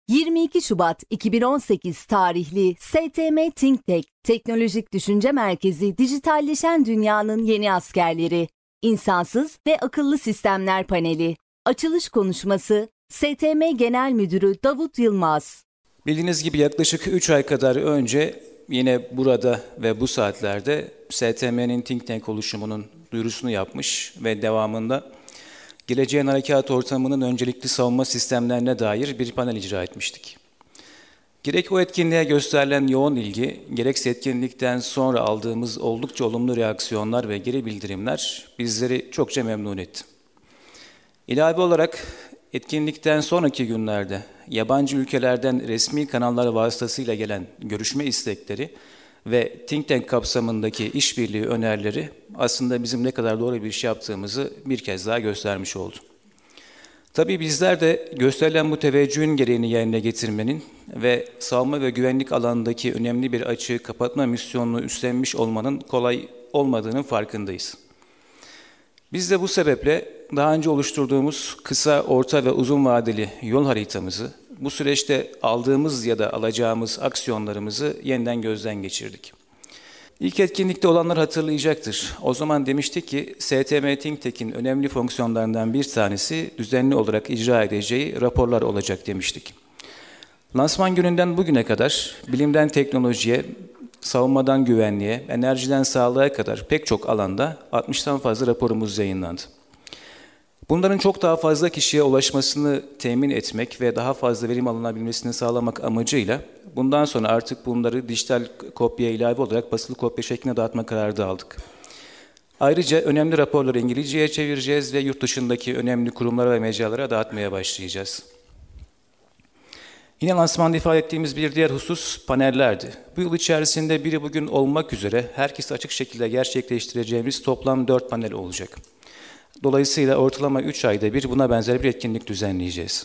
22 Şubat 2018 tarihli STM Think Tank Teknolojik Düşünce Merkezi Dijitalleşen Dünyanın Yeni Askerleri İnsansız ve Akıllı Sistemler Paneli. Açılış konuşması STM Genel Müdürü Davut Yılmaz. Bildiğiniz gibi yaklaşık 3 ay kadar önce yine burada ve bu saatlerde STM'nin Think Tank oluşumunun duyurusunu yapmış ve devamında geleceğin harekat ortamının öncelikli savunma sistemlerine dair bir panel icra etmiştik. Gerek o etkinliğe gösterilen yoğun ilgi, gerekse etkinlikten sonra aldığımız oldukça olumlu reaksiyonlar ve geri bildirimler bizleri çokça memnun etti. İlave olarak etkinlikten sonraki günlerde yabancı ülkelerden resmi kanallar vasıtasıyla gelen görüşme istekleri ve Think Tank kapsamındaki işbirliği önerileri aslında bizim ne kadar doğru bir iş yaptığımızı bir kez daha göstermiş oldu. Tabii bizler de gösterilen bu teveccühün gereğini yerine getirmenin ve savunma ve güvenlik alanındaki önemli bir açığı kapatma misyonunu üstlenmiş olmanın kolay olmadığının farkındayız. Biz de bu sebeple daha önce oluşturduğumuz kısa, orta ve uzun vadeli yol haritamızı, bu süreçte aldığımız ya da alacağımız aksiyonlarımızı yeniden gözden geçirdik. İlk etkinlikte olanlar hatırlayacaktır. O zaman demiştik ki STM Think Tank'in önemli fonksiyonlarından bir tanesi düzenli olarak icra edeceği raporlar olacak demiştik. Lansman gününden bugüne kadar bilimden teknolojiye, savunmadan güvenliğe, enerjiden sağlığa kadar pek çok alanda 60'tan fazla raporumuz yayınlandı. Bunların çok daha fazla kişiye ulaşmasını temin etmek ve daha fazla verim alınabilmesini sağlamak amacıyla bundan sonra artık bunları dijital kopya ilave olarak basılı kopya şeklinde dağıtma kararı da aldık. Ayrıca önemli raporları İngilizceye çevireceğiz ve yurt dışındaki önemli kurumlara ve mecralara dağıtmaya başlayacağız. Yine lansmanda ifade ettiğimiz bir diğer husus panellerdi. Bu yıl içerisinde biri bugün olmak üzere herkes açık şekilde gerçekleştireceğimiz toplam 4 panel olacak. Dolayısıyla ortalama 3 ayda bir buna benzer bir etkinlik düzenleyeceğiz.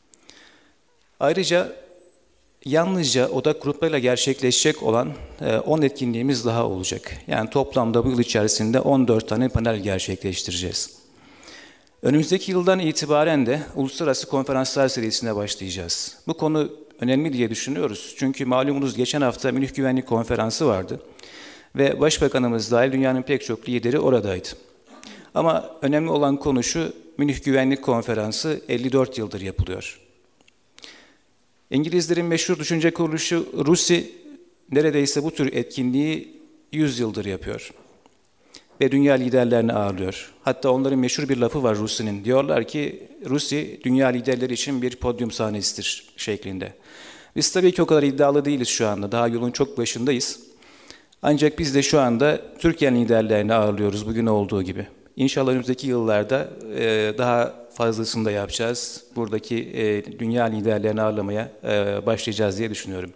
Ayrıca yalnızca odak gruplarıyla gerçekleşecek olan 10 etkinliğimiz daha olacak. Yani toplamda bu yıl içerisinde 14 tane panel gerçekleştireceğiz. Önümüzdeki yıldan itibaren de uluslararası konferanslar serisine başlayacağız. Bu konu önemli diye düşünüyoruz. Çünkü malumunuz geçen hafta Münih Güvenlik Konferansı vardı. Ve Başbakanımız dahil dünyanın pek çok lideri oradaydı. Ama önemli olan konu şu, Münih Güvenlik Konferansı 54 yıldır yapılıyor. İngilizlerin meşhur düşünce kuruluşu RUSI neredeyse bu tür etkinliği 100 yıldır yapıyor. Ve dünya liderlerini ağırlıyor. Hatta onların meşhur bir lafı var RUSI'nin. Diyorlar ki RUSI dünya liderleri için bir podyum sahnesidir şeklinde. Biz tabii ki o kadar iddialı değiliz şu anda. Daha yolun çok başındayız. Ancak biz de şu anda Türkiye liderlerini ağırlıyoruz bugün olduğu gibi. İnşallah önümüzdeki yıllarda daha fazlasını da yapacağız. Buradaki dünya liderlerini ağırlamaya başlayacağız diye düşünüyorum.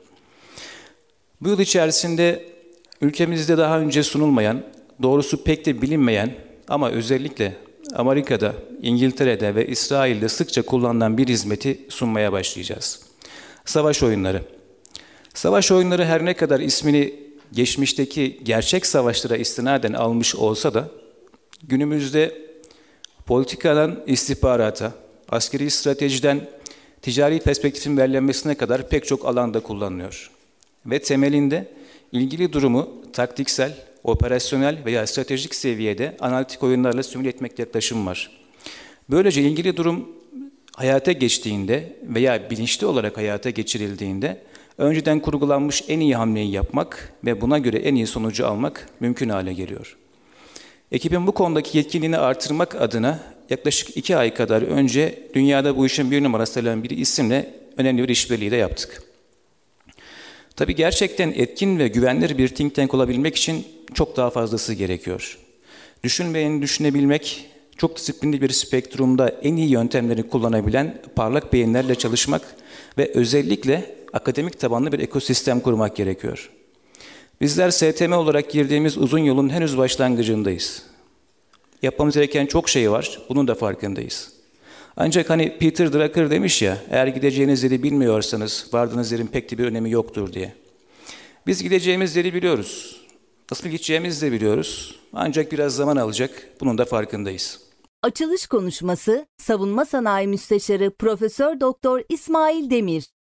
Bu yıl içerisinde ülkemizde daha önce sunulmayan, doğrusu pek de bilinmeyen ama özellikle Amerika'da, İngiltere'de ve İsrail'de sıkça kullanılan bir hizmeti sunmaya başlayacağız. Savaş oyunları. Savaş oyunları her ne kadar ismini geçmişteki gerçek savaşlara istinaden almış olsa da günümüzde politikadan istihbarata, askeri stratejiden ticari perspektifin belirlenmesine kadar pek çok alanda kullanılıyor. Ve temelinde ilgili durumu taktiksel, operasyonel veya stratejik seviyede analitik oyunlarla simüle etmek yaklaşım var. Böylece ilgili durum hayata geçtiğinde veya bilinçli olarak hayata geçirildiğinde önceden kurgulanmış en iyi hamleyi yapmak ve buna göre en iyi sonucu almak mümkün hale geliyor. Ekibin bu konudaki yetkinliğini artırmak adına yaklaşık 2 ay kadar önce dünyada bu işin bir numarası olan bir isimle önemli bir işbirliği de yaptık. Tabii gerçekten etkin ve güvenilir bir think tank olabilmek için çok daha fazlası gerekiyor. Düşünmeyeni düşünebilmek, çok disiplinli bir spektrumda en iyi yöntemleri kullanabilen parlak beyinlerle çalışmak ve özellikle akademik tabanlı bir ekosistem kurmak gerekiyor. Bizler STM olarak girdiğimiz uzun yolun henüz başlangıcındayız. Yapmamız gereken çok şey var, bunun da farkındayız. Ancak hani Peter Drucker demiş ya, eğer gideceğiniz yeri bilmiyorsanız vardığınız yerin pek de bir önemi yoktur diye. Biz gideceğimiz yeri biliyoruz. Nasıl gideceğimizi de biliyoruz. Ancak biraz zaman alacak, bunun da farkındayız. Açılış konuşması Savunma Sanayi Müsteşarı Profesör Doktor İsmail Demir.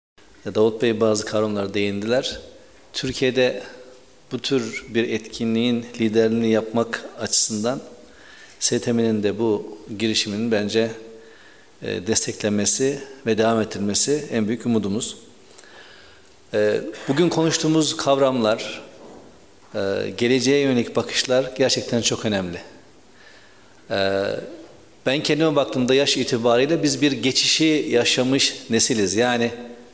Davut Bey bazı kavramlara değindiler. Türkiye'de bu tür bir etkinliğin liderliğini yapmak açısından STM'nin de bu girişiminin bence desteklenmesi ve devam ettirilmesi en büyük umudumuz. Bugün konuştuğumuz kavramlar, geleceğe yönelik bakışlar gerçekten çok önemli. Ben kendime baktığımda yaş itibariyle biz bir geçişi yaşamış nesiliz. Yani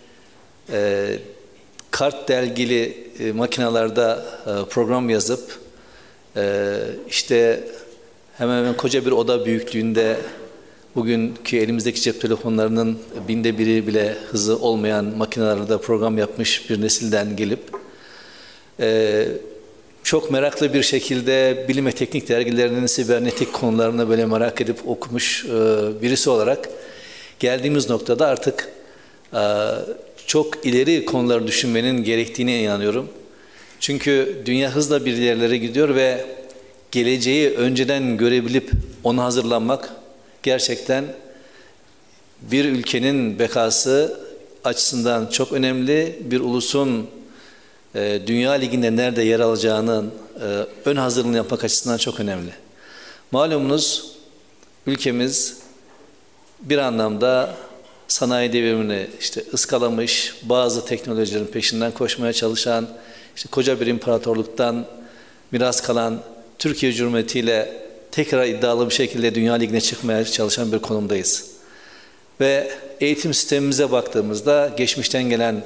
kart delgili makinalarda program yazıp işte hemen hemen koca bir oda büyüklüğünde bugünkü elimizdeki cep telefonlarının 1/1000 bile hızı olmayan makinelerde program yapmış bir nesilden gelip çok meraklı bir şekilde bilim ve teknik dergilerinin sibernetik konularını böyle merak edip okumuş birisi olarak geldiğimiz noktada artık çok ileri konuları düşünmenin gerektiğine inanıyorum. Çünkü dünya hızla bir yerlere gidiyor ve geleceği önceden görebilip ona hazırlanmak gerçekten bir ülkenin bekası açısından çok önemli. Bir ulusun Dünya Ligi'nde nerede yer alacağının ön hazırlığını yapmak açısından çok önemli. Malumunuz ülkemiz bir anlamda sanayi devrimini ıskalamış, bazı teknolojilerin peşinden koşmaya çalışan, koca bir imparatorluktan miras kalan Türkiye Cumhuriyeti ile tekrar iddialı bir şekilde Dünya Ligi'ne çıkmaya çalışan bir konumdayız. Ve eğitim sistemimize baktığımızda geçmişten gelen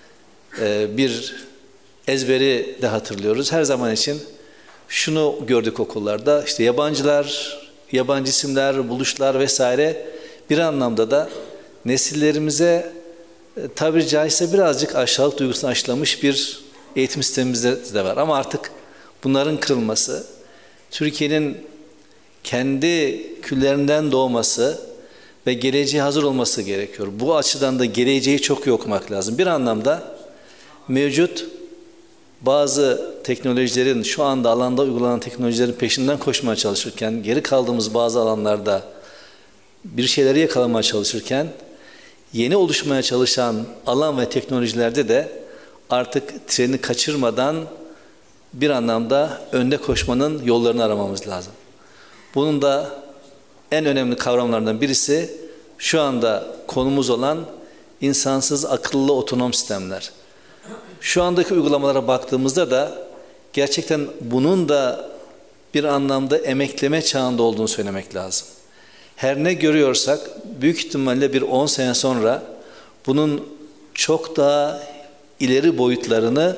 bir ezberi de hatırlıyoruz. Her zaman için şunu gördük okullarda, yabancılar, yabancı isimler, buluşlar vesaire bir anlamda da nesillerimize tabiri caizse birazcık aşağılık duygusunu aşılamış bir eğitim sistemimizde de var. Ama artık bunların kırılması, Türkiye'nin kendi küllerinden doğması ve geleceğe hazır olması gerekiyor. Bu açıdan da geleceği çok iyi okumak lazım. Bir anlamda mevcut bazı teknolojilerin, şu anda alanda uygulanan teknolojilerin peşinden koşmaya çalışırken, geri kaldığımız bazı alanlarda bir şeyleri yakalamaya çalışırken, yeni oluşmaya çalışan alan ve teknolojilerde de artık treni kaçırmadan bir anlamda önde koşmanın yollarını aramamız lazım. Bunun da en önemli kavramlarından birisi şu anda konumuz olan insansız akıllı otonom sistemler. Şu andaki uygulamalara baktığımızda da gerçekten bunun da bir anlamda emekleme çağında olduğunu söylemek lazım. Her ne görüyorsak büyük ihtimalle bir 10 sene sonra bunun çok daha ileri boyutlarını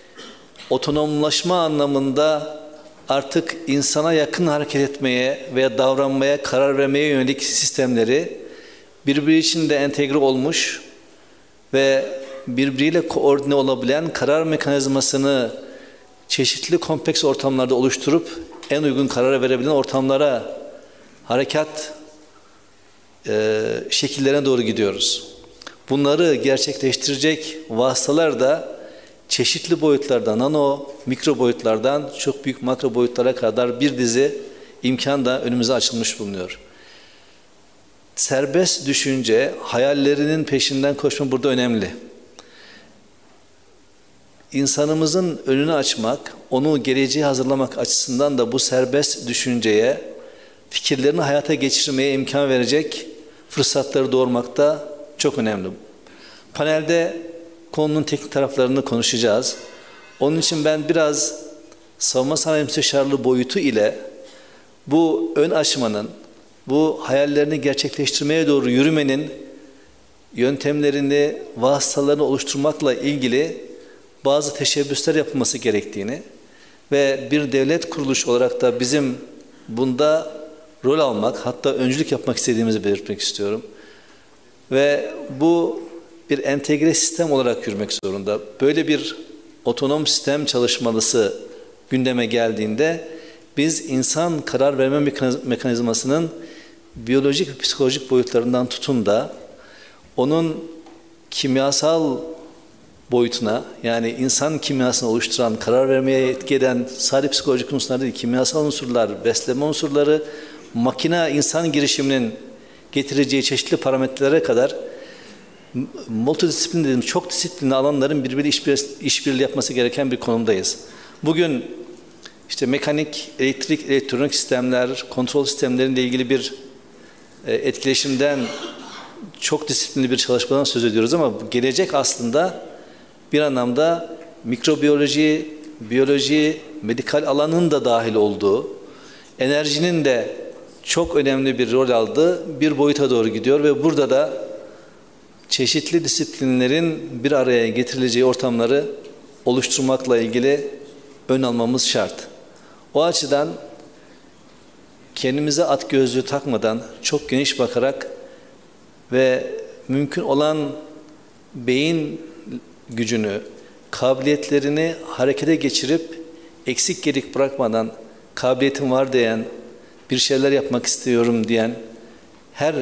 otonomlaşma anlamında artık insana yakın hareket etmeye veya davranmaya, karar vermeye yönelik sistemleri birbiri içinde entegre olmuş ve birbiriyle koordine olabilen karar mekanizmasını çeşitli kompleks ortamlarda oluşturup en uygun karara verebilen ortamlara harekat şekillerine doğru gidiyoruz. Bunları gerçekleştirecek vasıtalar da çeşitli boyutlardan, nano, mikro boyutlardan çok büyük makro boyutlara kadar bir dizi imkan da önümüze açılmış bulunuyor. Serbest düşünce, hayallerinin peşinden koşma burada önemli. İnsanımızın önünü açmak, onu geleceğe hazırlamak açısından da bu serbest düşünceye, fikirlerini hayata geçirmeye imkan verecek fırsatları doğurmakta çok önemli. Panelde konunun teknik taraflarını konuşacağız. Onun için ben biraz savunma sanayi müsteşarlığı boyutu ile bu ön aşmanın, bu hayallerini gerçekleştirmeye doğru yürümenin yöntemlerini, vasıtalarını oluşturmakla ilgili bazı teşebbüsler yapılması gerektiğini ve bir devlet kuruluşu olarak da bizim bunda rol almak, hatta öncülük yapmak istediğimizi belirtmek istiyorum. Ve bu bir entegre sistem olarak yürümek zorunda. Böyle bir otonom sistem çalışmalısı gündeme geldiğinde biz insan karar verme mekanizmasının biyolojik ve psikolojik boyutlarından tutun da onun kimyasal boyutuna, yani insan kimyasını oluşturan, karar vermeye etki eden sadece psikolojik unsurlar değil, kimyasal unsurlar, besleme unsurları, makine insan girişiminin getireceği çeşitli parametrelere kadar multidisiplin dediğimiz çok disiplinli alanların birbiriyle işbirliği yapması gereken bir konumdayız. Bugün işte mekanik, elektrik, elektronik sistemler, kontrol sistemleriyle ilgili bir etkileşimden, çok disiplinli bir çalışmadan söz ediyoruz ama gelecek aslında bir anlamda mikrobiyoloji, biyoloji, medikal alanın da dahil olduğu, enerjinin de çok önemli bir rol aldığı bir boyuta doğru gidiyor ve burada da çeşitli disiplinlerin bir araya getirileceği ortamları oluşturmakla ilgili ön almamız şart. O açıdan kendimize at gözlüğü takmadan çok geniş bakarak ve mümkün olan beyin gücünü, kabiliyetlerini harekete geçirip eksik gedik bırakmadan kabiliyetim var diyen, bir şeyler yapmak istiyorum diyen her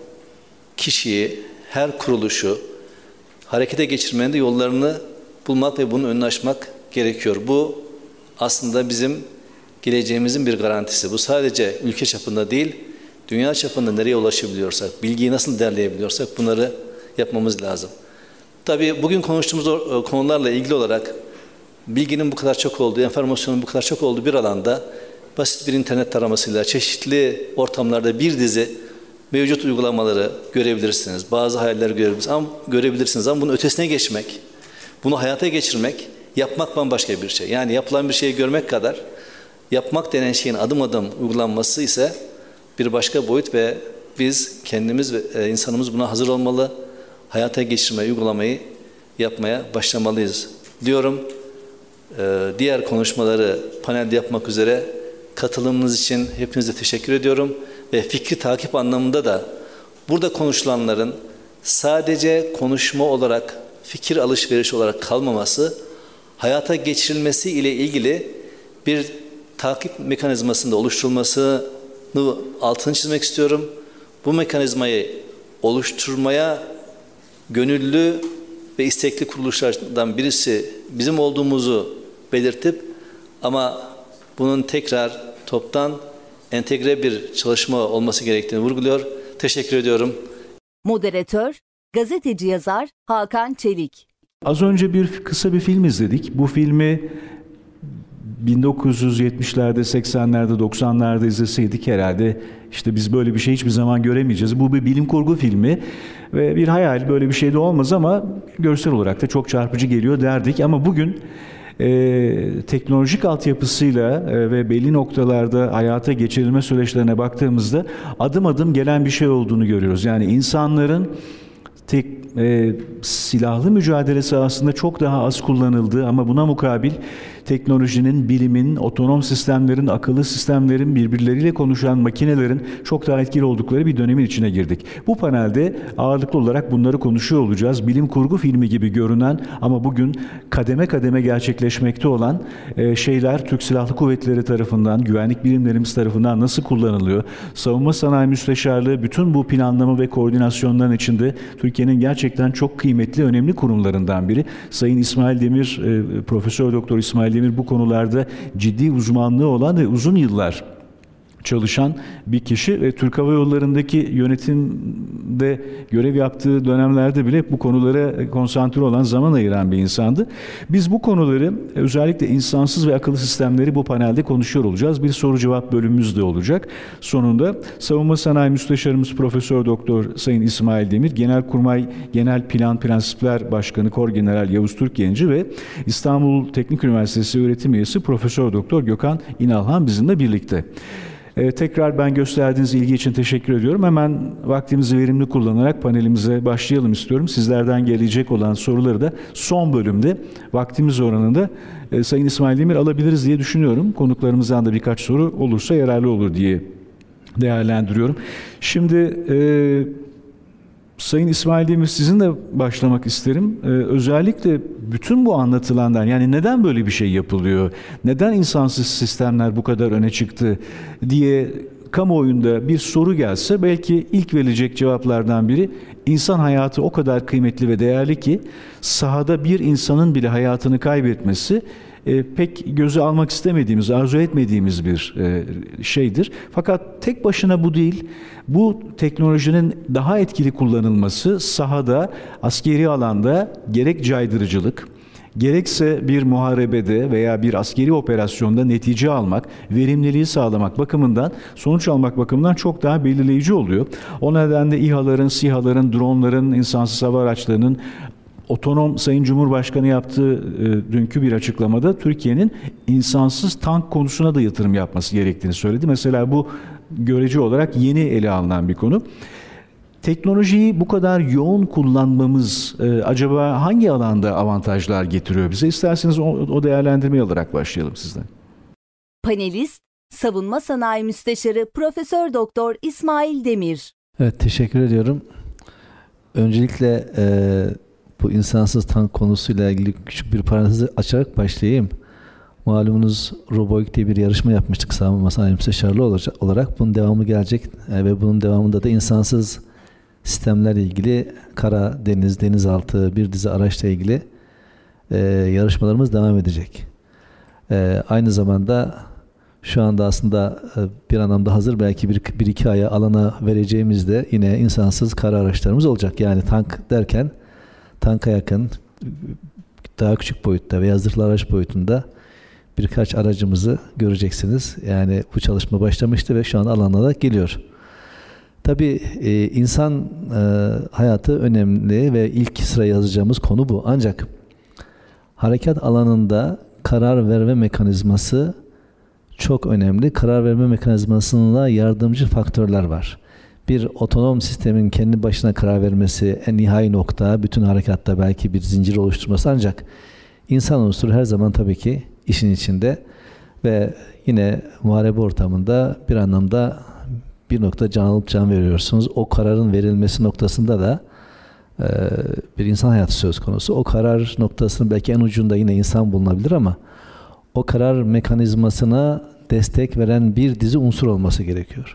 kişiyi, her kuruluşu harekete geçirmenin de yollarını bulmak ve bunun önünü açmak gerekiyor. Bu aslında bizim geleceğimizin bir garantisi. Bu sadece ülke çapında değil, dünya çapında nereye ulaşabiliyorsak, bilgiyi nasıl derleyebiliyorsak bunları yapmamız lazım. Tabii bugün konuştuğumuz konularla ilgili olarak bilginin bu kadar çok olduğu, enformasyonun bu kadar çok olduğu bir alanda basit bir internet taramasıyla çeşitli ortamlarda bir dizi mevcut uygulamaları görebilirsiniz. Bazı hayaller görebilirsiniz ama bunun ötesine geçmek, bunu hayata geçirmek, yapmak bambaşka bir şey. Yani yapılan bir şeyi görmek kadar yapmak denen şeyin adım adım uygulanması ise bir başka boyut ve biz kendimiz ve insanımız buna hazır olmalı. Hayata geçirmeyi, uygulamayı yapmaya başlamalıyız diyorum. Diğer konuşmaları panelde yapmak üzere katılımınız için hepinize teşekkür ediyorum. Ve fikri takip anlamında da burada konuşulanların sadece konuşma olarak, fikir alışverişi olarak kalmaması, hayata geçirilmesi ile ilgili bir takip mekanizmasında oluşturulmasını altını çizmek istiyorum. Bu mekanizmayı oluşturmaya gönüllü ve istekli kuruluşlardan birisi bizim olduğumuzu belirtip ama bunun tekrar toptan entegre bir çalışma olması gerektiğini vurguluyor. Teşekkür ediyorum. Moderatör, gazeteci yazar Hakan Çelik. Az önce kısa bir film izledik. Bu filmi 1970'lerde, 80'lerde, 90'larda izleseydik herhalde işte biz böyle bir şey hiçbir zaman göremeyeceğiz. Bu bir bilim kurgu filmi ve bir hayal, böyle bir şey de olmaz ama görsel olarak da çok çarpıcı geliyor derdik. Ama bugün teknolojik altyapısıyla ve belli noktalarda hayata geçirilme süreçlerine baktığımızda adım adım gelen bir şey olduğunu görüyoruz. Yani insanların silahlı mücadele sahasında çok daha az kullanıldığı ama buna mukabil teknolojinin, bilimin, otonom sistemlerin, akıllı sistemlerin, birbirleriyle konuşan makinelerin çok daha etkili oldukları bir dönemin içine girdik. Bu panelde ağırlıklı olarak bunları konuşuyor olacağız. Bilim kurgu filmi gibi görünen ama bugün kademe kademe gerçekleşmekte olan şeyler Türk Silahlı Kuvvetleri tarafından, güvenlik birimlerimiz tarafından nasıl kullanılıyor? Savunma Sanayi Müsteşarlığı bütün bu planlama ve koordinasyonların içinde Türkiye'nin gerçekten çok kıymetli, önemli kurumlarından biri. Sayın İsmail Demir, Profesör Doktor İsmail Demir bu konularda ciddi uzmanlığı olan ve uzun yıllar çalışan bir kişi ve Türk Hava Yolları'ndaki yönetimde görev yaptığı dönemlerde bile bu konulara konsantre olan, zaman ayıran bir insandı. Biz bu konuları özellikle insansız ve akıllı sistemleri bu panelde konuşuyor olacağız. Bir soru cevap bölümümüz de olacak. Sonunda Savunma Sanayi Müsteşarımız Profesör Doktor Sayın İsmail Demir, Genelkurmay Genel Plan Prensipler Başkanı Korgeneral Yavuz Türkgenci ve İstanbul Teknik Üniversitesi öğretim üyesi Profesör Doktor Gökhan İnalhan bizimle birlikte. Tekrar ben gösterdiğiniz ilgi için teşekkür ediyorum. Hemen vaktimizi verimli kullanarak panelimize başlayalım istiyorum. Sizlerden gelecek olan soruları da son bölümde vaktimiz oranında Sayın İsmail Demir alabiliriz diye düşünüyorum. Konuklarımızdan da birkaç soru olursa yararlı olur diye değerlendiriyorum. Şimdi Sayın İsmail Demir sizinle başlamak isterim. Özellikle bütün bu anlatılanlar, yani neden böyle bir şey yapılıyor? Neden insansız sistemler bu kadar öne çıktı diye kamuoyunda bir soru gelse belki ilk verilecek cevaplardan biri insan hayatı o kadar kıymetli ve değerli ki sahada bir insanın bile hayatını kaybetmesi pek göze almak istemediğimiz, arzu etmediğimiz bir şeydir. Fakat tek başına bu değil. Bu teknolojinin daha etkili kullanılması sahada, askeri alanda gerek caydırıcılık, gerekse bir muharebede veya bir askeri operasyonda netice almak, verimliliği sağlamak bakımından, sonuç almak bakımından çok daha belirleyici oluyor. O nedenle İHA'ların, SİHA'ların, dronların, insansız hava araçlarının otonom, Sayın Cumhurbaşkanı yaptığı dünkü bir açıklamada Türkiye'nin insansız tank konusuna da yatırım yapması gerektiğini söyledi. Mesela bu görece olarak yeni ele alınan bir konu. Teknolojiyi bu kadar yoğun kullanmamız acaba hangi alanda avantajlar getiriyor bize? İsterseniz o değerlendirmeyi alarak başlayalım sizden. Panelist, Savunma Sanayi Müsteşarı Profesör Doktor İsmail Demir. Evet, teşekkür ediyorum. Öncelikle bu insansız tank konusuyla ilgili küçük bir parantezi açarak başlayayım. Malumunuz Roboik diye bir yarışma yapmıştık savunma sanayi müsteşarlığı olarak. Bunun devamı gelecek ve bunun devamında da insansız sistemlerle ilgili kara, deniz, denizaltı, bir dizi araçla ilgili yarışmalarımız devam edecek. Aynı zamanda şu anda aslında bir anlamda hazır, belki bir iki aya alana vereceğimizde yine insansız kara araçlarımız olacak. Yani tank derken tanka yakın, daha küçük boyutta veya zırhlı araç boyutunda birkaç aracımızı göreceksiniz. Yani bu çalışma başlamıştı ve şu an alana da geliyor. Tabii insan hayatı önemli ve ilk sıraya yazacağımız konu bu. Ancak harekat alanında karar verme mekanizması çok önemli. Karar verme mekanizmasında yardımcı faktörler var. Bir otonom sistemin kendi başına karar vermesi en nihai nokta, bütün harekatta belki bir zincir oluşturması, ancak insan unsuru her zaman tabii ki işin içinde ve yine muharebe ortamında bir anlamda bir nokta can alıp can veriyorsunuz. O kararın verilmesi noktasında da bir insan hayatı söz konusu. O karar noktasının belki en ucunda yine insan bulunabilir ama o karar mekanizmasına destek veren bir dizi unsur olması gerekiyor.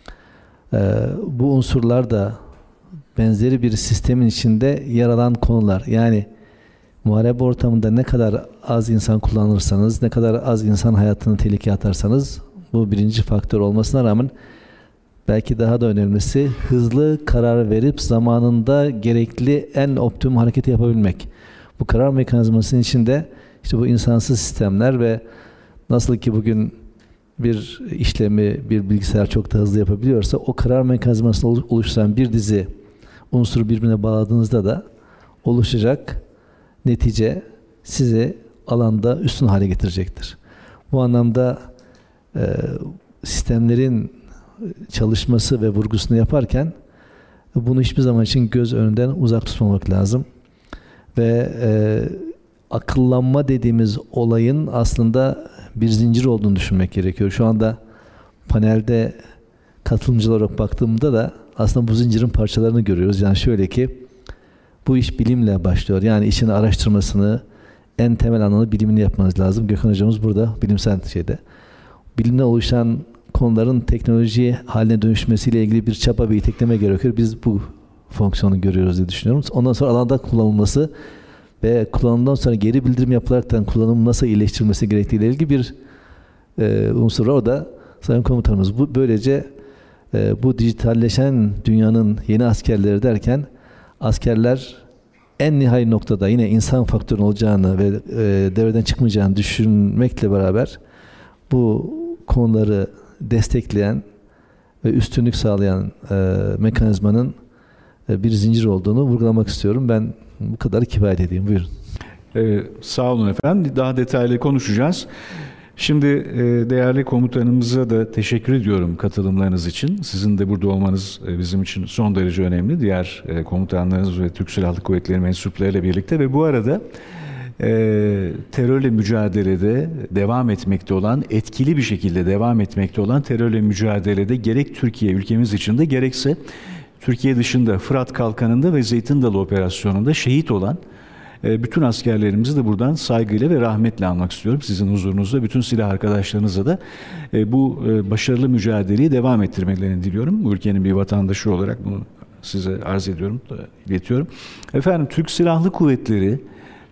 Bu unsurlar da benzeri bir sistemin içinde yer alan konular. Yani muharebe ortamında ne kadar az insan kullanırsanız, ne kadar az insan hayatını tehlikeye atarsanız, bu birinci faktör olmasına rağmen belki daha da önemlisi hızlı karar verip zamanında gerekli en optimum hareketi yapabilmek. Bu karar mekanizmasının içinde işte bu insansız sistemler ve nasıl ki bugün bir işlemi bir bilgisayar çok da hızlı yapabiliyorsa, o karar mekanizmasını oluşturan bir dizi unsuru birbirine bağladığınızda da oluşacak netice sizi alanda üstün hale getirecektir. Bu anlamda sistemlerin çalışması ve vurgusunu yaparken bunu hiçbir zaman için göz önünden uzak tutmamak lazım. Ve akıllanma dediğimiz olayın aslında bir zincir olduğunu düşünmek gerekiyor. Şu anda panelde katılımcılar olarak baktığımda da aslında bu zincirin parçalarını görüyoruz. Yani şöyle ki, bu iş bilimle başlıyor. Yani işin araştırmasını, en temel anlamda bilimini yapmanız lazım. Gökhan hocamız burada bilimsel şeyde. Bilimle oluşan konuların teknoloji haline dönüşmesiyle ilgili bir çaba ve itekleme gerekiyor. Biz bu fonksiyonu görüyoruz diye düşünüyorum. Ondan sonra alanda kullanılması ve kullanımdan sonra geri bildirim yapılaraktan kullanımın nasıl iyileştirilmesi gerektiğiyle ilgili bir unsur var. O da Sayın Komutanımız. Böylece bu dijitalleşen dünyanın yeni askerleri derken, askerler en nihai noktada yine insan faktörünün olacağını ve devreden çıkmayacağını düşünmekle beraber bu konuları destekleyen ve üstünlük sağlayan mekanizmanın bir zincir olduğunu vurgulamak istiyorum. Ben bu kadar kifayet edeyim. Buyurun. Sağ olun efendim. Daha detaylı konuşacağız. Şimdi değerli komutanımıza da teşekkür ediyorum katılımlarınız için. Sizin de burada olmanız bizim için son derece önemli. Diğer komutanlarınız ve Türk Silahlı Kuvvetleri mensuplarıyla birlikte ve bu arada terörle mücadelede devam etmekte olan, etkili bir şekilde devam etmekte olan terörle mücadelede gerek Türkiye ülkemiz içinde gerekse Türkiye dışında Fırat Kalkanı'nda ve Zeytin Dalı operasyonunda şehit olan bütün askerlerimizi de buradan saygıyla ve rahmetle anmak istiyorum. Sizin huzurunuzda bütün silah arkadaşlarınıza da bu başarılı mücadeleyi devam ettirmelerini diliyorum. Bu ülkenin bir vatandaşı olarak bunu size arz ediyorum, iletiyorum. Efendim, Türk Silahlı Kuvvetleri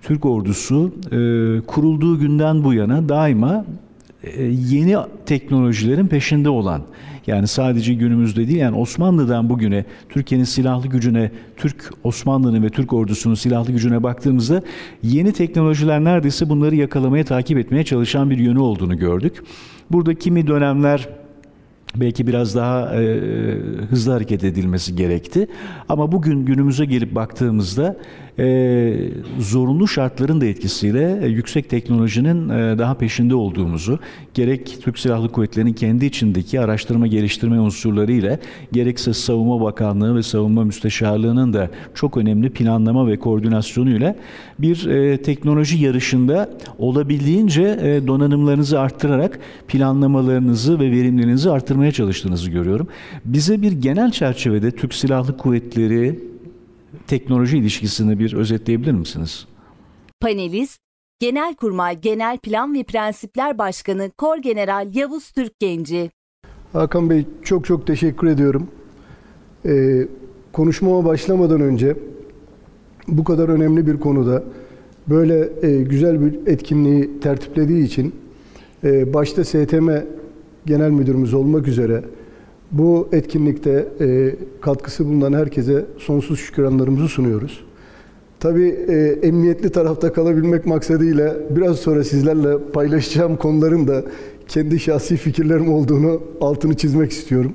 Türk ordusu kurulduğu günden bu yana daima yeni teknolojilerin peşinde olan, yani sadece günümüzde değil, yani Osmanlı'dan bugüne Türkiye'nin silahlı gücüne, Osmanlı'nın ve Türk ordusunun silahlı gücüne baktığımızda yeni teknolojiler neredeyse bunları yakalamaya, takip etmeye çalışan bir yönü olduğunu gördük. Burada kimi dönemler belki biraz daha hızlı hareket edilmesi gerekti. Ama bugün günümüze gelip baktığımızda zorunlu şartların da etkisiyle yüksek teknolojinin daha peşinde olduğumuzu, gerek Türk Silahlı Kuvvetleri'nin kendi içindeki araştırma geliştirme unsurlarıyla, gerekse Savunma Bakanlığı ve Savunma Müsteşarlığı'nın da çok önemli planlama ve koordinasyonuyla bir teknoloji yarışında olabildiğince donanımlarınızı arttırarak planlamalarınızı ve verimliliğinizi arttırmaya çalıştığınızı görüyorum. Bize bir genel çerçevede Türk Silahlı Kuvvetleri teknoloji ilişkisini bir özetleyebilir misiniz? Panelist, Genelkurmay Genel Plan ve Prensipler Başkanı Korgeneral Yavuz Türkgenci. Hakan Bey, çok teşekkür ediyorum. Konuşmama başlamadan önce bu kadar önemli bir konuda böyle güzel bir etkinliği tertiplediği için başta STM Genel Müdürümüz olmak üzere bu etkinlikte katkısı bulunan herkese sonsuz şükranlarımızı sunuyoruz. Tabii emniyetli tarafta kalabilmek maksadıyla biraz sonra sizlerle paylaşacağım konuların da kendi şahsi fikirlerim olduğunu altını çizmek istiyorum.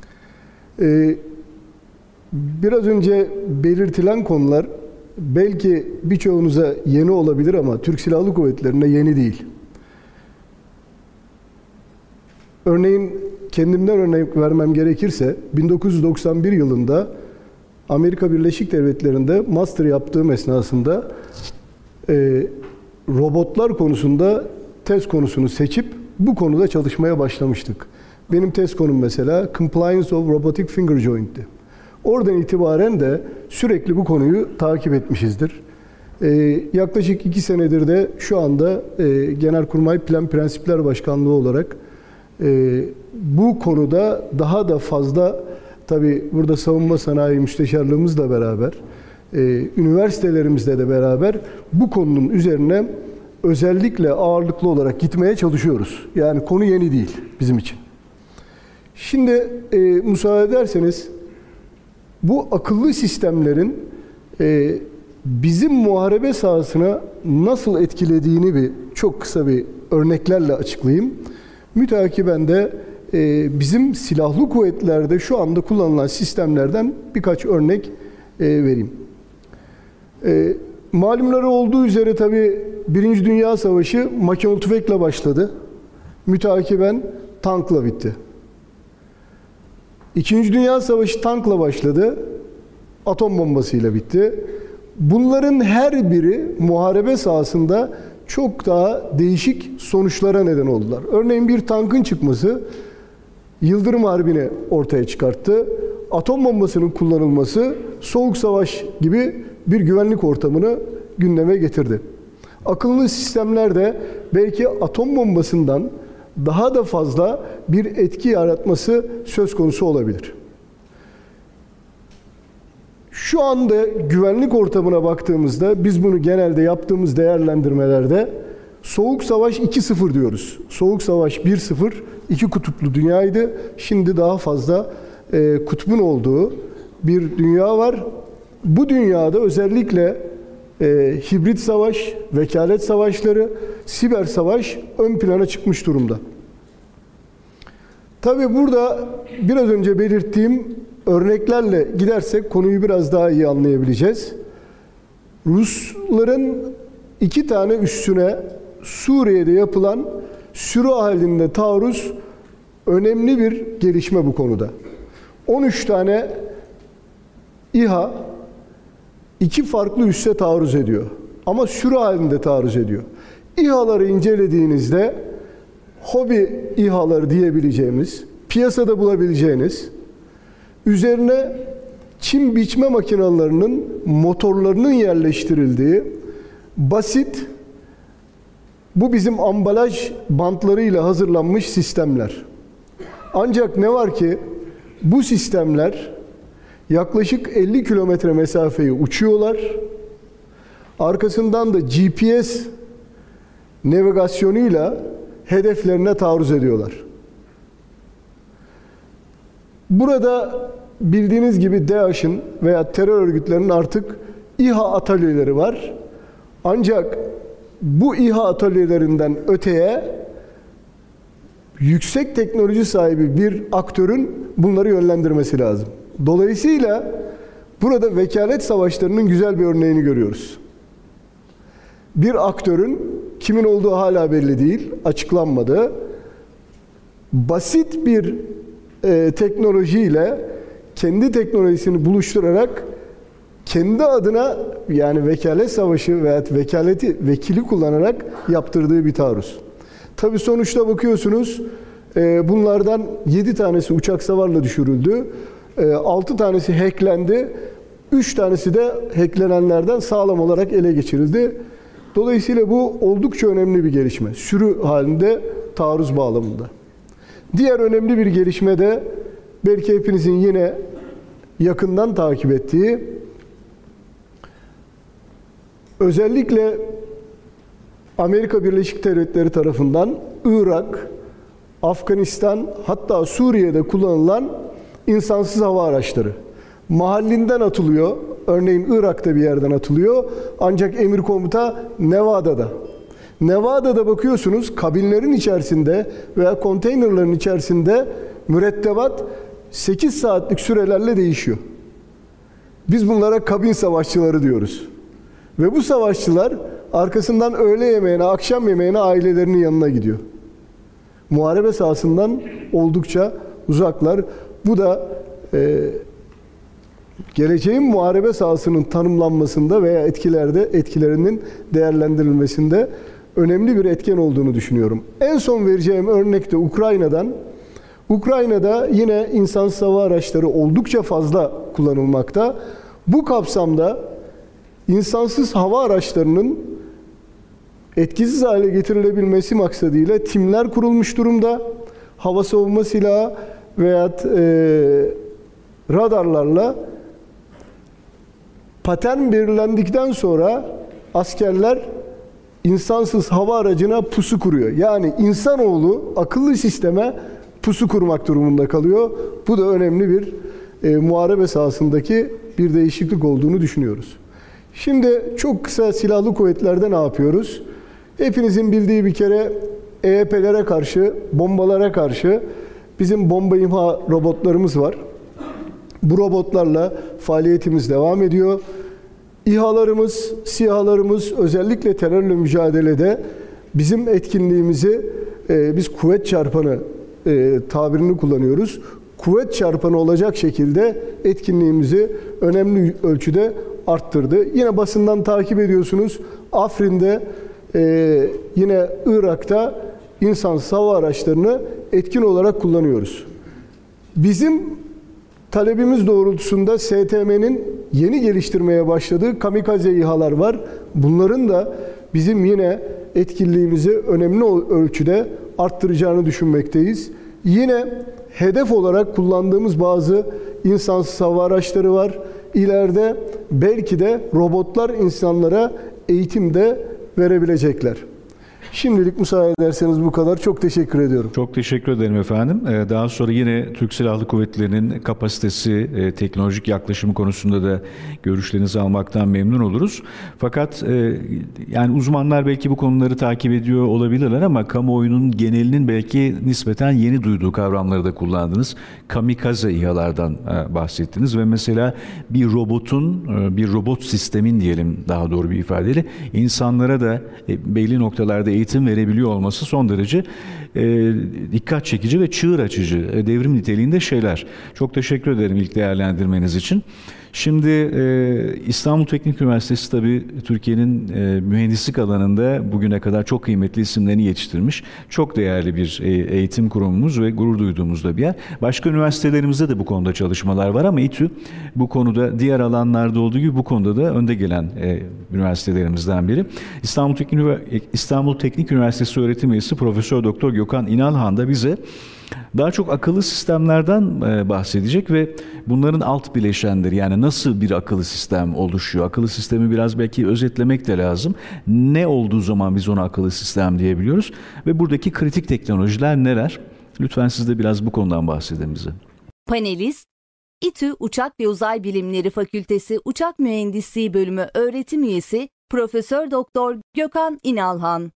Biraz önce belirtilen konular belki birçoğunuza yeni olabilir ama Türk Silahlı Kuvvetleri'ne yeni değil. Örneğin kendimden örnek vermem gerekirse 1991 yılında Amerika Birleşik Devletleri'nde master yaptığım esnasında robotlar konusunda tez konusunu seçip bu konuda çalışmaya başlamıştık. Benim tez konum mesela Compliance of Robotic Finger Joint'ti. Oradan itibaren de sürekli bu konuyu takip etmişizdir. Yaklaşık 2 senedir de şu anda Genelkurmay Plan Prensipler Başkanlığı olarak bu konuda daha da fazla, tabii burada savunma sanayi müsteşarlığımızla beraber, üniversitelerimizle de beraber bu konunun üzerine özellikle ağırlıklı olarak gitmeye çalışıyoruz. Yani konu yeni değil bizim için. Şimdi müsaade ederseniz bu akıllı sistemlerin bizim muharebe sahasına nasıl etkilediğini çok kısa bir örneklerle açıklayayım. Mütakiben de bizim silahlı kuvvetlerde şu anda kullanılan sistemlerden birkaç örnek vereyim. Malumları olduğu üzere tabii Birinci Dünya Savaşı makinalı tüfekle başladı. Mütakiben tankla bitti. İkinci Dünya Savaşı tankla başladı. Atom bombasıyla bitti. Bunların her biri muharebe sahasında çok daha değişik sonuçlara neden oldular. Örneğin bir tankın çıkması Yıldırım Harbi'ni ortaya çıkarttı. Atom bombasının kullanılması Soğuk Savaş gibi bir güvenlik ortamını gündeme getirdi. Akıllı sistemler de belki atom bombasından daha da fazla bir etki yaratması söz konusu olabilir. Şu anda güvenlik ortamına baktığımızda biz bunu genelde yaptığımız değerlendirmelerde Soğuk Savaş 2.0 diyoruz. Soğuk Savaş 1.0 iki kutuplu dünyaydı. Şimdi daha fazla kutbun olduğu bir dünya var. Bu dünyada özellikle hibrit savaş, vekalet savaşları, siber savaş ön plana çıkmış durumda. Tabii burada biraz önce belirttiğim örneklerle gidersek konuyu biraz daha iyi anlayabileceğiz. Rusların 2 tane üssüne Suriye'de yapılan sürü halinde taarruz önemli bir gelişme bu konuda. 13 tane İHA 2 farklı üsse taarruz ediyor. Ama sürü halinde taarruz ediyor. İHA'ları incelediğinizde hobi İHA'ları diyebileceğimiz, piyasada bulabileceğiniz, üzerine çim biçme makinelerinin motorlarının yerleştirildiği basit, bu bizim ambalaj bantlarıyla hazırlanmış sistemler. Ancak ne var ki bu sistemler yaklaşık 50 kilometre mesafeyi uçuyorlar. Arkasından da GPS navigasyonuyla hedeflerine taarruz ediyorlar. Burada bildiğiniz gibi DAEŞ'in veya terör örgütlerinin artık İHA atölyeleri var. Ancak bu İHA atölyelerinden öteye yüksek teknoloji sahibi bir aktörün bunları yönlendirmesi lazım. Dolayısıyla burada vekalet savaşlarının güzel bir örneğini görüyoruz. Bir aktörün, kimin olduğu hala belli değil, açıklanmadı, basit bir teknolojiyle kendi teknolojisini buluşturarak kendi adına, yani vekalet savaşı veya vekili kullanarak yaptırdığı bir taarruz. Tabii sonuçta bakıyorsunuz, bunlardan 7 tanesi uçak savarla düşürüldü, 6 tanesi hacklendi, 3 tanesi de hacklenenlerden sağlam olarak ele geçirildi. Dolayısıyla bu oldukça önemli bir gelişme. Sürü halinde taarruz bağlamında. Diğer önemli bir gelişme de belki hepinizin yine yakından takip ettiği, özellikle Amerika Birleşik Devletleri tarafından Irak, Afganistan, hatta Suriye'de kullanılan insansız hava araçları. Mahallinden atılıyor. Örneğin Irak'ta bir yerden atılıyor. Ancak emir komuta Nevada'da. Nevada'da bakıyorsunuz kabinlerin içerisinde veya konteynerlerin içerisinde mürettebat 8 saatlik sürelerle değişiyor. Biz bunlara kabin savaşçıları diyoruz. Ve bu savaşçılar arkasından öğle yemeğine, akşam yemeğine ailelerinin yanına gidiyor. Muharebe sahasından oldukça uzaklar. Bu da geleceğin muharebe sahasının tanımlanmasında veya etkilerinin değerlendirilmesinde önemli bir etken olduğunu düşünüyorum. En son vereceğim örnek de Ukrayna'dan. Ukrayna'da yine insansız hava araçları oldukça fazla kullanılmakta. Bu kapsamda insansız hava araçlarının etkisiz hale getirilebilmesi maksadıyla timler kurulmuş durumda. Hava savunma silahı veya radarlarla patern belirlendikten sonra askerler insansız hava aracına pusu kuruyor. Yani insanoğlu akıllı sisteme pusu kurmak durumunda kalıyor. Bu da önemli bir muharebe sahasındaki bir değişiklik olduğunu düşünüyoruz. Şimdi çok kısa silahlı kuvvetlerde ne yapıyoruz? Hepinizin bildiği bir kere EYP'lere karşı, bombalara karşı bizim bomba imha robotlarımız var. Bu robotlarla faaliyetimiz devam ediyor. İHA'larımız, SİHA'larımız özellikle terörle mücadelede bizim etkinliğimizi, biz kuvvet çarpanı tabirini kullanıyoruz. Kuvvet çarpanı olacak şekilde etkinliğimizi önemli ölçüde arttırdı. Yine basından takip ediyorsunuz. Afrin'de, yine Irak'ta insansız hava araçlarını etkin olarak kullanıyoruz. Bizim talebimiz doğrultusunda STM'nin yeni geliştirmeye başladığı kamikaze İHA'lar var. Bunların da bizim yine etkinliğimizi önemli ölçüde arttıracağını düşünmekteyiz. Yine hedef olarak kullandığımız bazı insansız hava araçları var. İleride belki de robotlar insanlara eğitim de verebilecekler. Şimdilik müsaade ederseniz bu kadar. Çok teşekkür ediyorum. Çok teşekkür ederim efendim. Daha sonra yine Türk Silahlı Kuvvetleri'nin kapasitesi, teknolojik yaklaşımı konusunda da görüşlerinizi almaktan memnun oluruz. Fakat yani uzmanlar belki bu konuları takip ediyor olabilirler ama kamuoyunun genelinin belki nispeten yeni duyduğu kavramları da kullandınız. Kamikaze İHA'lardan bahsettiniz ve mesela bir robot sistemin diyelim daha doğru bir ifadeyle insanlara da belli noktalarda eğitim verebiliyor olması son derece dikkat çekici ve çığır açıcı, devrim niteliğinde şeyler. Çok teşekkür ederim ilk değerlendirmeniz için. Şimdi İstanbul Teknik Üniversitesi tabii Türkiye'nin mühendislik alanında bugüne kadar çok kıymetli isimlerini yetiştirmiş. Çok değerli bir eğitim kurumumuz ve gurur duyduğumuz da bir yer. Başka üniversitelerimizde de bu konuda çalışmalar var ama İTÜ bu konuda diğer alanlarda olduğu gibi bu konuda da önde gelen üniversitelerimizden biri. İstanbul Teknik Üniversitesi öğretim üyesi Profesör Doktor Gökhan İnalhan da bize Daha çok akıllı sistemlerden bahsedecek ve bunların alt bileşenleri, yani nasıl bir akıllı sistem oluşuyor? Akıllı sistemi biraz belki özetlemek de lazım. Ne olduğu zaman biz ona akıllı sistem diyebiliyoruz ve buradaki kritik teknolojiler neler? Lütfen siz de biraz bu konudan bahsedin bize. Panelist, İTÜ Uçak ve Uzay Bilimleri Fakültesi Uçak Mühendisliği Bölümü öğretim üyesi Profesör Doktor Gökhan İnalhan.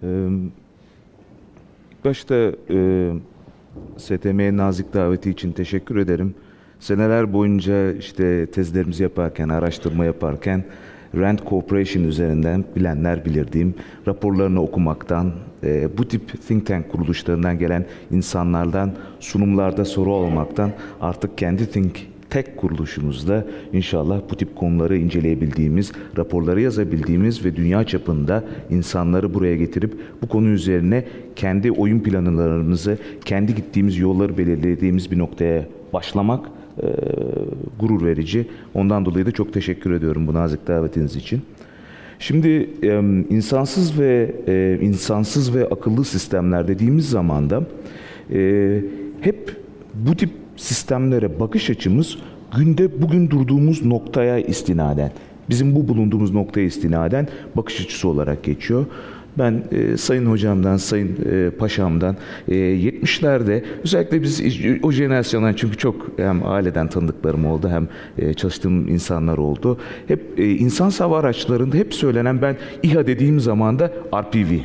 Başta STM'ye nazik daveti için teşekkür ederim. Seneler boyunca işte tezlerimizi yaparken, araştırma yaparken Rand Corporation üzerinden bilenler bilir diyeyim, raporlarını okumaktan, bu tip think tank kuruluşlarından gelen insanlardan sunumlarda soru almaktan artık kendi think tek kuruluşumuzda inşallah bu tip konuları inceleyebildiğimiz, raporları yazabildiğimiz ve dünya çapında insanları buraya getirip bu konu üzerine kendi oyun planlarımızı, kendi gittiğimiz yolları belirlediğimiz bir noktaya başlamak gurur verici. Ondan dolayı da çok teşekkür ediyorum bu nazik davetiniz için. Şimdi insansız ve akıllı sistemler dediğimiz zaman da hep bu tip sistemlere bakış açımız bugün durduğumuz noktaya istinaden, bizim bu bulunduğumuz noktaya istinaden bakış açısı olarak geçiyor. Ben Sayın Hocam'dan, Sayın Paşam'dan 70'lerde özellikle biz o jenerasyondan, çünkü çok hem aileden tanıdıklarım oldu hem çalıştığım insanlar oldu. Hep insan hava araçlarında hep söylenen, ben İHA dediğim zaman da RPV.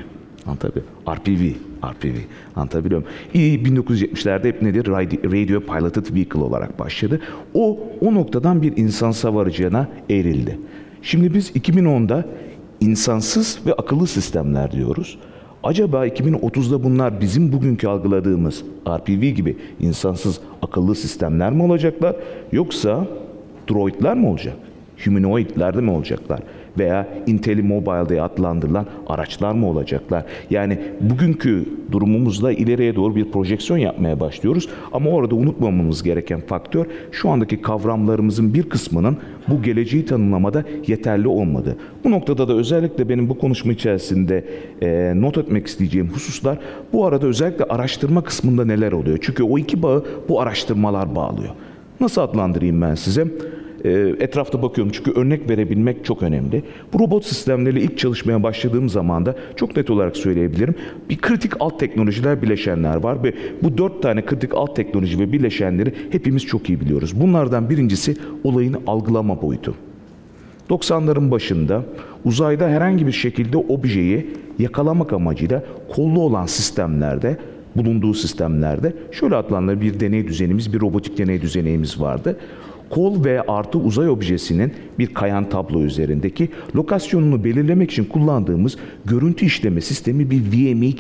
RPV. Anlatabiliyor muyum? 1970'lerde hep nedir? Radio Piloted Vehicle olarak başladı. O noktadan bir insansız hava aracına evrildi. Şimdi biz 2010'da insansız ve akıllı sistemler diyoruz. Acaba 2030'da bunlar bizim bugünkü algıladığımız RPV gibi insansız akıllı sistemler mi olacaklar? Yoksa droidler mi olacak? Humanoidler de mi olacaklar? Veya IntelliMobile diye adlandırılan araçlar mı olacaklar? Yani bugünkü durumumuzla ileriye doğru bir projeksiyon yapmaya başlıyoruz. Ama orada unutmamamız gereken faktör, şu andaki kavramlarımızın bir kısmının bu geleceği tanımlamada yeterli olmadığı. Bu noktada da özellikle benim bu konuşma içerisinde not etmek isteyeceğim hususlar, bu arada özellikle araştırma kısmında neler oluyor? Çünkü o iki bağı bu araştırmalar bağlıyor. Nasıl adlandırayım ben size? Etrafta bakıyorum çünkü örnek verebilmek çok önemli. Bu robot sistemleriyle ilk çalışmaya başladığım zaman da çok net olarak söyleyebilirim. Bir kritik alt teknolojiler, bileşenler var ve bu 4 tane kritik alt teknoloji ve bileşenleri hepimiz çok iyi biliyoruz. Bunlardan birincisi olayın algılama boyutu. 90'ların başında uzayda herhangi bir şekilde objeyi yakalamak amacıyla kollu olan sistemlerde, bulunduğu sistemlerde şöyle adlandırılan bir deney düzenimiz, bir robotik deney düzenimiz vardı. Kol ve artı uzay objesinin bir kayan tablo üzerindeki lokasyonunu belirlemek için kullandığımız görüntü işleme sistemi bir VME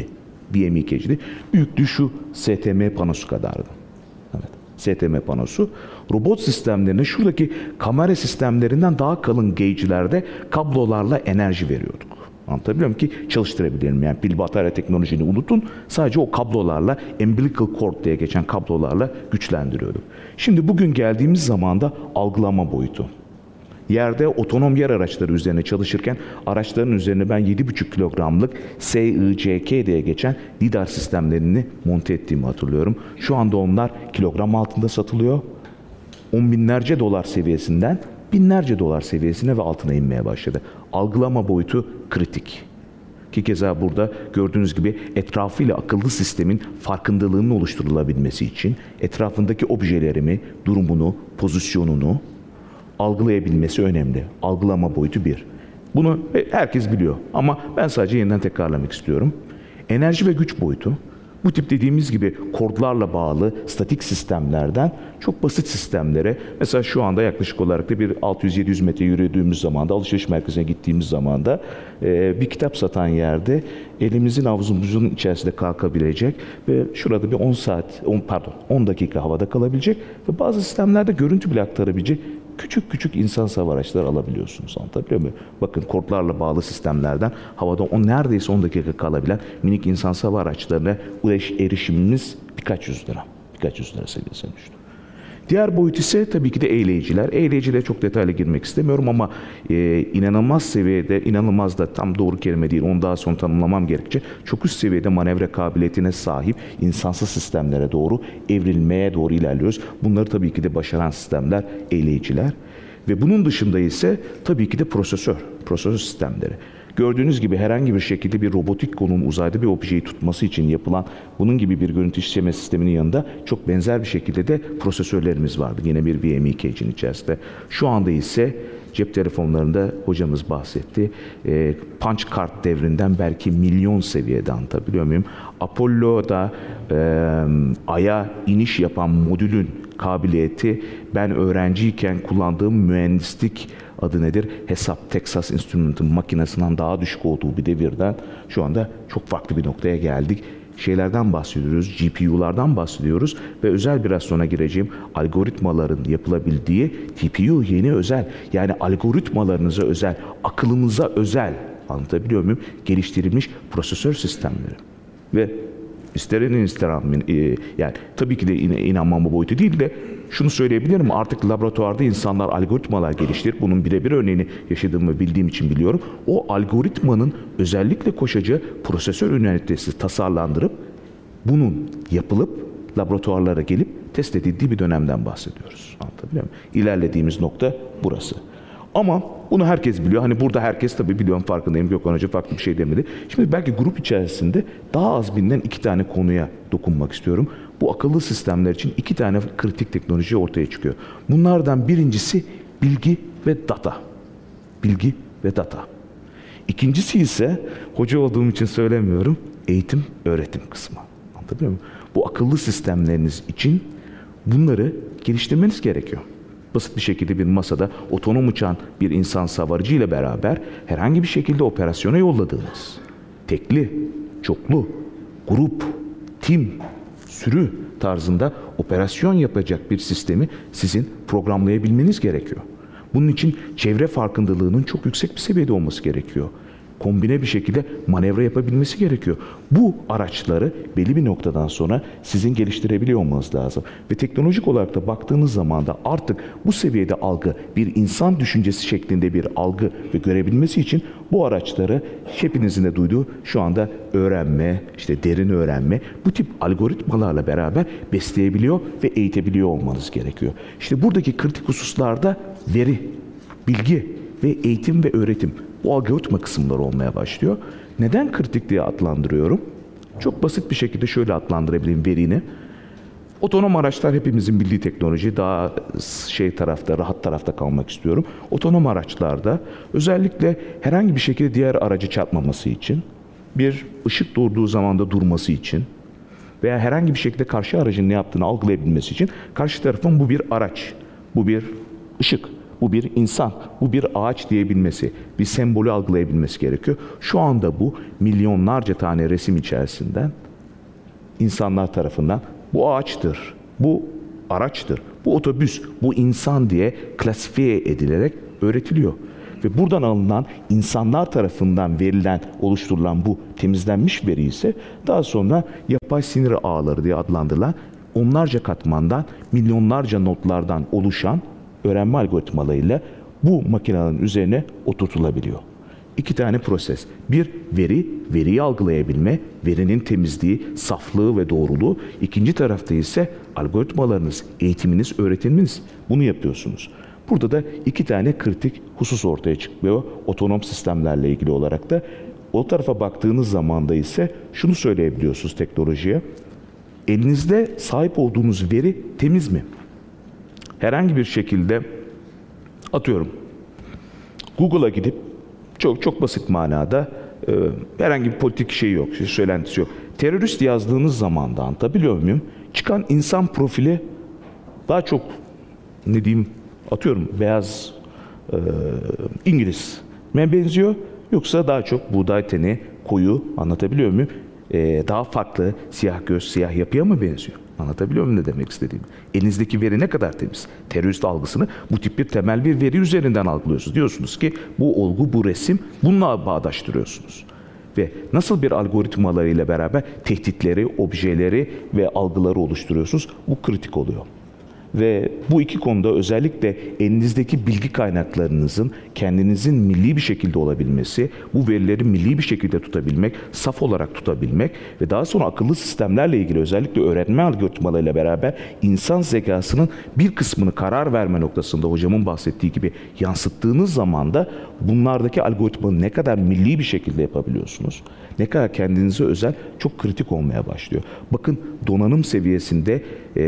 cage'di. Büyüklüğü şu STM panosu kadardı. Evet, STM panosu. Robot sistemlerine şuradaki kamera sistemlerinden daha kalın gauge'lerde kablolarla enerji veriyorduk. Anlatabiliyor muyum ki çalıştırabilirim. Yani pil batarya teknolojini unutun. Sadece o kablolarla, umbilical cord diye geçen kablolarla güçlendiriyorduk. Şimdi bugün geldiğimiz zaman da algılama boyutu. Yerde otonom yer araçları üzerine çalışırken araçların üzerine ben 7,5 kilogramlık SICK diye geçen lidar sistemlerini monte ettiğimi hatırlıyorum. Şu anda onlar kilogram altında satılıyor. On binlerce dolar seviyesinden binlerce dolar seviyesine ve altına inmeye başladı. Algılama boyutu kritik. Ki keza burada gördüğünüz gibi etrafıyla akıllı sistemin farkındalığının oluşturulabilmesi için etrafındaki objelerimi, durumunu, pozisyonunu algılayabilmesi önemli. Algılama boyutu 1. Bunu herkes biliyor ama ben sadece yeniden tekrarlamak istiyorum. Enerji ve güç boyutu. Bu tip dediğimiz gibi kordlarla bağlı statik sistemlerden çok basit sistemlere, mesela şu anda yaklaşık olarak da bir 600-700 metre yürüdüğümüz zaman da, alışveriş merkezine gittiğimiz zaman da bir kitap satan yerde elimizin avucumuzun içerisinde kalkabilecek ve şurada bir 10 dakika havada kalabilecek ve bazı sistemlerde görüntü bile aktarabilecek küçük insan hava araçları alabiliyorsunuz. Anlatabiliyor muyum? Bakın kordlarla bağlı sistemlerden havada neredeyse 10 dakika kalabilen minik insan hava araçlarına erişimimiz birkaç yüz lira seviyesine düştü. Diğer boyut ise tabii ki de eğleyiciler. Eğleyicilere çok detaylı girmek istemiyorum ama inanılmaz seviyede, inanılmaz da tam doğru kelime değil, onu daha sonra tanımlamam gerekecek. Çok üst seviyede manevra kabiliyetine sahip insansız sistemlere doğru evrilmeye doğru ilerliyoruz. Bunları tabii ki de başaran sistemler eğleyiciler. Ve bunun dışında ise tabii ki de prosesör sistemleri. Gördüğünüz gibi herhangi bir şekilde bir robotik kolun uzayda bir objeyi tutması için yapılan bunun gibi bir görüntü işleme sisteminin yanında çok benzer bir şekilde de prosesörlerimiz vardı. Yine bir VME-Cage'in içerisinde. Şu anda ise cep telefonlarında hocamız bahsetti. Punch card devrinden belki milyon seviyede, anlatabiliyor muyum? Apollo'da Ay'a iniş yapan modülün kabiliyeti ben öğrenciyken kullandığım mühendislik adı nedir? Hesap Texas Instruments'ın makinesinden daha düşük olduğu bir devirden şu anda çok farklı bir noktaya geldik. Şeylerden bahsediyoruz, GPU'lardan bahsediyoruz ve özel biraz sonra gireceğim algoritmaların yapılabildiği TPU yeni özel, yani algoritmalarınıza özel, akılınıza özel, anlatabiliyor muyum? Geliştirilmiş prosesör sistemleri ve İsterenin yani tabii ki de inanmama boyutu değil de şunu söyleyebilirim, artık laboratuvarda insanlar algoritmalar geliştirir. Bunun birebir örneğini yaşadığımı bildiğim için biliyorum. O algoritmanın özellikle koşacağı prosesör ünitesi tasarlandırıp bunun yapılıp laboratuvarlara gelip test edildiği bir dönemden bahsediyoruz. Anlatabiliyor muyum? İlerlediğimiz nokta burası. Ama bunu herkes biliyor. Hani burada herkes tabii biliyorum, farkındayım. Gökhan Hoca farklı bir şey demedi. Şimdi belki grup içerisinde daha az bilinen 2 tane konuya dokunmak istiyorum. Bu akıllı sistemler için 2 tane kritik teknoloji ortaya çıkıyor. Bunlardan birincisi bilgi ve data. Bilgi ve data. İkincisi ise hoca olduğum için söylemiyorum, eğitim, öğretim kısmı. Anlatabiliyor muyum? Bu akıllı sistemleriniz için bunları geliştirmeniz gerekiyor. Basit bir şekilde bir masada otonom uçan bir insan savarıcı ile beraber herhangi bir şekilde operasyona yolladığınız tekli, çoklu, grup, tim, sürü tarzında operasyon yapacak bir sistemi sizin programlayabilmeniz gerekiyor. Bunun için çevre farkındalığının çok yüksek bir seviyede olması gerekiyor. Kombine bir şekilde manevra yapabilmesi gerekiyor. Bu araçları belli bir noktadan sonra sizin geliştirebiliyor olmanız lazım. Ve teknolojik olarak da baktığınız zaman da artık bu seviyede algı, bir insan düşüncesi şeklinde bir algı ve görebilmesi için bu araçları hepinizin de duyduğu şu anda öğrenme, işte derin öğrenme, bu tip algoritmalarla beraber besleyebiliyor ve eğitebiliyor olmanız gerekiyor. İşte buradaki kritik hususlarda veri, bilgi ve eğitim ve öğretim. Bu algoritma kısımları olmaya başlıyor. Neden kritik diye adlandırıyorum? Çok basit bir şekilde şöyle adlandırabilirim verini. Otonom araçlar hepimizin bildiği teknoloji. Daha tarafta, rahat tarafta kalmak istiyorum. Otonom araçlarda özellikle herhangi bir şekilde diğer aracı çarpmaması için, bir ışık doğduğu zaman da durması için veya herhangi bir şekilde karşı aracın ne yaptığını algılayabilmesi için karşı tarafın bu bir araç, bu bir ışık, bu bir insan, bu bir ağaç diyebilmesi, bir sembolü algılayabilmesi gerekiyor. Şu anda bu milyonlarca tane resim içerisinden insanlar tarafından bu ağaçtır, bu araçtır, bu otobüs, bu insan diye klasifiye edilerek öğretiliyor. Ve buradan alınan insanlar tarafından verilen, oluşturulan bu temizlenmiş veri ise daha sonra yapay sinir ağları diye adlandırılan onlarca katmandan, milyonlarca notlardan oluşan öğrenme algoritmalarıyla bu makinelerin üzerine oturtulabiliyor. 2 tane proses. Bir, veriyi algılayabilme, verinin temizliği, saflığı ve doğruluğu. İkinci tarafta ise algoritmalarınız, eğitiminiz, öğretiminiz. Bunu yapıyorsunuz. Burada da 2 tane kritik husus ortaya çıkıyor otonom sistemlerle ilgili olarak da. O tarafa baktığınız zaman da ise şunu söyleyebiliyorsunuz teknolojiye. Elinizde sahip olduğunuz veri temiz mi? Herhangi bir şekilde atıyorum Google'a gidip çok basit manada herhangi bir politik şey yok, söylentisi yok. Terörist yazdığınız zaman da anlatabiliyor muyum? Çıkan insan profili daha çok ne diyeyim atıyorum beyaz İngiliz mi benziyor yoksa daha çok buğday teni koyu anlatabiliyor muyum? Daha farklı siyah göz siyah yapıya mı benziyor? Anlatabiliyor muyum ne demek istediğimi? Elinizdeki veri ne kadar temiz? Terörist algısını bu tip bir temel bir veri üzerinden algılıyorsunuz. Diyorsunuz ki bu olgu, bu resim bununla bağdaştırıyorsunuz. Ve nasıl bir algoritmalarıyla beraber tehditleri, objeleri ve algıları oluşturuyorsunuz? Bu kritik oluyor. Ve bu iki konuda özellikle elinizdeki bilgi kaynaklarınızın kendinizin milli bir şekilde olabilmesi, bu verileri milli bir şekilde tutabilmek, saf olarak tutabilmek ve daha sonra akıllı sistemlerle ilgili özellikle öğrenme algoritmalarıyla beraber insan zekasının bir kısmını karar verme noktasında hocamın bahsettiği gibi yansıttığınız zaman da bunlardaki algoritmanın ne kadar milli bir şekilde yapabiliyorsunuz, ne kadar kendinize özel çok kritik olmaya başlıyor. Bakın donanım seviyesinde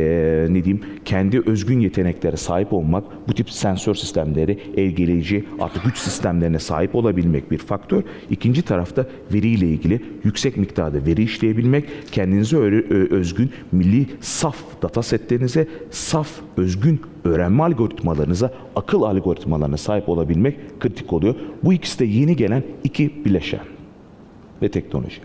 kendi özgün yeteneklere sahip olmak, bu tip sensör sistemleri, elgeleyici, artık güç sistemlerine sahip olabilmek bir faktör. İkinci tarafta veriyle ilgili yüksek miktarda veri işleyebilmek, kendinize özgün, milli, saf data setlerinize, saf, özgün öğrenme algoritmalarınıza, akıl algoritmalarına sahip olabilmek kritik oluyor. Bu ikisi de yeni gelen iki bileşen ve teknoloji.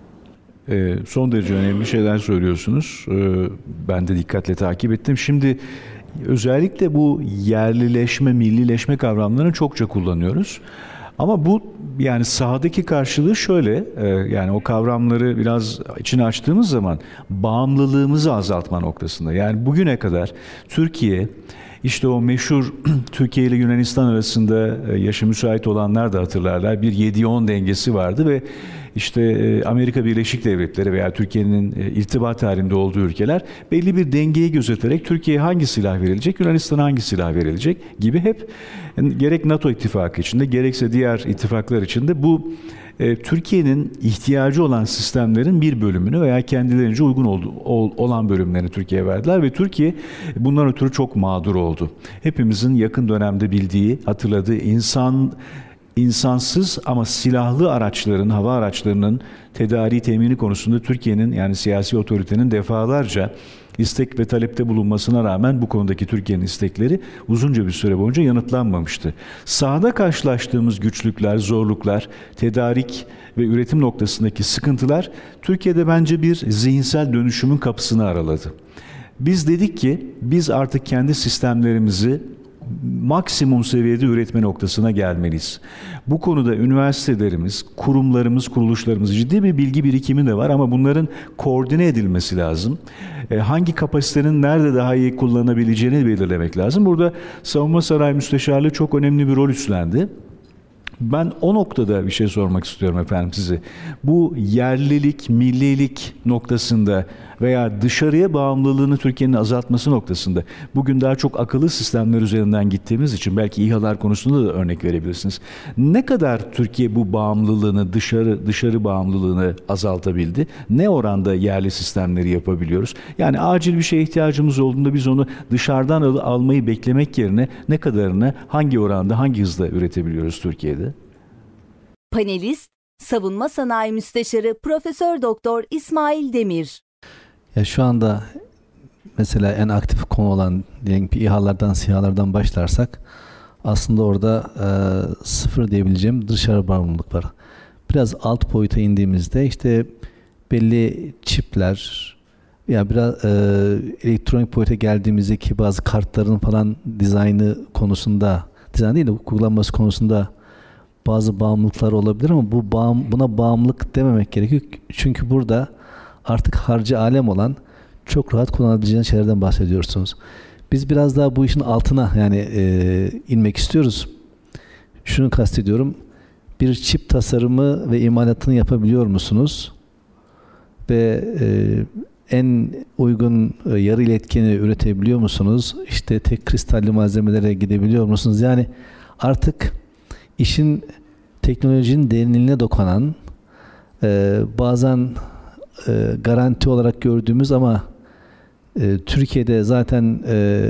Son derece önemli şeyler söylüyorsunuz. Ben de dikkatle takip ettim. Şimdi özellikle bu yerlileşme, millileşme kavramlarını çokça kullanıyoruz. Ama bu yani sahadaki karşılığı şöyle, yani o kavramları biraz içine açtığımız zaman bağımlılığımızı azaltma noktasında. Yani bugüne kadar Türkiye, işte o meşhur Türkiye ile Yunanistan arasında yaşı müsait olanlar da hatırlarlar. Bir 7-10 dengesi vardı ve işte Amerika Birleşik Devletleri veya Türkiye'nin irtibat halinde olduğu ülkeler belli bir dengeyi gözeterek Türkiye'ye hangi silah verilecek, Yunanistan'a hangi silah verilecek gibi hep gerek NATO ittifakı içinde gerekse diğer ittifaklar içinde bu Türkiye'nin ihtiyacı olan sistemlerin bir bölümünü veya kendilerince uygun olan bölümlerini Türkiye'ye verdiler ve Türkiye bundan ötürü çok mağdur oldu. Hepimizin yakın dönemde bildiği, hatırladığı insansız ama silahlı araçların, hava araçlarının tedariği temini konusunda Türkiye'nin yani siyasi otoritenin defalarca istek ve talepte bulunmasına rağmen bu konudaki Türkiye'nin istekleri uzunca bir süre boyunca yanıtlanmamıştı. Sahada karşılaştığımız güçlükler, zorluklar, tedarik ve üretim noktasındaki sıkıntılar Türkiye'de bence bir zihinsel dönüşümün kapısını araladı. Biz dedik ki biz artık kendi sistemlerimizi maksimum seviyede üretme noktasına gelmeliyiz. Bu konuda üniversitelerimiz, kurumlarımız, kuruluşlarımız ciddi bir bilgi birikimi de var ama bunların koordine edilmesi lazım. Hangi kapasitenin nerede daha iyi kullanabileceğini belirlemek lazım. Burada Savunma Sanayi Müsteşarlığı çok önemli bir rol üstlendi. Ben o noktada bir şey sormak istiyorum efendim size. Bu yerlilik, millilik noktasında veya dışarıya bağımlılığını Türkiye'nin azaltması noktasında bugün daha çok akıllı sistemler üzerinden gittiğimiz için belki İHA'lar konusunda da örnek verebilirsiniz. Ne kadar Türkiye bu bağımlılığını, dışarı bağımlılığını azaltabildi? Ne oranda yerli sistemleri yapabiliyoruz? Yani acil bir şeye ihtiyacımız olduğunda biz onu dışarıdan almayı beklemek yerine ne kadarını, hangi oranda, hangi hızla üretebiliyoruz Türkiye'de? Panelist, Savunma Sanayi Müsteşarı Profesör Doktor İsmail Demir. Ya şu anda mesela en aktif konu olan diyelim ki İHA'lardan, SİHA'lardan başlarsak aslında orada sıfır diyebileceğim dışarı bağımlılık var. Biraz alt boyuta indiğimizde işte belli çipler, yani biraz elektronik boyuta geldiğimizdeki bazı kartların falan dizaynı konusunda, dizayn değil de kullanması konusunda bazı bağımlılıklar olabilir ama buna bağımlılık dememek gerekiyor. Çünkü burada artık harcı alem olan çok rahat kullanabileceğiniz şeylerden bahsediyorsunuz. Biz biraz daha bu işin altına yani inmek istiyoruz. Şunu kastediyorum. Bir çip tasarımı ve imalatını yapabiliyor musunuz? Ve en uygun yarı iletkeni üretebiliyor musunuz? İşte tek kristalli malzemelere gidebiliyor musunuz? Yani artık işin teknolojinin derinliğine dokunan bazen garanti olarak gördüğümüz ama Türkiye'de zaten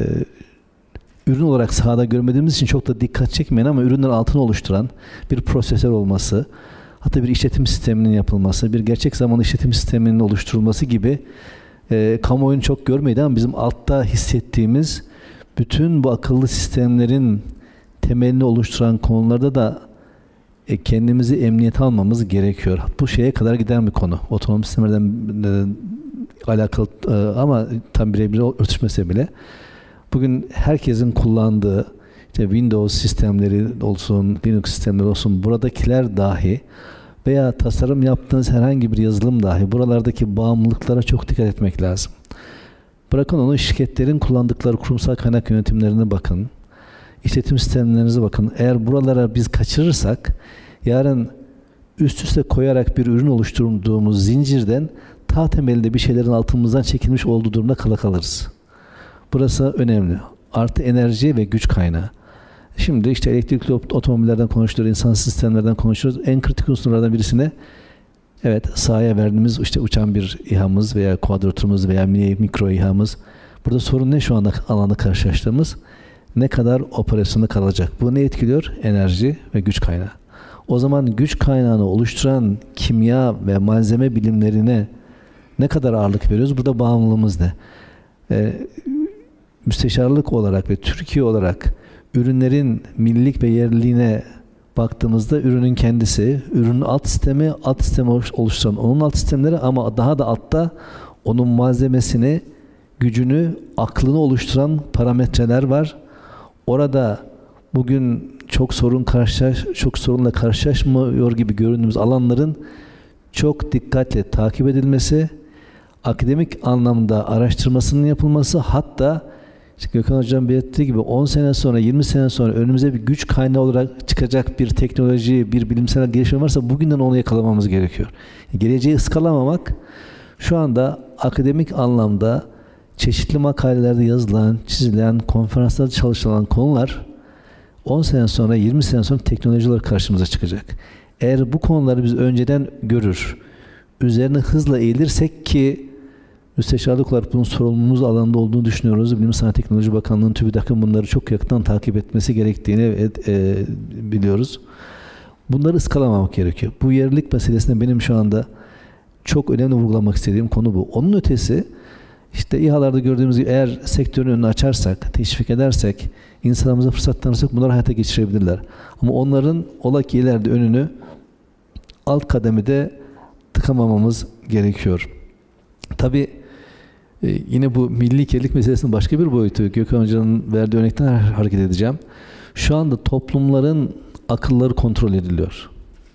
ürün olarak sahada görmediğimiz için çok da dikkat çekmeyen ama ürünlerin altını oluşturan bir prosesör olması, hatta bir işletim sisteminin yapılması, bir gerçek zamanlı işletim sisteminin oluşturulması gibi kamuoyunu çok görmedi ama bizim altta hissettiğimiz bütün bu akıllı sistemlerin temelini oluşturan konularda da kendimizi emniyete almamız gerekiyor. Bu şeye kadar giden bir konu. Otonom sistemlerden alakalı ama tam birebir örtüşmese bile bugün herkesin kullandığı işte Windows sistemleri olsun, Linux sistemleri olsun, buradakiler dahi veya tasarım yaptığınız herhangi bir yazılım dahi buralardaki bağımlılıklara çok dikkat etmek lazım. Bırakın onu, şirketlerin kullandıkları kurumsal kaynak yönetimlerine bakın. İşletim sistemlerinize bakın. Eğer buralara biz kaçırırsak yarın üst üste koyarak bir ürün oluşturduğumuz zincirden ta temelinde bir şeylerin altımızdan çekilmiş olduğu durumda kalırız. Burası önemli. Artı enerji ve güç kaynağı. Şimdi işte elektrikli otomobillerden konuşuyoruz, insan sistemlerden konuşuyoruz. En kritik unsurlardan birisine evet sahaya verdiğimiz işte uçan bir İHA'mız veya kuadratörümüz veya mikro İHA'mız. Burada sorun ne şu anda alanda karşılaştığımız? Ne kadar operasyonda kalacak? Bu ne etkiliyor? Enerji ve güç kaynağı. O zaman güç kaynağını oluşturan kimya ve malzeme bilimlerine ne kadar ağırlık veriyoruz? Burada bağımlılığımız ne? Müsteşarlık olarak ve Türkiye olarak ürünlerin millilik ve yerliliğine baktığımızda ürünün kendisi, ürünün alt sistemi oluşturan onun alt sistemleri, ama daha da altta onun malzemesini, gücünü, aklını oluşturan parametreler var. Orada bugün çok sorunla karşılaşmıyor gibi göründüğümüz alanların çok dikkatle takip edilmesi, akademik anlamda araştırmasının yapılması, hatta işte Gökhan Hocam belirttiği gibi 10 sene sonra, 20 sene sonra önümüze bir güç kaynağı olarak çıkacak bir teknoloji, bir bilimsel gelişme varsa bugünden onu yakalamamız gerekiyor. Geleceği ıskalamamak, şu anda akademik anlamda çeşitli makalelerde yazılan, çizilen, konferanslarda çalışılan konular 10 sene sonra, 20 sene sonra teknoloji olarak karşımıza çıkacak. Eğer bu konuları biz önceden görür, üzerine hızla eğilirsek ki müsteşarlık olarak bunun sorumluluğumuz alanında olduğunu düşünüyoruz. Bilim Sanayi Teknoloji Bakanlığı'nın TÜBİTAK'ın bunları çok yakından takip etmesi gerektiğini biliyoruz. Bunları ıskalamamak gerekiyor. Bu yerlilik meselesinde benim şu anda çok önemli vurgulamak istediğim konu bu. Onun ötesi, işte İHA'larda gördüğümüz gibi eğer sektörün önünü açarsak, teşvik edersek, insanlarımıza fırsat tanırsak bunları hayata geçirebilirler. Ama onların ola ki ileride önünü alt kademede tıkamamamız gerekiyor. Tabii yine bu milli kirlilik meselesinin başka bir boyutu. Gökhan Hoca'nın verdiği örnekten hareket edeceğim. Şu anda toplumların akılları kontrol ediliyor.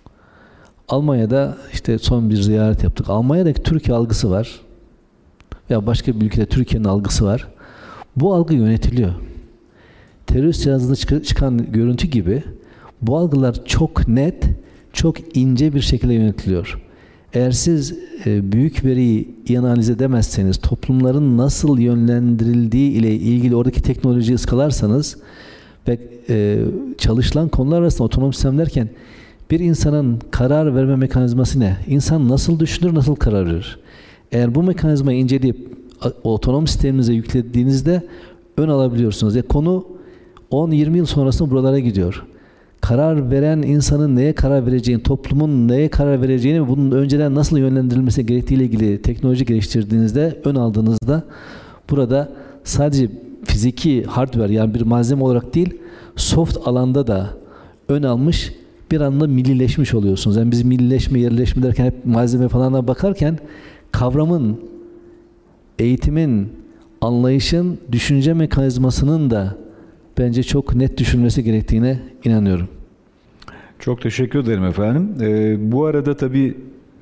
Almanya'da işte son bir ziyaret yaptık. Almanya'daki Türkiye algısı var. Veya başka bir ülkede Türkiye'nin algısı var. Bu algı yönetiliyor. Terörist cihazında çıkan görüntü gibi bu algılar çok net, çok ince bir şekilde yönetiliyor. Eğer siz büyük veriyi iyi analiz edemezseniz, toplumların nasıl yönlendirildiği ile ilgili oradaki teknolojiyi ıskalarsanız ve çalışılan konular arasında otonom sistem derken bir insanın karar verme mekanizması ne? İnsan nasıl düşünür, nasıl karar verir? Eğer bu mekanizmayı inceleyip otonom sisteminize yüklediğinizde ön alabiliyorsunuz. Konu 10-20 yıl sonrasında buralara gidiyor. Karar veren insanın neye karar vereceğini, toplumun neye karar vereceğini ve bunun önceden nasıl yönlendirilmesi gerektiği ile ilgili teknoloji geliştirdiğinizde, ön aldığınızda burada sadece fiziki hardware, yani bir malzeme olarak değil, soft alanda da ön almış, bir anda millileşmiş oluyorsunuz. Yani biz millileşme, yerleşme derken hep malzeme falanına bakarken kavramın, eğitimin, anlayışın, düşünce mekanizmasının da bence çok net düşünülmesi gerektiğine inanıyorum. Çok teşekkür ederim efendim. Bu arada tabii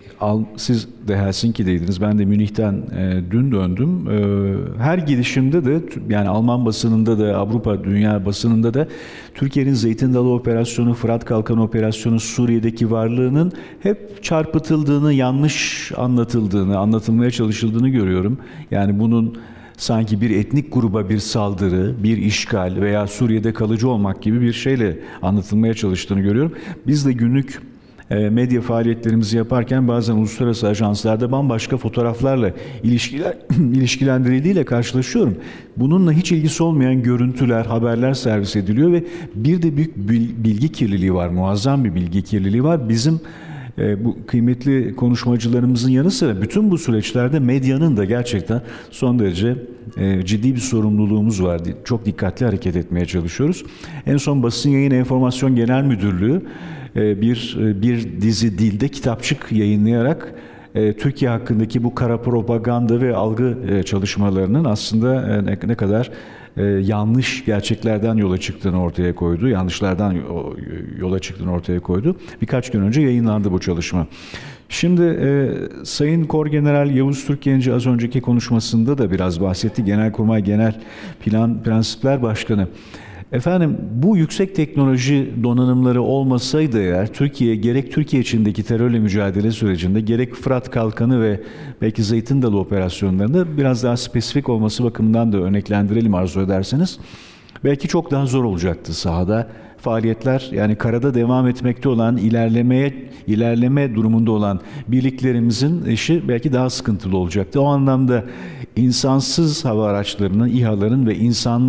siz de Helsinki'deydiniz. Ben de Münih'ten dün döndüm. Her gidişimde de yani Alman basınında da Avrupa dünya basınında da Türkiye'nin Zeytin Dalı Operasyonu, Fırat Kalkanı Operasyonu, Suriye'deki varlığının hep çarpıtıldığını, yanlış anlatıldığını, anlatılmaya çalışıldığını görüyorum. Yani bunun sanki bir etnik gruba bir saldırı, bir işgal veya Suriye'de kalıcı olmak gibi bir şeyle anlatılmaya çalıştığını görüyorum. Biz de günlük medya faaliyetlerimizi yaparken bazen uluslararası ajanslarda bambaşka fotoğraflarla ilişkilendirildiğiyle karşılaşıyorum. Bununla hiç ilgisi olmayan görüntüler, haberler servis ediliyor ve bir de büyük bilgi kirliliği var, muazzam bir bilgi kirliliği var. Bizim bu kıymetli konuşmacılarımızın yanı sıra bütün bu süreçlerde medyanın da gerçekten son derece ciddi bir sorumluluğumuz var. Çok dikkatli hareket etmeye çalışıyoruz. En son Basın Yayın Enformasyon Genel Müdürlüğü bir dizi dilde kitapçık yayınlayarak Türkiye hakkındaki bu kara propaganda ve algı çalışmalarının aslında ne kadar yanlış gerçeklerden yola çıktığını ortaya koydu. Yanlışlardan yola çıktığını ortaya koydu. Birkaç gün önce yayınlandı bu çalışma. Şimdi Sayın Korgeneral Yavuz Türkgenci az önceki konuşmasında da biraz bahsetti. Genelkurmay Genel Plan Prensipler Başkanı. Efendim, bu yüksek teknoloji donanımları olmasaydı eğer Türkiye gerek Türkiye içindeki terörle mücadele sürecinde gerek Fırat Kalkanı ve belki Zeytin Dalı operasyonlarında biraz daha spesifik olması bakımından da örneklendirelim arzu ederseniz. Belki çok daha zor olacaktı sahada faaliyetler, yani karada devam etmekte olan, ilerleme durumunda olan birliklerimizin işi belki daha sıkıntılı olacaktı. O anlamda insansız hava araçlarının, İHA'ların ve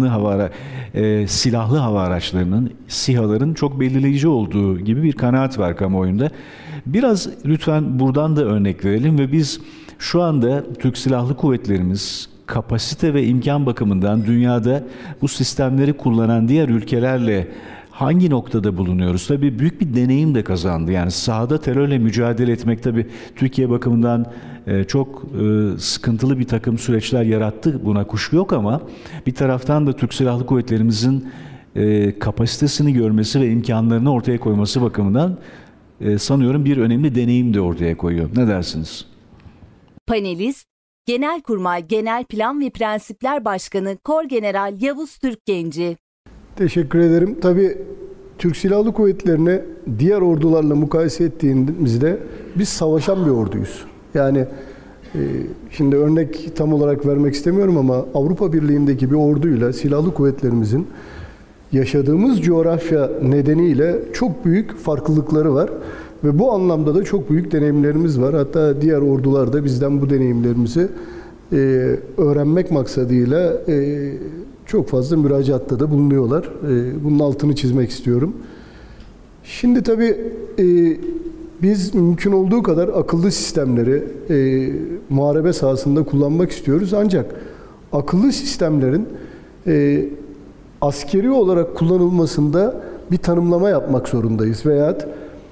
silahlı hava araçlarının, SİHA'ların çok belirleyici olduğu gibi bir kanaat var kamuoyunda. Biraz lütfen buradan da örnek verelim ve biz şu anda Türk Silahlı Kuvvetlerimiz kapasite ve imkan bakımından dünyada bu sistemleri kullanan diğer ülkelerle hangi noktada bulunuyoruz? Tabii büyük bir deneyim de kazandı. Yani sahada terörle mücadele etmek tabii Türkiye bakımından çok sıkıntılı bir takım süreçler yarattı. Buna kuşku yok ama bir taraftan da Türk Silahlı Kuvvetlerimizin kapasitesini görmesi ve imkanlarını ortaya koyması bakımından sanıyorum bir önemli deneyim de ortaya koyuyor. Ne dersiniz? Panelist, Genelkurmay Genel Plan ve Prensipler Başkanı Korgeneral Yavuz Türkgenci. Teşekkür ederim. Tabii Türk Silahlı Kuvvetleri'ni diğer ordularla mukayese ettiğimizde biz savaşan bir orduyuz. Yani şimdi örnek tam olarak vermek istemiyorum ama Avrupa Birliği'ndeki bir orduyla silahlı kuvvetlerimizin yaşadığımız coğrafya nedeniyle çok büyük farklılıkları var. Ve bu anlamda da çok büyük deneyimlerimiz var. Hatta diğer ordular da bizden bu deneyimlerimizi öğrenmek maksadıyla çok fazla müracaatta da bulunuyorlar. Bunun altını çizmek istiyorum. Şimdi tabii biz mümkün olduğu kadar akıllı sistemleri muharebe sahasında kullanmak istiyoruz. Ancak akıllı sistemlerin askeri olarak kullanılmasında bir tanımlama yapmak zorundayız. Veyahut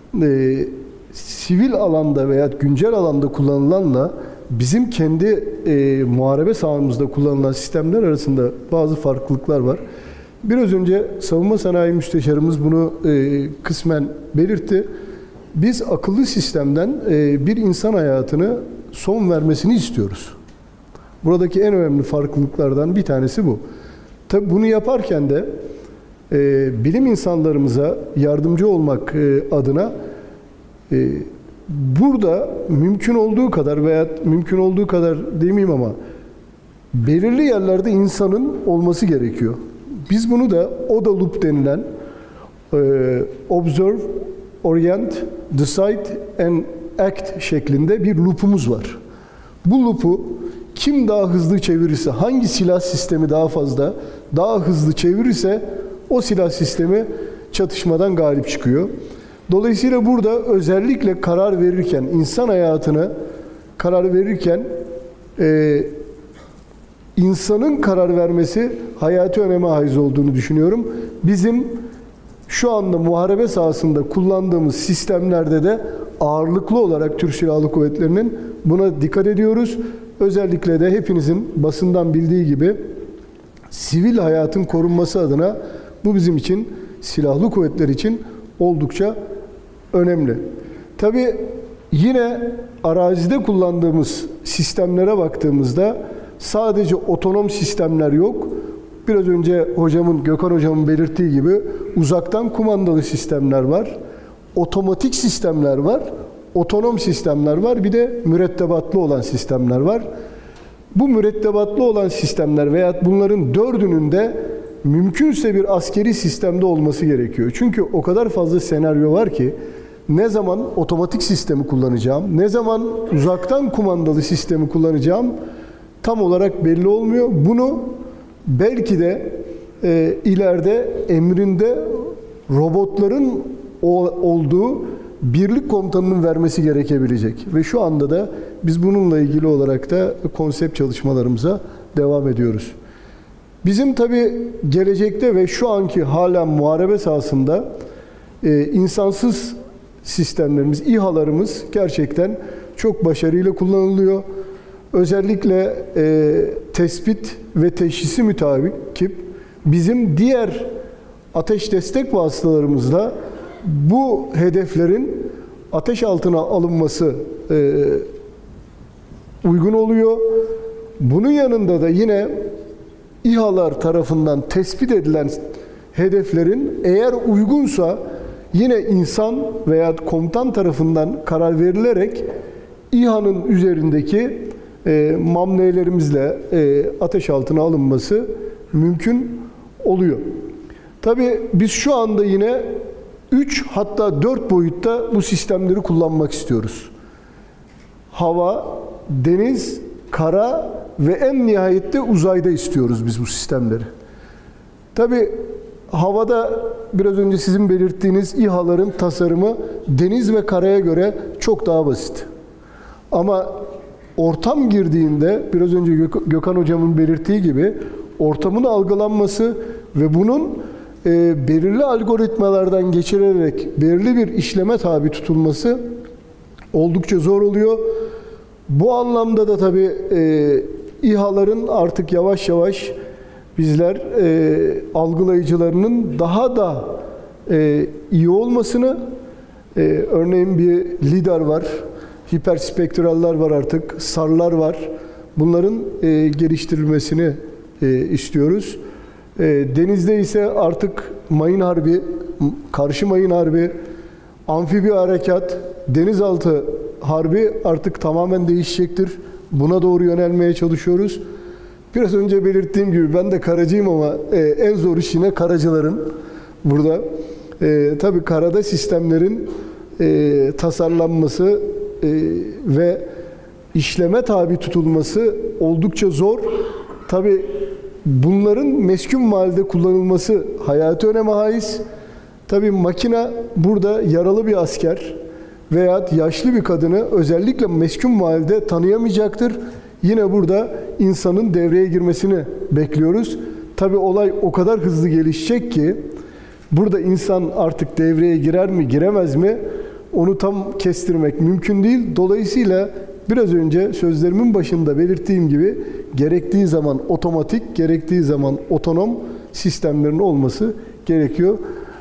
sivil alanda veya güncel alanda kullanılanla bizim kendi muharebe sahamızda kullanılan sistemler arasında bazı farklılıklar var. Biraz önce Savunma Sanayi Müsteşarımız bunu kısmen belirtti. Biz akıllı sistemden bir insan hayatını son vermesini istiyoruz. Buradaki en önemli farklılıklardan bir tanesi bu. Tabii bunu yaparken de bilim insanlarımıza yardımcı olmak adına burada mümkün olduğu kadar veya mümkün olduğu kadar demeyeyim ama belirli yerlerde insanın olması gerekiyor. Biz bunu da ODA Loop denilen Observe, Orient, Decide and Act şeklinde bir loop'umuz var. Bu loop'u kim daha hızlı çevirirse, hangi silah sistemi daha fazla, daha hızlı çevirirse o silah sistemi çatışmadan galip çıkıyor. Dolayısıyla burada özellikle karar verirken, insan hayatını karar verirken insanın karar vermesi hayati öneme haiz olduğunu düşünüyorum. Bizim şu anda muharebe sahasında kullandığımız sistemlerde de ağırlıklı olarak Türk Silahlı Kuvvetleri'nin buna dikkat ediyoruz. Özellikle de hepinizin basından bildiği gibi sivil hayatın korunması adına bu bizim için, silahlı kuvvetler için oldukça önemli. Tabii yine arazide kullandığımız sistemlere baktığımızda sadece otonom sistemler yok. Biraz önce Gökhan hocamın belirttiği gibi uzaktan kumandalı sistemler var. Otomatik sistemler var. Otonom sistemler var. Bir de mürettebatlı olan sistemler var. Bu mürettebatlı olan sistemler veya bunların dördünün de mümkünse bir askeri sistemde olması gerekiyor. Çünkü o kadar fazla senaryo var ki ne zaman otomatik sistemi kullanacağım, ne zaman uzaktan kumandalı sistemi kullanacağım tam olarak belli olmuyor. Bunu belki de ileride emrinde robotların olduğu birlik komutanının vermesi gerekebilecek. Ve şu anda da biz bununla ilgili olarak da konsept çalışmalarımıza devam ediyoruz. Bizim tabii gelecekte ve şu anki halen muharebe sahasında insansız sistemlerimiz, İHA'larımız gerçekten çok başarıyla kullanılıyor. Özellikle tespit ve teşhisi mütakip bizim diğer ateş destek vasıtalarımızla bu hedeflerin ateş altına alınması uygun oluyor. Bunun yanında da yine İHA'lar tarafından tespit edilen hedeflerin eğer uygunsa yine insan veya komutan tarafından karar verilerek İHA'nın üzerindeki mamlelerimizle ateş altına alınması mümkün oluyor. Tabii biz şu anda yine 3 hatta 4 boyutta bu sistemleri kullanmak istiyoruz. Hava, deniz, kara ve en nihayette uzayda istiyoruz biz bu sistemleri. Tabii havada biraz önce sizin belirttiğiniz İHA'ların tasarımı deniz ve karaya göre çok daha basit. Ama ortam girdiğinde biraz önce Gökhan Hocam'ın belirttiği gibi ortamın algılanması ve bunun belirli algoritmalardan geçirilerek belirli bir işleme tabi tutulması oldukça zor oluyor. Bu anlamda da tabii İHA'ların artık yavaş yavaş bizler algılayıcılarının daha da iyi olmasını, örneğin bir LIDAR var, hiperspektraller var artık, SAR'lar var. Bunların geliştirilmesini istiyoruz. Denizde ise artık mayın harbi, karşı mayın harbi, amfibi harekat, denizaltı harbi artık tamamen değişecektir. Buna doğru yönelmeye çalışıyoruz. Biraz önce belirttiğim gibi ben de karacıyım ama en zor iş yine karacıların burada. Tabii karada sistemlerin tasarlanması ve işleme tabi tutulması oldukça zor. Tabii bunların meskun mahallede kullanılması hayati öneme haiz. Tabii makine burada yaralı bir asker veya yaşlı bir kadını özellikle meskun mahallede tanıyamayacaktır. Yine burada insanın devreye girmesini bekliyoruz. Tabii olay o kadar hızlı gelişecek ki burada insan artık devreye girer mi, giremez mi onu tam kestirmek mümkün değil. Dolayısıyla biraz önce sözlerimin başında belirttiğim gibi gerektiği zaman otomatik, gerektiği zaman otonom sistemlerin olması gerekiyor.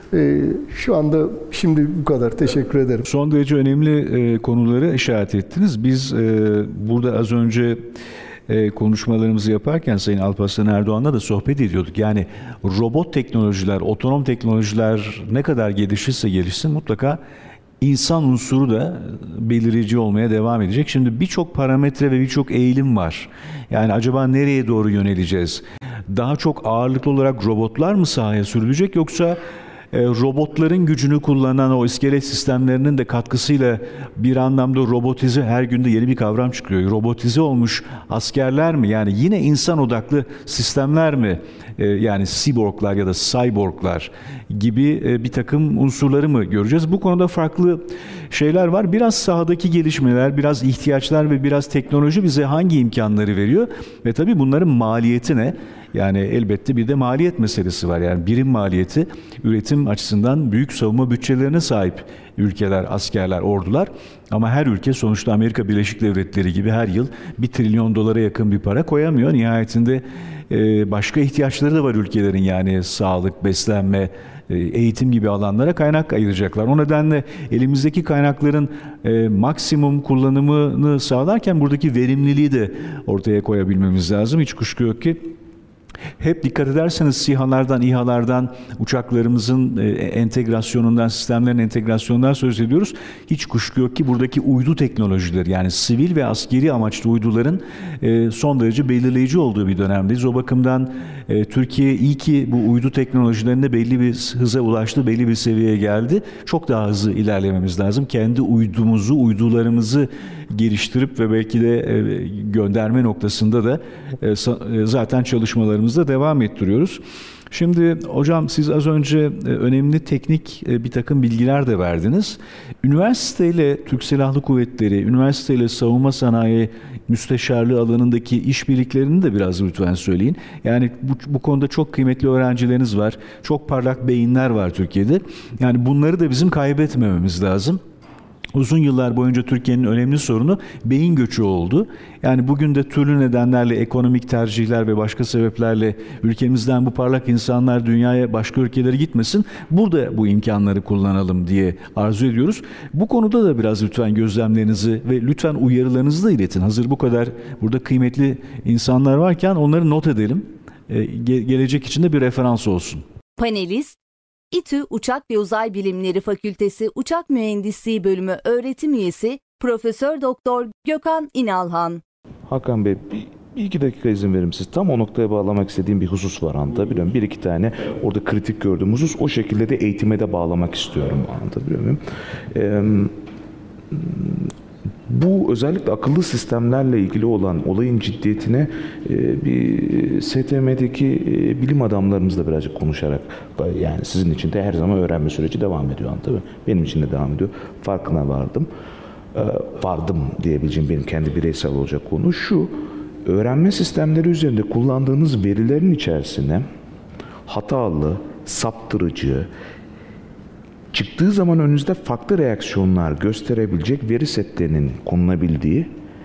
Şu anda şimdi bu kadar. Teşekkür ederim. Son derece önemli konuları işaret ettiniz. Biz burada az önce konuşmalarımızı yaparken Sayın Alparslan Erdoğan'la da sohbet ediyorduk. Yani robot teknolojiler, otonom teknolojiler ne kadar gelişirse gelişsin mutlaka İnsan unsuru da belirici olmaya devam edecek. Şimdi birçok parametre ve birçok eğilim var. Yani acaba nereye doğru yöneleceğiz? Daha çok ağırlıklı olarak robotlar mı sahaya sürülecek yoksa robotların gücünü kullanan o iskelet sistemlerinin de katkısıyla bir anlamda robotize, her günde yeni bir kavram çıkıyor. Robotize olmuş askerler mi? Yani yine insan odaklı sistemler mi? Yani siborglar ya da cyborglar gibi bir takım unsurları mı göreceğiz? Bu konuda farklı şeyler var. Biraz sahadaki gelişmeler, biraz ihtiyaçlar ve biraz teknoloji bize hangi imkanları veriyor? Ve tabii bunların maliyeti ne? Yani elbette bir de maliyet meselesi var. Yani birim maliyeti üretim açısından büyük savunma bütçelerine sahip ülkeler, askerler, ordular. Ama her ülke sonuçta Amerika Birleşik Devletleri gibi her yıl $1 trilyon yakın bir para koyamıyor. Nihayetinde başka ihtiyaçları da var ülkelerin, yani sağlık, beslenme, eğitim gibi alanlara kaynak ayıracaklar. O nedenle elimizdeki kaynakların maksimum kullanımını sağlarken buradaki verimliliği de ortaya koyabilmemiz lazım. Hiç kuşku yok ki hep dikkat ederseniz SİHA'lardan, İHA'lardan, uçaklarımızın entegrasyonundan, sistemlerin entegrasyonundan söz ediyoruz. Hiç kuşku yok ki buradaki uydu teknolojileri, yani sivil ve askeri amaçlı uyduların son derece belirleyici olduğu bir dönemdeyiz. O bakımdan Türkiye iyi ki bu uydu teknolojilerinde belli bir hıza ulaştı, belli bir seviyeye geldi. Çok daha hızlı ilerlememiz lazım. Kendi uydularımızı geliştirip ve belki de gönderme noktasında da zaten çalışmalarımızda devam ettiriyoruz. Şimdi hocam siz az önce önemli teknik bir takım bilgiler de verdiniz. Üniversiteyle Türk Silahlı Kuvvetleri, üniversiteyle savunma sanayi müsteşarlığı alanındaki işbirliklerini de biraz lütfen söyleyin. Yani bu konuda çok kıymetli öğrencileriniz var. Çok parlak beyinler var Türkiye'de. Yani bunları da bizim kaybetmememiz lazım. Uzun yıllar boyunca Türkiye'nin önemli sorunu beyin göçü oldu. Yani bugün de türlü nedenlerle, ekonomik tercihler ve başka sebeplerle ülkemizden bu parlak insanlar dünyaya, başka ülkelere gitmesin. Burada bu imkanları kullanalım diye arzu ediyoruz. Bu konuda da biraz lütfen gözlemlerinizi ve lütfen uyarılarınızı da iletin. Hazır bu kadar burada kıymetli insanlar varken onları not edelim. Gelecek için de bir referans olsun. Panelist, İTÜ Uçak ve Uzay Bilimleri Fakültesi Uçak Mühendisliği Bölümü öğretim üyesi Profesör Doktor Gökhan İnalhan. Hakan Bey, bir iki dakika izin verir misiniz? Tam o noktaya bağlamak istediğim bir husus var, anlatabiliyor muyum? Bir iki tane orada kritik gördüğüm husus, o şekilde de eğitime de bağlamak istiyorum, anlatabiliyor muyum? Bu özellikle akıllı sistemlerle ilgili olan olayın ciddiyetine bir STM'deki bilim adamlarımızla birazcık konuşarak, yani sizin için de her zaman öğrenme süreci devam ediyor, tabii. Benim için de devam ediyor. Farkına vardım diyebileceğim benim kendi bireysel olacak konu şu: öğrenme sistemleri üzerinde kullandığınız verilerin içerisine hatalı, saptırıcı, çıktığı zaman önünüzde farklı reaksiyonlar gösterebilecek veri setlerinin konulabildiği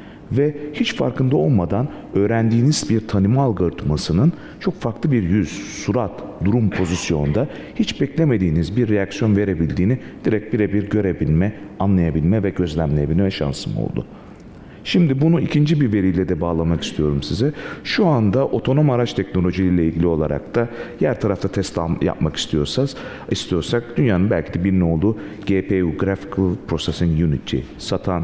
ve hiç farkında olmadan öğrendiğiniz bir tanıma algoritmasının çok farklı bir yüz, surat, durum pozisyonda hiç beklemediğiniz bir reaksiyon verebildiğini direkt birebir görebilme, anlayabilme ve gözlemleyebilme şansım oldu. Şimdi bunu ikinci bir veriyle de bağlamak istiyorum size. Şu anda otonom araç teknolojileriyle ilgili olarak da yer tarafta test yapmak istiyorsak dünyanın belki de birinin olduğu GPU, Graphical Processing Unit satan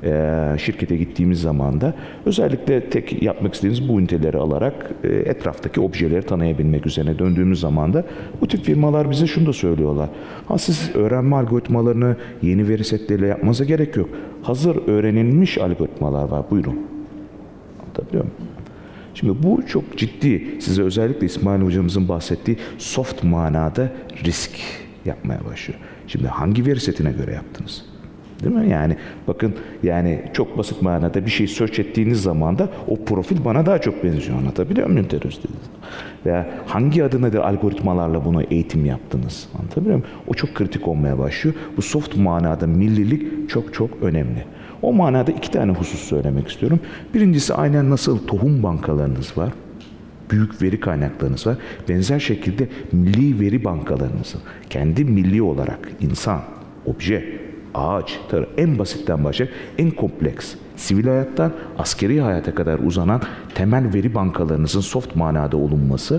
şirkete gittiğimiz zaman da özellikle tek yapmak istediğimiz bu üniteleri alarak etraftaki objeleri tanıyabilmek üzerine döndüğümüz zaman da bu tip firmalar bize şunu da söylüyorlar. Siz öğrenme algoritmalarını yeni veri setleriyle yapmanıza gerek yok. Hazır öğrenilmiş algoritmalar var. Buyurun. Anlatabiliyor muyum? Şimdi bu çok ciddi, size özellikle İsmail hocamızın bahsettiği soft manada risk yapmaya başlıyor. Şimdi hangi veri setine göre yaptınız? Değil mi? Yani bakın, yani çok basit manada bir şey search ettiğiniz zaman da o profil bana daha çok benziyor, anlatabiliyor muyum terörist dediğiniz? Veya hangi adı nedir algoritmalarla bunu eğitim yaptınız, anlatabiliyor muyum? O çok kritik olmaya başlıyor. Bu soft manada millilik çok çok önemli. O manada iki tane husus söylemek istiyorum. Birincisi, aynen nasıl tohum bankalarınız var, büyük veri kaynaklarınız var, benzer şekilde milli veri bankalarınız var. Kendi milli olarak insan, obje, ağaç, tarım, en basitten başlayıp en kompleks, sivil hayattan askeri hayata kadar uzanan temel veri bankalarınızın soft manada olunması.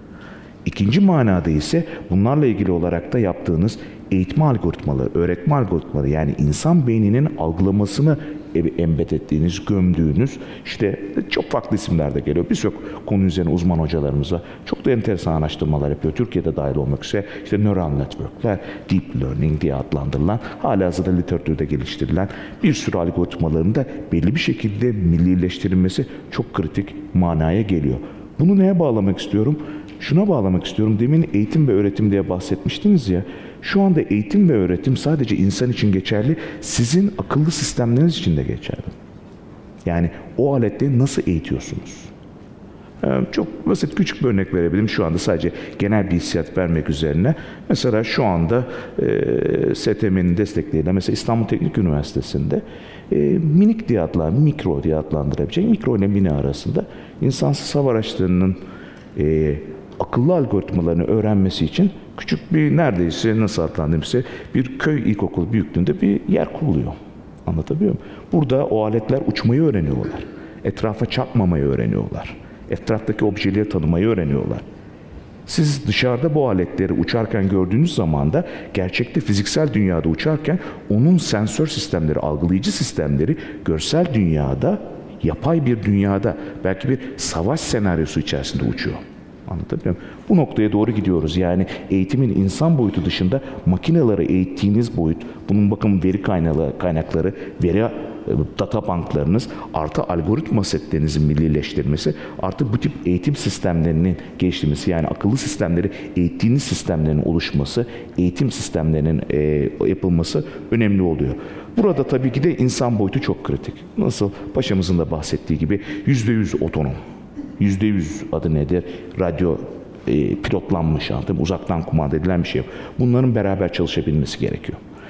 İkinci manada ise bunlarla ilgili olarak da yaptığınız eğitme algoritmaları, öğretme algoritmaları, yani insan beyninin algılamasını embed ettiğiniz, gömdüğünüz, işte çok farklı isimler de geliyor. Birçok konu üzerine uzman hocalarımız var. Çok da enteresan araştırmalar yapıyor. Türkiye'de dahil olmak üzere işte neural network'ler, deep learning diye adlandırılan, halihazırda literatürde geliştirilen bir sürü algoritmaların da belli bir şekilde millileştirilmesi çok kritik manaya geliyor. Bunu neye bağlamak istiyorum? Şuna bağlamak istiyorum. Demin eğitim ve öğretim diye bahsetmiştiniz ya. Şu anda eğitim ve öğretim sadece insan için geçerli, sizin akıllı sistemleriniz için de geçerli. Yani o aletleri nasıl eğitiyorsunuz? Çok basit, küçük bir örnek verebilirim. Şu anda sadece genel bir hissiyat vermek üzerine. Mesela şu anda STM'nin destekleriyle mesela İstanbul Teknik Üniversitesi'nde minik diye mikro diye adlandırabileceğim, mikro ile mini arasında insansız hava araçlarının akıllı algoritmalarını öğrenmesi için küçük bir, neredeyse nasıl adlandırmışsa bir köy ilkokulu büyüklüğünde bir yer kuruluyor. Anlatabiliyor muyum? Burada o aletler uçmayı öğreniyorlar. Etrafa çarpmamayı öğreniyorlar. Etraftaki objeleri tanımayı öğreniyorlar. Siz dışarıda bu aletleri uçarken gördüğünüz zaman da gerçekte fiziksel dünyada uçarken onun sensör sistemleri, algılayıcı sistemleri görsel dünyada, yapay bir dünyada, belki bir savaş senaryosu içerisinde uçuyor. Anlatabiliyor muyum? Bu noktaya doğru gidiyoruz. Yani eğitimin insan boyutu dışında makineleri eğittiğiniz boyut, bunun bakın veri kaynakları, veri data banklarınız, artı algoritma setlerinizin millileştirilmesi, artı bu tip eğitim sistemlerinin geliştirilmesi, yani akıllı sistemleri eğittiğiniz sistemlerin oluşması, eğitim sistemlerinin yapılması önemli oluyor. Burada tabii ki de insan boyutu çok kritik. Nasıl paşamızın da bahsettiği gibi %100 otonom. %100 adı nedir? Radyo pilotlanmış, uzaktan kumanda edilen bir şey yok. Bunların beraber çalışabilmesi gerekiyor.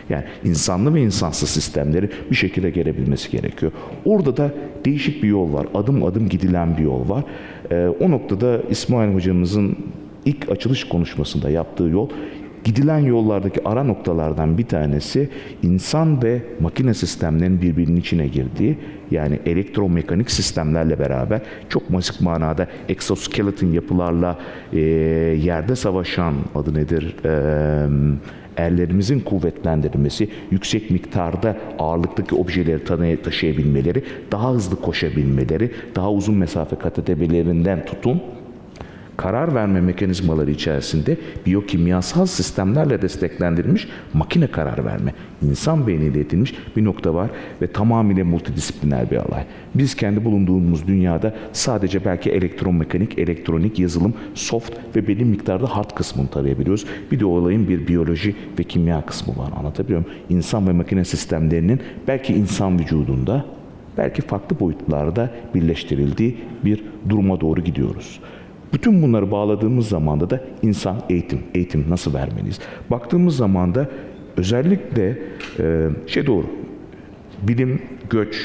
Yani insanlı ve insansız sistemleri bir şekilde gelebilmesi gerekiyor. Orada da değişik bir yol var. Adım adım gidilen bir yol var. O noktada İsmail hocamızın ilk açılış konuşmasında yaptığı yol, gidilen yollardaki ara noktalardan bir tanesi insan ve makine sistemlerinin birbirinin içine girdiği, yani elektromekanik sistemlerle beraber çok basit manada exoskeleton yapılarla yerde savaşan, adı nedir, erlerimizin kuvvetlendirilmesi, yüksek miktarda ağırlıktaki objeleri taşıyabilmeleri, daha hızlı koşabilmeleri, daha uzun mesafe kat edebilmelerinden tutun, karar verme mekanizmaları içerisinde biyokimyasal sistemlerle desteklendirilmiş makine karar verme, insan beyniyle eğitilmiş bir nokta var ve tamamıyla multidisipliner bir alay. Biz kendi bulunduğumuz dünyada sadece belki elektromekanik, elektronik, yazılım, soft ve belli miktarda hard kısmını tarayabiliyoruz. Bir de olayın bir biyoloji ve kimya kısmı var. Anlatabiliyor muyum? İnsan ve makine sistemlerinin belki insan vücudunda, belki farklı boyutlarda birleştirildiği bir duruma doğru gidiyoruz. Bütün bunları bağladığımız zamanda da insan eğitim nasıl vermeliyiz? Baktığımız zaman da özellikle doğru, bilim, göç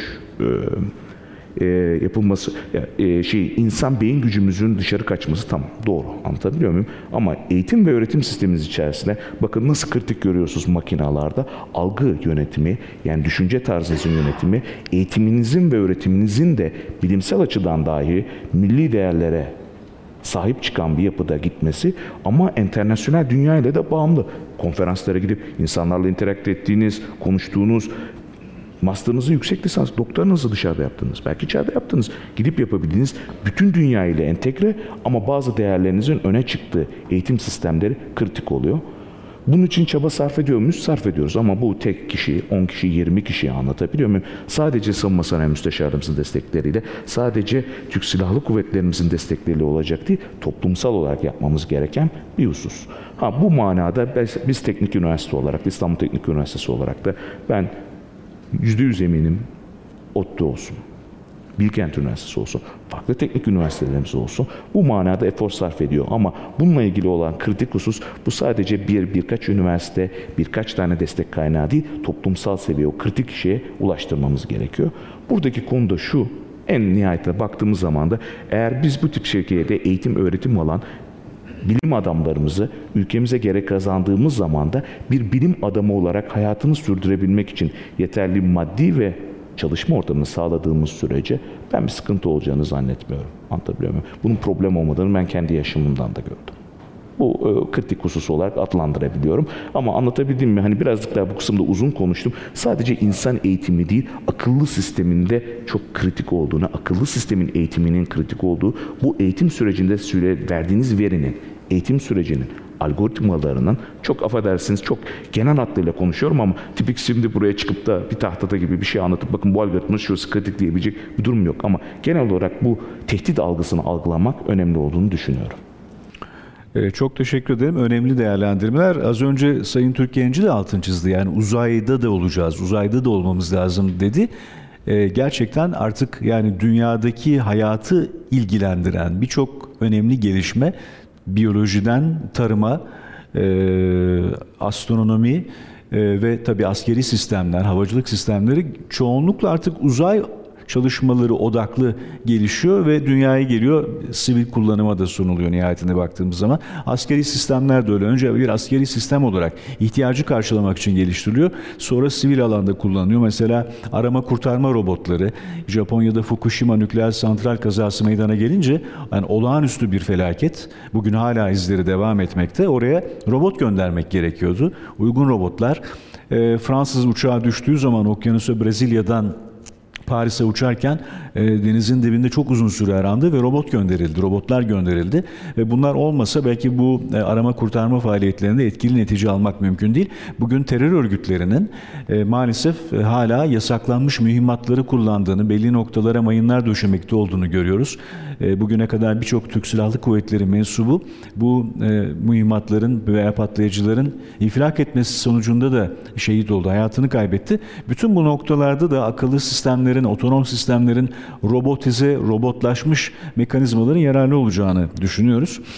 yapılması, insan beyin gücümüzün dışarı kaçması tamam, doğru, anlatabiliyor muyum? Ama eğitim ve öğretim sistemimiz içerisinde bakın nasıl kritik görüyorsunuz makinalarda algı yönetimi, yani düşünce tarzınızın yönetimi, eğitiminizin ve öğretiminizin de bilimsel açıdan dahi milli değerlere sahip çıkan bir yapıda gitmesi ama internasyonel dünya ile de bağımlı. Konferanslara gidip insanlarla interakte ettiğiniz, konuştuğunuz, master'ınızı, yüksek lisans, doktoranızı dışarıda yaptınız. Belki içeride yaptınız. Gidip yapabildiğiniz bütün dünya ile entegre ama bazı değerlerinizin öne çıktığı eğitim sistemleri kritik oluyor. Bunun için çaba sarf ediyor muyuz? Sarf ediyoruz ama bu tek kişi, 10 kişi, 20 kişiyi anlatabiliyor muyum? Sadece Savunma Sanayi Müsteşarımızın destekleriyle, sadece Türk Silahlı Kuvvetlerimizin destekleriyle olacak değil, toplumsal olarak yapmamız gereken bir husus. Bu manada biz teknik üniversite olarak, İstanbul Teknik Üniversitesi olarak da ben %100 eminim, ODTÜ olsun, Bilkent Üniversitesi olsun, farklı teknik üniversitelerimiz olsun bu manada efor sarf ediyor. Ama bununla ilgili olan kritik husus bu sadece birkaç üniversite, birkaç tane destek kaynağı değil, toplumsal seviye o kritik şeye ulaştırmamız gerekiyor. Buradaki konu da şu, en nihayetine baktığımız zaman da eğer biz bu tip şekilde eğitim, öğretim alan bilim adamlarımızı ülkemize gerek kazandığımız zaman da bir bilim adamı olarak hayatını sürdürebilmek için yeterli maddi ve çalışma ortamını sağladığımız sürece ben bir sıkıntı olacağını zannetmiyorum. Anlatabiliyor muyum? Bunun problem olmadığını ben kendi yaşamımdan da gördüm. Bu kritik husus olarak adlandırabiliyorum. Ama anlatabildim mi? Hani birazcık daha bu kısımda uzun konuştum. Sadece insan eğitimi değil, akıllı sisteminde çok kritik olduğunu, akıllı sistemin eğitiminin kritik olduğu, bu eğitim sürecinde verdiğiniz verinin, eğitim sürecinin algoritmalarının, çok affedersiniz çok genel hattıyla konuşuyorum ama tipik şimdi buraya çıkıp da bir tahtada gibi bir şey anlatıp bakın bu algoritma şurası kritik diyebilecek bir durum yok. Ama genel olarak bu tehdit algısını algılamak önemli olduğunu düşünüyorum. Çok teşekkür ederim. Önemli değerlendirmeler. Az önce Sayın Türkiyenci de altını çizdi. Yani uzayda da olacağız, uzayda da olmamız lazım dedi. Gerçekten artık yani dünyadaki hayatı ilgilendiren birçok önemli gelişme, biyolojiden tarıma, astronomi ve tabii askeri sistemler, havacılık sistemleri çoğunlukla artık uzay çalışmaları odaklı gelişiyor ve dünyaya geliyor, sivil kullanıma da sunuluyor nihayetinde baktığımız zaman. Askeri sistemler de öyle. Önce bir askeri sistem olarak ihtiyacı karşılamak için geliştiriliyor. Sonra sivil alanda kullanılıyor. Mesela arama kurtarma robotları, Japonya'da Fukushima nükleer santral kazası meydana gelince yani olağanüstü bir felaket. Bugün hala izleri devam etmekte. Oraya robot göndermek gerekiyordu. Uygun robotlar. Fransız uçağı düştüğü zaman okyanusa Brezilya'dan Paris'e uçarken denizin dibinde çok uzun süre arandı ve robotlar gönderildi. Ve bunlar olmasa belki bu arama kurtarma faaliyetlerinde etkili netice almak mümkün değil. Bugün terör örgütlerinin maalesef hala yasaklanmış mühimmatları kullandığını, belli noktalara mayınlar döşemekte olduğunu görüyoruz. Bugüne kadar birçok Türk Silahlı Kuvvetleri mensubu bu mühimmatların veya patlayıcıların infilak etmesi sonucunda da şehit oldu, hayatını kaybetti. Bütün bu noktalarda da akıllı sistemlerin, otonom sistemlerin robotize, robotlaşmış mekanizmaların yararlı olacağını düşünüyoruz.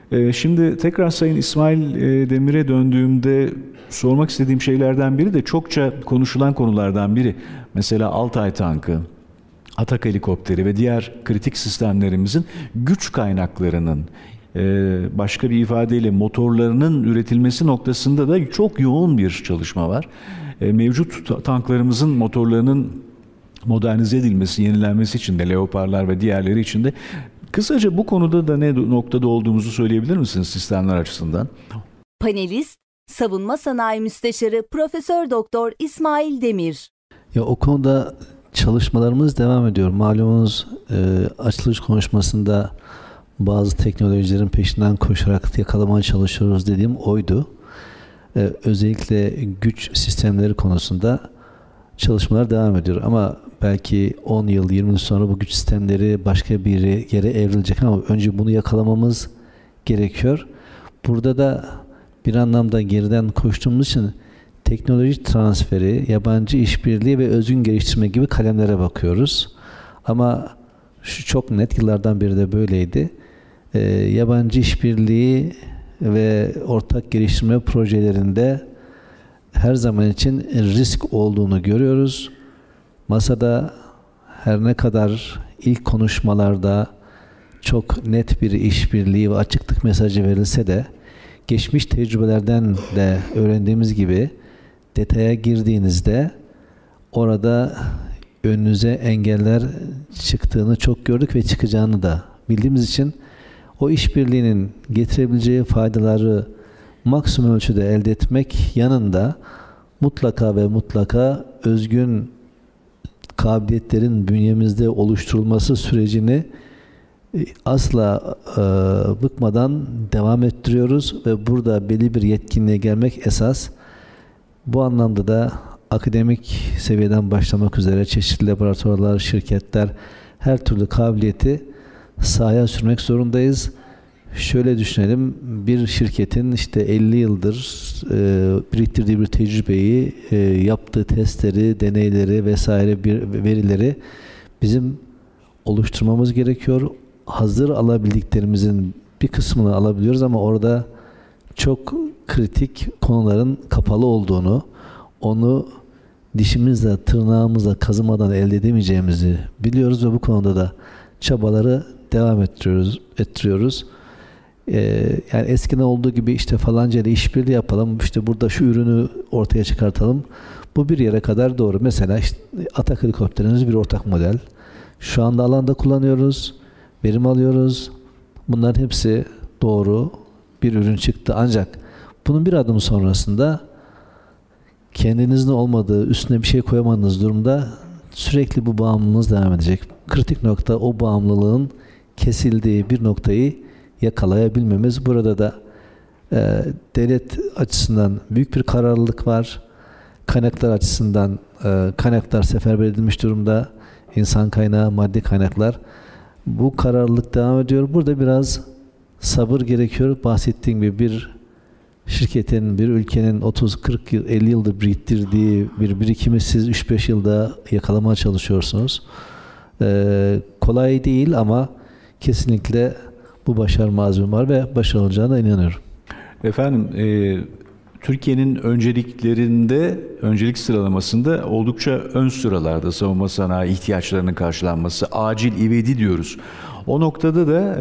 Şimdi tekrar Sayın İsmail Demir'e döndüğümde sormak istediğim şeylerden biri de çokça konuşulan konulardan biri. Mesela Altay tankı, Atak helikopteri ve diğer kritik sistemlerimizin güç kaynaklarının, başka bir ifadeyle motorlarının üretilmesi noktasında da çok yoğun bir çalışma var. Mevcut tanklarımızın motorlarının modernize edilmesi, yenilenmesi için de Leopardlar ve diğerleri için de kısaca bu konuda da ne noktada olduğumuzu söyleyebilir misiniz sistemler açısından? Panelist, Savunma Sanayi Müsteşarı Profesör Doktor İsmail Demir. Ya o konuda çalışmalarımız devam ediyor. Malumunuz açılış konuşmasında bazı teknolojilerin peşinden koşarak yakalamaya çalışıyoruz dediğim oydu. Özellikle güç sistemleri konusunda çalışmalar devam ediyor. Ama belki 10 yıl, 20 yıl sonra bu güç sistemleri başka bir yere evrilecek ama önce bunu yakalamamız gerekiyor. Burada da bir anlamda geriden koştuğumuz için teknoloji transferi, yabancı işbirliği ve özgün geliştirme gibi kalemlere bakıyoruz. Ama şu çok net, yıllardan beri de böyleydi. Yabancı işbirliği ve ortak geliştirme projelerinde her zaman için risk olduğunu görüyoruz. Masada her ne kadar ilk konuşmalarda çok net bir işbirliği ve açıklık mesajı verilse de geçmiş tecrübelerden de öğrendiğimiz gibi detaya girdiğinizde orada önünüze engeller çıktığını çok gördük ve çıkacağını da bildiğimiz için o işbirliğinin getirebileceği faydaları maksimum ölçüde elde etmek yanında mutlaka ve mutlaka özgün kabiliyetlerin bünyemizde oluşturulması sürecini asla bıkmadan devam ettiriyoruz ve burada belli bir yetkinliğe gelmek esas. Bu anlamda da akademik seviyeden başlamak üzere çeşitli laboratuvarlar, şirketler her türlü kabiliyeti sahaya sürmek zorundayız. Şöyle düşünelim, bir şirketin işte 50 yıldır biriktirdiği bir tecrübeyi, yaptığı testleri, deneyleri vesaire verileri bizim oluşturmamız gerekiyor. Hazır alabildiklerimizin bir kısmını alabiliyoruz ama orada çok kritik konuların kapalı olduğunu, onu dişimizle, tırnağımızla kazımadan elde edemeyeceğimizi biliyoruz ve bu konuda da çabaları devam ettiriyoruz. Yani eskiden olduğu gibi işte falanca ile işbirliği yapalım, işte burada şu ürünü ortaya çıkartalım. Bu bir yere kadar doğru. Mesela işte Atak helikopterimiz bir ortak model. Şu anda alanda kullanıyoruz, verim alıyoruz. Bunların hepsi doğru. Bir ürün çıktı. Ancak bunun bir adım sonrasında kendinizin olmadığı, üstüne bir şey koyamadığınız durumda sürekli bu bağımlılığınız devam edecek. Kritik nokta o bağımlılığın kesildiği bir noktayı yakalayabilmemiz. Burada da devlet açısından büyük bir kararlılık var. Kaynaklar açısından kaynaklar seferber edilmiş durumda. İnsan kaynağı, maddi kaynaklar. Bu kararlılık devam ediyor. Burada biraz sabır gerekiyor. Bahsettiğim gibi bir şirketin, bir ülkenin 30-40 yıl, 50 yıldır biriktirdiği bir birikimi siz 3-5 yılda yakalamaya çalışıyorsunuz. Kolay değil ama kesinlikle bu başarma azmi var ve başarılacağına inanıyorum. Efendim, Türkiye'nin öncelik sıralamasında oldukça ön sıralarda savunma sanayi ihtiyaçlarının karşılanması, acil ivedi diyoruz. O noktada da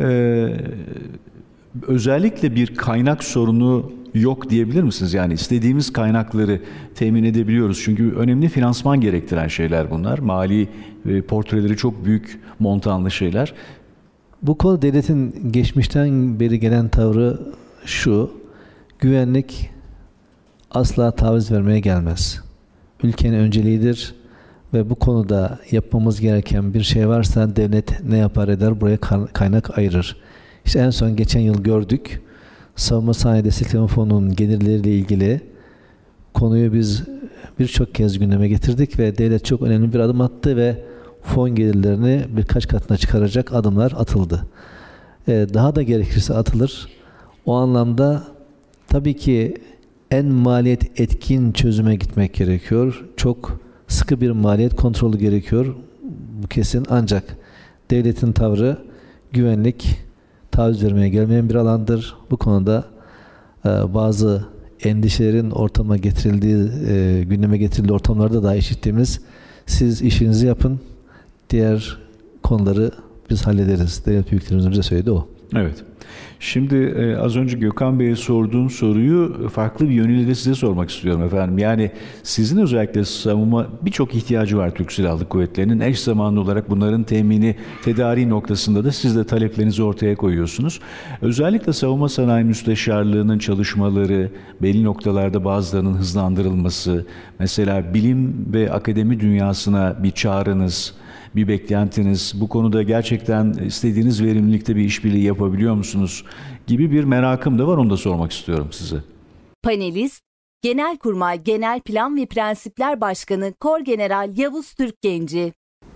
özellikle bir kaynak sorunu yok diyebilir misiniz? Yani istediğimiz kaynakları temin edebiliyoruz. Çünkü önemli finansman gerektiren şeyler bunlar. Mali portreleri çok büyük montanlı şeyler. Bu konu devletin geçmişten beri gelen tavrı şu: güvenlik asla taviz vermeye gelmez. Ülkenin önceliğidir ve bu konuda yapmamız gereken bir şey varsa devlet ne yapar eder, buraya kaynak ayırır. İşte en son geçen yıl gördük. Savunma Sanayi Destekleme Fonu'nun gelirleriyle ilgili konuyu biz birçok kez gündeme getirdik ve devlet çok önemli bir adım attı ve fon gelirlerini birkaç katına çıkaracak adımlar atıldı. Daha da gerekirse atılır. O anlamda tabii ki en maliyet etkin çözüme gitmek gerekiyor. Çok sıkı bir maliyet kontrolü gerekiyor. Bu kesin. Ancak devletin tavrı güvenlik taviz vermeye gelmeyen bir alandır. Bu konuda bazı endişelerin ortama getirildiği, gündeme getirildiği ortamlarda da işittiğimiz, siz işinizi yapın, diğer konuları biz hallederiz. Devlet büyüklerimizin bize söyledi o. Evet. Şimdi az önce Gökhan Bey'e sorduğum soruyu farklı bir yönüyle de size sormak istiyorum efendim. Yani sizin özellikle savunma birçok ihtiyacı var Türk Silahlı Kuvvetleri'nin. Eş zamanlı olarak bunların temini, tedariği noktasında da siz de taleplerinizi ortaya koyuyorsunuz. Özellikle savunma sanayi müsteşarlığının çalışmaları, belli noktalarda bazılarının hızlandırılması, mesela bilim ve akademi dünyasına bir çağrınız, bir beklentiniz, bu konuda gerçekten istediğiniz verimlilikte bir işbirliği yapabiliyor musunuz gibi bir merakım da var, onu da sormak istiyorum size. Panelist, Genelkurmay Genel Plan ve Prensipler Başkanı Korgeneral Yavuz Türkgenci.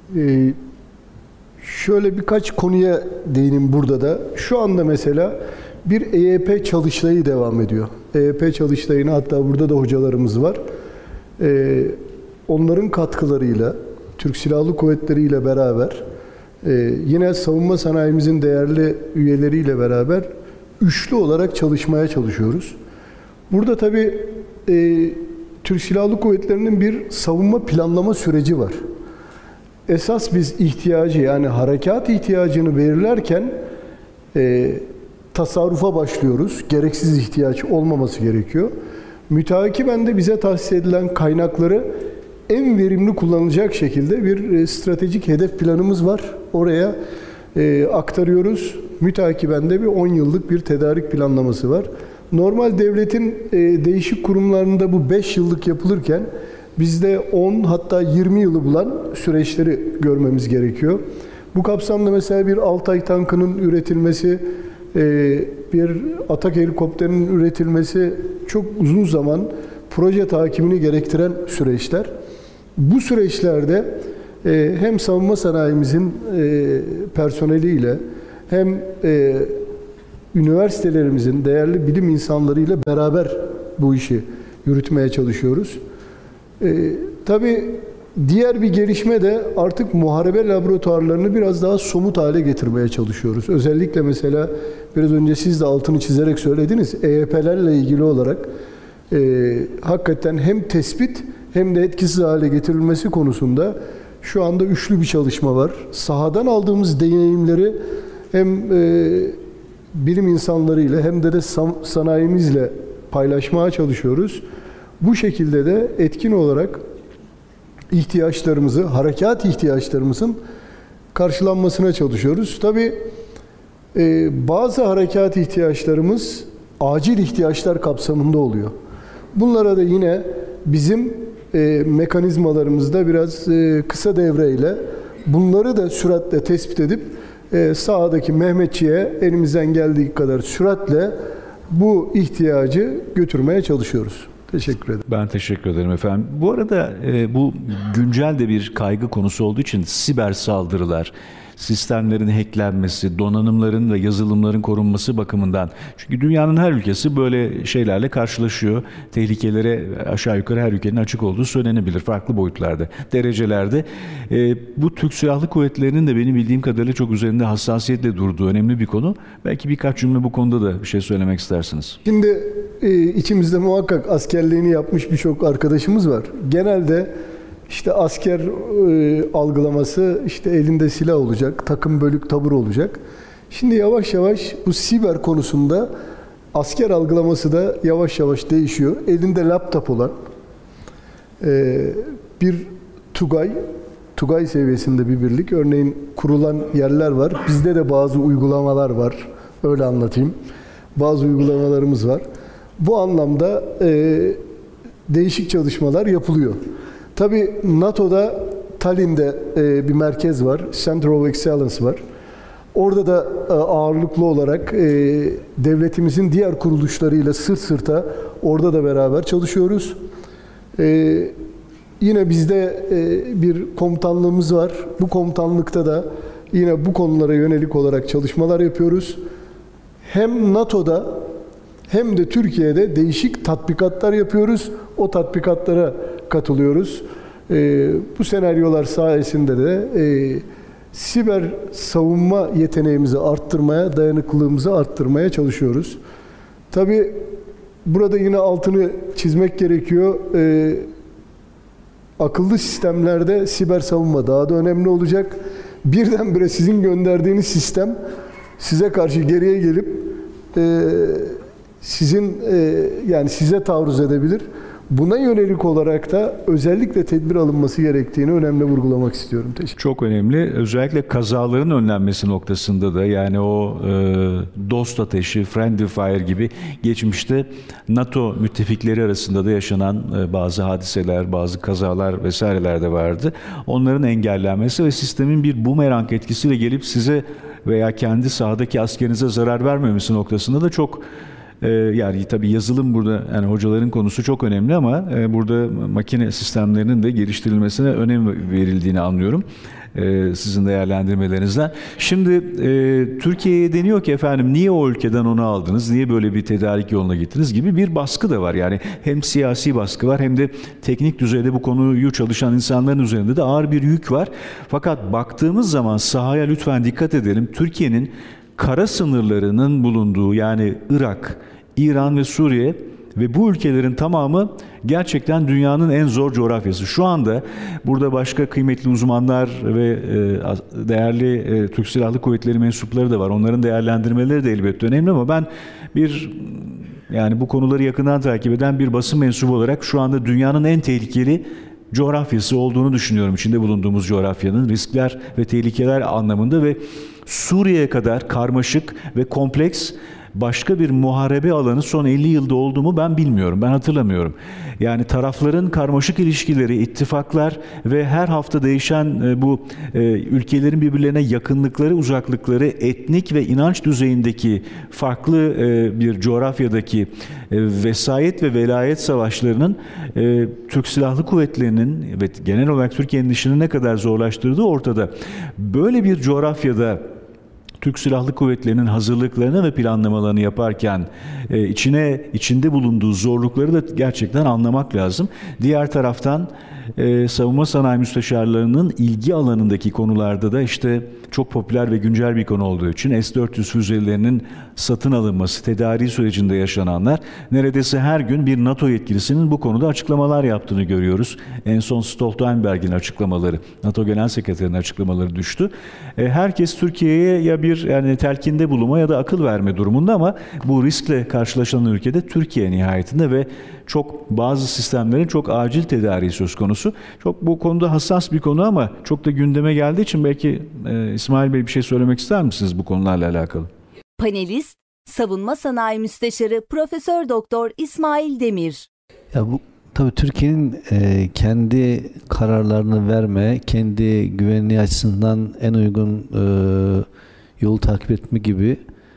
Şöyle birkaç konuya değineyim burada da. Şu anda mesela bir EYP çalıştayı devam ediyor. EYP çalıştayına hatta burada da hocalarımız var. Onların katkılarıyla, Türk Silahlı Kuvvetleri ile beraber, yine savunma sanayimizin değerli üyeleriyle beraber üçlü olarak çalışmaya çalışıyoruz. Burada tabii Türk Silahlı Kuvvetleri'nin bir savunma planlama süreci var. Esas biz ihtiyacı, yani harekat ihtiyacını belirlerken tasarrufa başlıyoruz. Gereksiz ihtiyaç olmaması gerekiyor. Müteakiben de bize tahsis edilen kaynakları en verimli kullanılacak şekilde bir stratejik hedef planımız var. Oraya aktarıyoruz. Müteakiben de bir 10 yıllık bir tedarik planlaması var. Normal devletin değişik kurumlarında bu 5 yıllık yapılırken bizde 10 hatta 20 yılı bulan süreçleri görmemiz gerekiyor. Bu kapsamda mesela bir Altay tankının üretilmesi, bir Atak helikopterinin üretilmesi çok uzun zaman proje takibini gerektiren süreçler. Bu süreçlerde hem savunma sanayimizin personeliyle hem üniversitelerimizin değerli bilim insanlarıyla beraber bu işi yürütmeye çalışıyoruz. Tabii diğer bir gelişme de artık muharebe laboratuvarlarını biraz daha somut hale getirmeye çalışıyoruz. Özellikle mesela biraz önce siz de altını çizerek söylediniz, EYP'lerle ilgili olarak hakikaten hem tespit hem de etkisiz hale getirilmesi konusunda şu anda üçlü bir çalışma var. Sahadan aldığımız deneyimleri hem bilim insanlarıyla hem de sanayimizle paylaşmaya çalışıyoruz. Bu şekilde de etkin olarak ihtiyaçlarımızı, harekat ihtiyaçlarımızın karşılanmasına çalışıyoruz. Tabii bazı harekat ihtiyaçlarımız acil ihtiyaçlar kapsamında oluyor. Bunlara da yine bizim mekanizmalarımızda biraz kısa devreyle bunları da süratle tespit edip sahadaki Mehmetçiğe elimizden geldiği kadar süratle bu ihtiyacı götürmeye çalışıyoruz. Teşekkür ederim. Ben teşekkür ederim efendim. Bu arada bu güncel de bir kaygı konusu olduğu için siber saldırılar, sistemlerin hacklenmesi, donanımların ve yazılımların korunması bakımından. Çünkü dünyanın her ülkesi böyle şeylerle karşılaşıyor. Tehlikelere aşağı yukarı her ülkenin açık olduğu söylenebilir. Farklı boyutlarda, derecelerde. Bu Türk Silahlı Kuvvetleri'nin de benim bildiğim kadarıyla çok üzerinde hassasiyetle durduğu önemli bir konu. Belki birkaç cümle bu konuda da bir şey söylemek istersiniz. Şimdi içimizde muhakkak askerliğini yapmış birçok arkadaşımız var. Genelde İşte asker algılaması, işte elinde silah olacak, takım bölük tabur olacak. Şimdi yavaş yavaş bu siber konusunda asker algılaması da yavaş yavaş değişiyor. Elinde laptop olan bir Tugay seviyesinde bir birlik. Örneğin kurulan yerler var. Bizde de bazı uygulamalar var. Öyle anlatayım. Bazı uygulamalarımız var. Bu anlamda değişik çalışmalar yapılıyor. Tabii NATO'da Tallinn'de bir merkez var, Center of Excellence var. Orada da ağırlıklı olarak devletimizin diğer kuruluşlarıyla sırt sırta orada da beraber çalışıyoruz. Yine bizde bir komutanlığımız var. Bu komutanlıkta da yine bu konulara yönelik olarak çalışmalar yapıyoruz. Hem NATO'da hem de Türkiye'de değişik tatbikatlar yapıyoruz. O tatbikatlara katılıyoruz. Bu senaryolar sayesinde de siber savunma yeteneğimizi arttırmaya, dayanıklılığımızı arttırmaya çalışıyoruz. Tabii burada yine altını çizmek gerekiyor. Akıllı sistemlerde siber savunma daha da önemli olacak. Birdenbire sizin gönderdiğiniz sistem size karşı geriye gelip yani size taarruz edebilir. Buna yönelik olarak da özellikle tedbir alınması gerektiğini önemli vurgulamak istiyorum. Çok önemli. Özellikle kazaların önlenmesi noktasında da, yani o dost ateşi, friendly fire gibi geçmişte NATO müttefikleri arasında da yaşanan bazı hadiseler, bazı kazalar vesaireler de vardı. Onların engellenmesi ve sistemin bir bumerang etkisiyle gelip size veya kendi sahadaki askerinize zarar vermemesi noktasında da çok yani tabii yazılım burada, yani hocaların konusu çok önemli ama burada makine sistemlerinin de geliştirilmesine önem verildiğini anlıyorum sizin değerlendirmelerinizden. Şimdi Türkiye'ye deniyor ki efendim niye o ülkeden onu aldınız, niye böyle bir tedarik yoluna gittiniz gibi bir baskı da var. Yani hem siyasi baskı var hem de teknik düzeyde bu konuyu çalışan insanların üzerinde de ağır bir yük var. Fakat baktığımız zaman sahaya lütfen dikkat edelim. Türkiye'nin kara sınırlarının bulunduğu, yani Irak, İran ve Suriye ve bu ülkelerin tamamı gerçekten dünyanın en zor coğrafyası. Şu anda burada başka kıymetli uzmanlar ve değerli Türk Silahlı Kuvvetleri mensupları da var. Onların değerlendirmeleri de elbette önemli ama ben yani bu konuları yakından takip eden bir basın mensubu olarak şu anda dünyanın en tehlikeli coğrafyası olduğunu düşünüyorum. İçinde bulunduğumuz coğrafyanın riskler ve tehlikeler anlamında ve Suriye'ye kadar karmaşık ve kompleks başka bir muharebe alanı son 50 yılda oldu mu ben bilmiyorum, ben hatırlamıyorum. Yani tarafların karmaşık ilişkileri, ittifaklar ve her hafta değişen bu ülkelerin birbirlerine yakınlıkları, uzaklıkları, etnik ve inanç düzeyindeki farklı bir coğrafyadaki vesayet ve velayet savaşlarının Türk Silahlı Kuvvetleri'nin ve genel olarak Türkiye'nin işini ne kadar zorlaştırdığı ortada. Böyle bir coğrafyada Türk Silahlı Kuvvetleri'nin hazırlıklarını ve planlamalarını yaparken içinde bulunduğu zorlukları da gerçekten anlamak lazım. Diğer taraftan savunma sanayi müsteşarlarının ilgi alanındaki konularda da işte çok popüler ve güncel bir konu olduğu için S-400 füzelerinin satın alınması, tedariği sürecinde yaşananlar, neredeyse her gün bir NATO yetkilisinin bu konuda açıklamalar yaptığını görüyoruz. En son Stoltenberg'in açıklamaları, NATO Genel Sekreterinin açıklamaları düştü. Herkes Türkiye'ye ya bir telkinde bulunma ya da akıl verme durumunda ama bu riskle karşılaşan ülkede Türkiye nihayetinde ve bazı sistemlerin çok acil tedariği söz konusu. Çok bu konuda hassas bir konu ama çok da gündeme geldiği için belki İsmail Bey bir şey söylemek ister misiniz bu konularla alakalı? Panelist, Savunma Sanayi Müsteşarı Profesör Doktor İsmail Demir. Ya bu tabii Türkiye'nin kendi kararlarını verme, kendi güvenliği açısından en uygun yolu takip etme gibi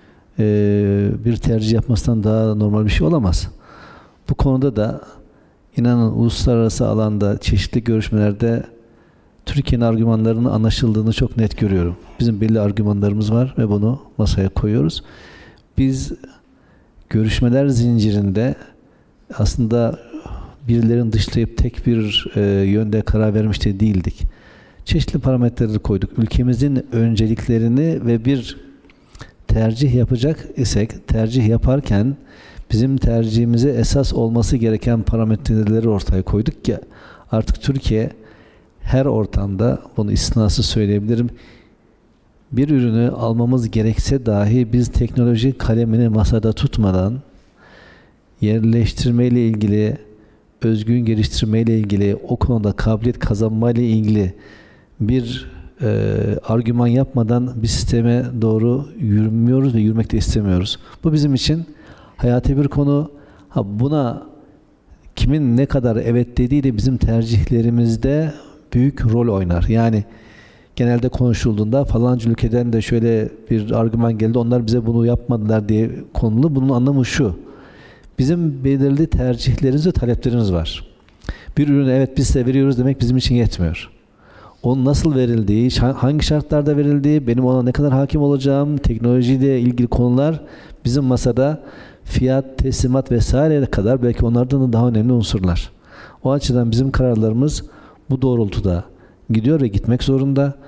bir tercih yapmasından daha normal bir şey olamaz. Bu konuda da inanın uluslararası alanda çeşitli görüşmelerde Türkiye'nin argümanlarının anlaşıldığını çok net görüyorum. Bizim belli argümanlarımız var ve bunu masaya koyuyoruz. Biz görüşmeler zincirinde aslında birilerini dışlayıp tek bir yönde karar vermiş de değildik. Çeşitli parametreleri koyduk. Ülkemizin önceliklerini ve bir tercih yapacak isek, tercih yaparken bizim tercihimize esas olması gereken parametreleri ortaya koyduk ki artık Türkiye her ortamda, bunu istisnasız söyleyebilirim, bir ürünü almamız gerekse dahi biz teknoloji kalemini masada tutmadan yerleştirmeyle ilgili, özgün geliştirmeyle ilgili, o konuda kabiliyet kazanmayla ilgili bir argüman yapmadan bir sisteme doğru yürümüyoruz ve yürümek de istemiyoruz. Bu bizim için hayati bir konu. Buna kimin ne kadar evet dediği de bizim tercihlerimizde büyük rol oynar. Yani genelde konuşulduğunda falanca ülkeden de şöyle bir argüman geldi, onlar bize bunu yapmadılar diye konulu. Bunun anlamı şu: bizim belirli tercihlerimiz ve taleplerimiz var. Bir ürünü evet biz size veriyoruz demek bizim için yetmiyor. Onun nasıl verildiği, hangi şartlarda verildiği, benim ona ne kadar hakim olacağım, teknolojiyle ilgili konular bizim masada fiyat, teslimat vesaireye kadar belki onlardan da daha önemli unsurlar. O açıdan bizim kararlarımız bu doğrultuda gidiyor ve gitmek zorunda.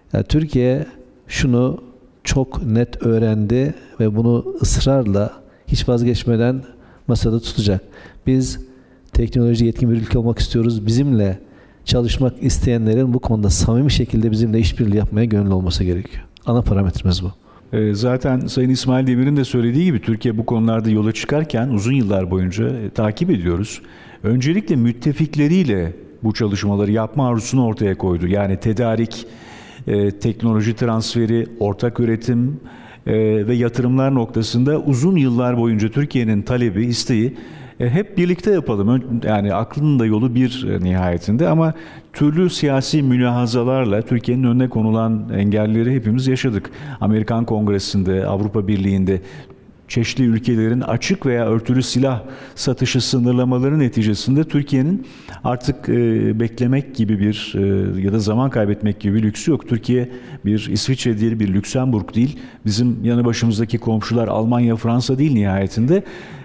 Yani Türkiye şunu çok net öğrendi ve bunu ısrarla hiç vazgeçmeden masada tutacak. Biz teknoloji yetkin bir ülke olmak istiyoruz. Bizimle çalışmak isteyenlerin bu konuda samimi şekilde bizimle işbirliği yapmaya gönüllü olması gerekiyor. Ana parametremiz bu. Zaten Sayın İsmail Demir'in de söylediği gibi Türkiye bu konularda yola çıkarken uzun yıllar boyunca takip ediyoruz. Öncelikle müttefikleriyle bu çalışmaları yapma arzusunu ortaya koydu. Yani tedarik, teknoloji transferi, ortak üretim ve yatırımlar noktasında uzun yıllar boyunca Türkiye'nin talebi, isteği hep birlikte yapalım. Yani aklının da yolu bir nihayetinde ama türlü siyasi mülahazalarla Türkiye'nin önüne konulan engelleri hepimiz yaşadık. Amerikan Kongresi'nde, Avrupa Birliği'nde çeşitli ülkelerin açık veya örtülü silah satışı sınırlamaları neticesinde Türkiye'nin artık beklemek gibi bir ya da zaman kaybetmek gibi bir lüksü yok. Türkiye bir İsviçre değil, bir Lüksemburg değil. Bizim yanı başımızdaki komşular Almanya, Fransa değil nihayetinde.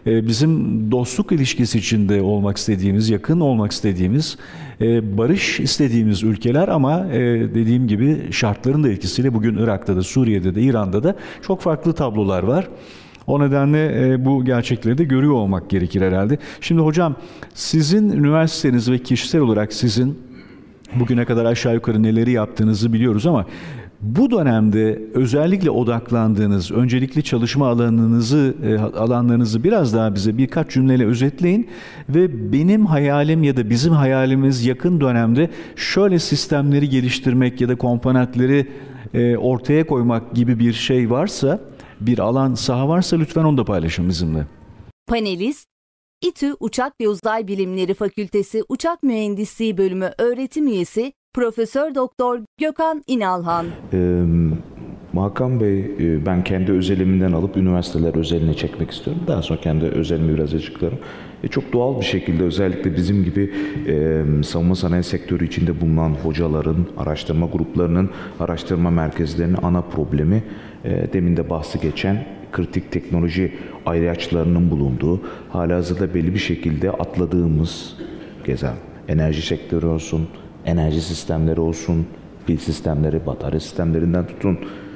Bizim dostluk ilişkisi içinde olmak istediğimiz, yakın olmak istediğimiz, barış istediğimiz ülkeler ama dediğim gibi şartların da etkisiyle bugün Irak'ta da, Suriye'de de, İran'da da çok farklı tablolar var. O nedenle bu gerçekleri de görüyor olmak gerekir herhalde. Şimdi hocam, sizin üniversiteniz ve kişisel olarak sizin bugüne kadar aşağı yukarı neleri yaptığınızı biliyoruz ama bu dönemde özellikle odaklandığınız, öncelikli çalışma alanlarınızı biraz daha bize birkaç cümleyle özetleyin ve benim hayalim ya da bizim hayalimiz yakın dönemde şöyle sistemleri geliştirmek ya da komponentleri ortaya koymak gibi bir şey varsa, bir alan, saha varsa lütfen onu da paylaşın bizimle. Panelist, İTÜ Uçak ve Uzay Bilimleri Fakültesi Uçak Mühendisliği Bölümü öğretim üyesi Profesör Doktor Gökhan İnalhan. Hakan Bey, ben kendi özelimden alıp üniversiteler özeline çekmek istiyorum. Daha sonra kendi özelimi biraz açıklarım. Çok doğal bir şekilde özellikle bizim gibi savunma sanayi sektörü içinde bulunan hocaların, araştırma gruplarının, araştırma merkezlerinin ana problemi demin de bahsi geçen kritik teknoloji ayraçlarının bulunduğu, halihazırda belli bir şekilde atladığımız enerji sektörü olsun, enerji sistemleri olsun, pil sistemleri, batarya sistemlerinden tutun,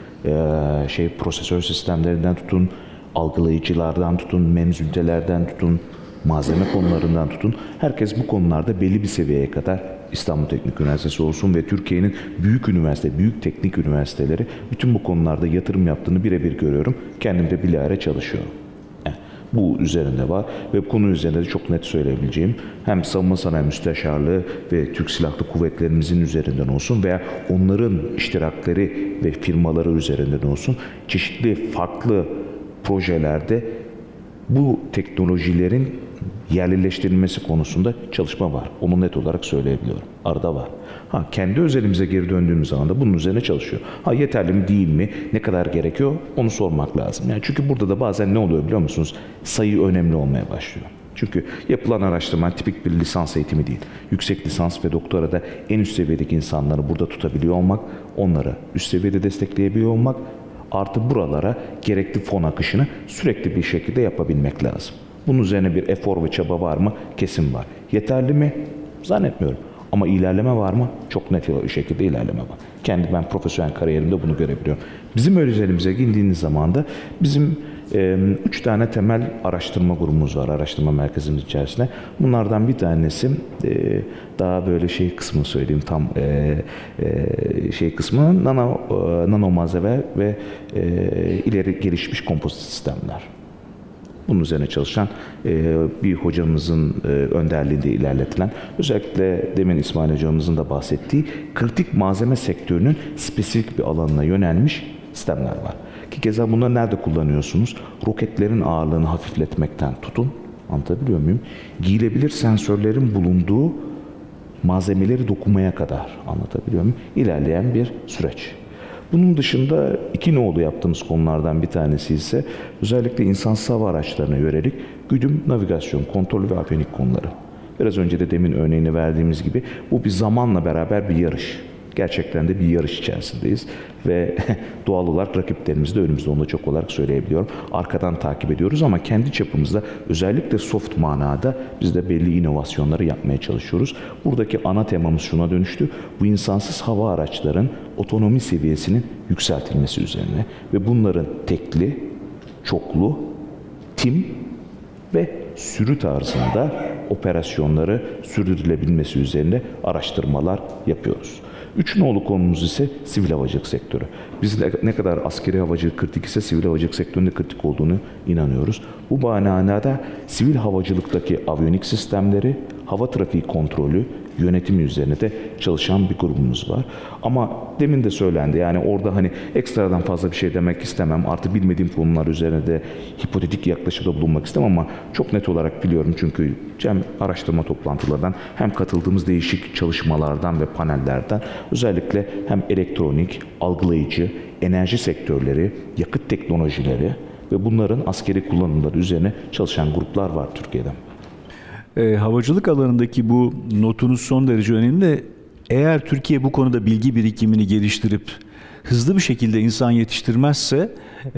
prosesör sistemlerinden tutun, algılayıcılardan tutun, MEMS ünitelerden tutun, malzeme konularından tutun. Herkes bu konularda belli bir seviyeye kadar İstanbul Teknik Üniversitesi olsun ve Türkiye'nin büyük teknik üniversiteleri bütün bu konularda yatırım yaptığını birebir görüyorum. Kendim de bilahare çalışıyorum. Bu üzerinde var ve bu konu üzerinde de çok net söyleyebileceğim hem savunma sanayi müsteşarlığı ve Türk Silahlı Kuvvetlerimizin üzerinden olsun veya onların iştirakleri ve firmaları üzerinden olsun çeşitli farklı projelerde bu teknolojilerin yerleştirilmesi konusunda çalışma var. Onu net olarak söyleyebiliyorum. Arada var. Kendi özelimize geri döndüğümüz zaman da bunun üzerine çalışıyor. Yeterli mi değil mi? Ne kadar gerekiyor? Onu sormak lazım. Çünkü burada da bazen ne oluyor biliyor musunuz? Sayı önemli olmaya başlıyor. Çünkü yapılan araştırma tipik bir lisans eğitimi değil. Yüksek lisans ve doktorada en üst seviyedeki insanları burada tutabiliyor olmak, onları üst seviyede destekleyebiliyor olmak, artı buralara gerekli fon akışını sürekli bir şekilde yapabilmek lazım. Bunun üzerine bir efor ve çaba var mı? Kesin var. Yeterli mi? Zannetmiyorum. Ama ilerleme var mı? Çok net bir şekilde ilerleme var. Ben profesyonel kariyerimde bunu görebiliyorum. Bizim özelimize girdiğiniz zaman da bizim 3 tane temel araştırma grubumuz var araştırma merkezimiz içerisinde. Bunlardan bir tanesi daha böyle kısmını söyleyeyim kısmı nano malzeme ve ileri gelişmiş kompozit sistemler. Bunun üzerine çalışan bir hocamızın önderliğinde ilerletilen, özellikle demin İsmail hocamızın da bahsettiği kritik malzeme sektörünün spesifik bir alanına yönelmiş sistemler var. Ki keza bunları nerede kullanıyorsunuz? Roketlerin ağırlığını hafifletmekten tutun, anlatabiliyor muyum? Giyilebilir sensörlerin bulunduğu malzemeleri dokunmaya kadar, anlatabiliyor muyum? İlerleyen bir süreç. Bunun dışında iki nolu yaptığımız konulardan bir tanesi ise özellikle insansız hava araçlarına yönelik güdüm, navigasyon, kontrol ve aviyonik konuları. Biraz önce de demin örneğini verdiğimiz gibi bu bir zamanla beraber bir yarış. Gerçekten de bir yarış içerisindeyiz ve doğal olarak rakiplerimiz de önümüzde, onu da çok olarak söyleyebiliyorum. Arkadan takip ediyoruz ama kendi çapımızda özellikle soft manada biz de belli inovasyonları yapmaya çalışıyoruz. Buradaki ana temamız şuna dönüştü. Bu insansız hava araçların otonomi seviyesinin yükseltilmesi üzerine ve bunların tekli, çoklu, tim ve sürü tarzında operasyonları sürdürülebilmesi üzerine araştırmalar yapıyoruz. Üç nolu konumuz ise sivil havacılık sektörü. Biz ne kadar askeri havacılık kritik ise sivil havacılık sektöründe kritik olduğunu inanıyoruz. Bu manada sivil havacılıktaki aviyonik sistemleri, hava trafiği kontrolü, yönetimi üzerine de çalışan bir grubumuz var. Ama demin de söylendi, yani orada hani ekstradan fazla bir şey demek istemem. Artı bilmediğim konular üzerine de hipotetik yaklaşımda bulunmak istemem ama çok net olarak biliyorum çünkü hem araştırma toplantılarından hem katıldığımız değişik çalışmalardan ve panellerden özellikle hem elektronik, algılayıcı, enerji sektörleri, yakıt teknolojileri ve bunların askeri kullanımları üzerine çalışan gruplar var Türkiye'de. Havacılık alanındaki bu notunuz son derece önemli. Eğer Türkiye bu konuda bilgi birikimini geliştirip hızlı bir şekilde insan yetiştirmezse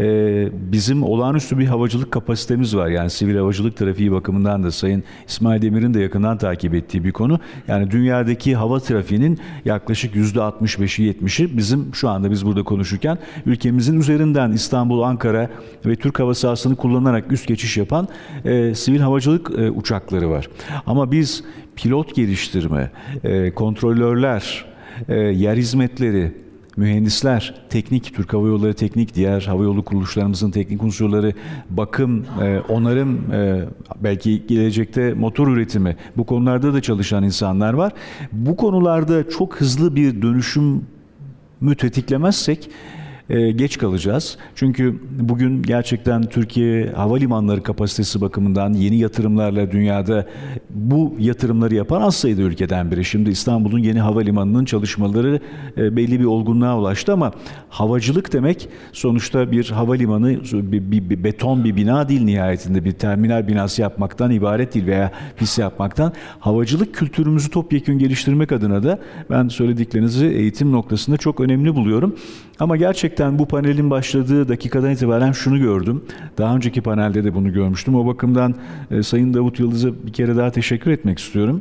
bizim olağanüstü bir havacılık kapasitemiz var. Yani sivil havacılık trafiği bakımından da Sayın İsmail Demir'in de yakından takip ettiği bir konu. Yani dünyadaki hava trafiğinin yaklaşık %65'i 70'i bizim şu anda biz burada konuşurken ülkemizin üzerinden İstanbul, Ankara ve Türk hava sahasını kullanarak üst geçiş yapan sivil havacılık uçakları var. Ama biz pilot geliştirme, kontrolörler, yer hizmetleri, mühendisler, teknik, Türk Hava Yolları teknik, diğer havayolu kuruluşlarımızın teknik unsurları, bakım, onarım, belki gelecekte motor üretimi, bu konularda da çalışan insanlar var. Bu konularda çok hızlı bir dönüşümü tetiklemezsek geç kalacağız. Çünkü bugün gerçekten Türkiye havalimanları kapasitesi bakımından yeni yatırımlarla dünyada bu yatırımları yapan az sayıda ülkeden biri. Şimdi İstanbul'un yeni havalimanının çalışmaları belli bir olgunluğa ulaştı ama havacılık demek sonuçta bir havalimanı, bir beton bir bina değil nihayetinde, bir terminal binası yapmaktan ibaret değil veya pist yapmaktan. Havacılık kültürümüzü topyekün geliştirmek adına da ben söylediklerinizi eğitim noktasında çok önemli buluyorum. Ama gerçekten bu panelin başladığı dakikadan itibaren şunu gördüm. Daha önceki panelde de bunu görmüştüm. O bakımdan Sayın Davut Yıldız'a bir kere daha teşekkür etmek istiyorum.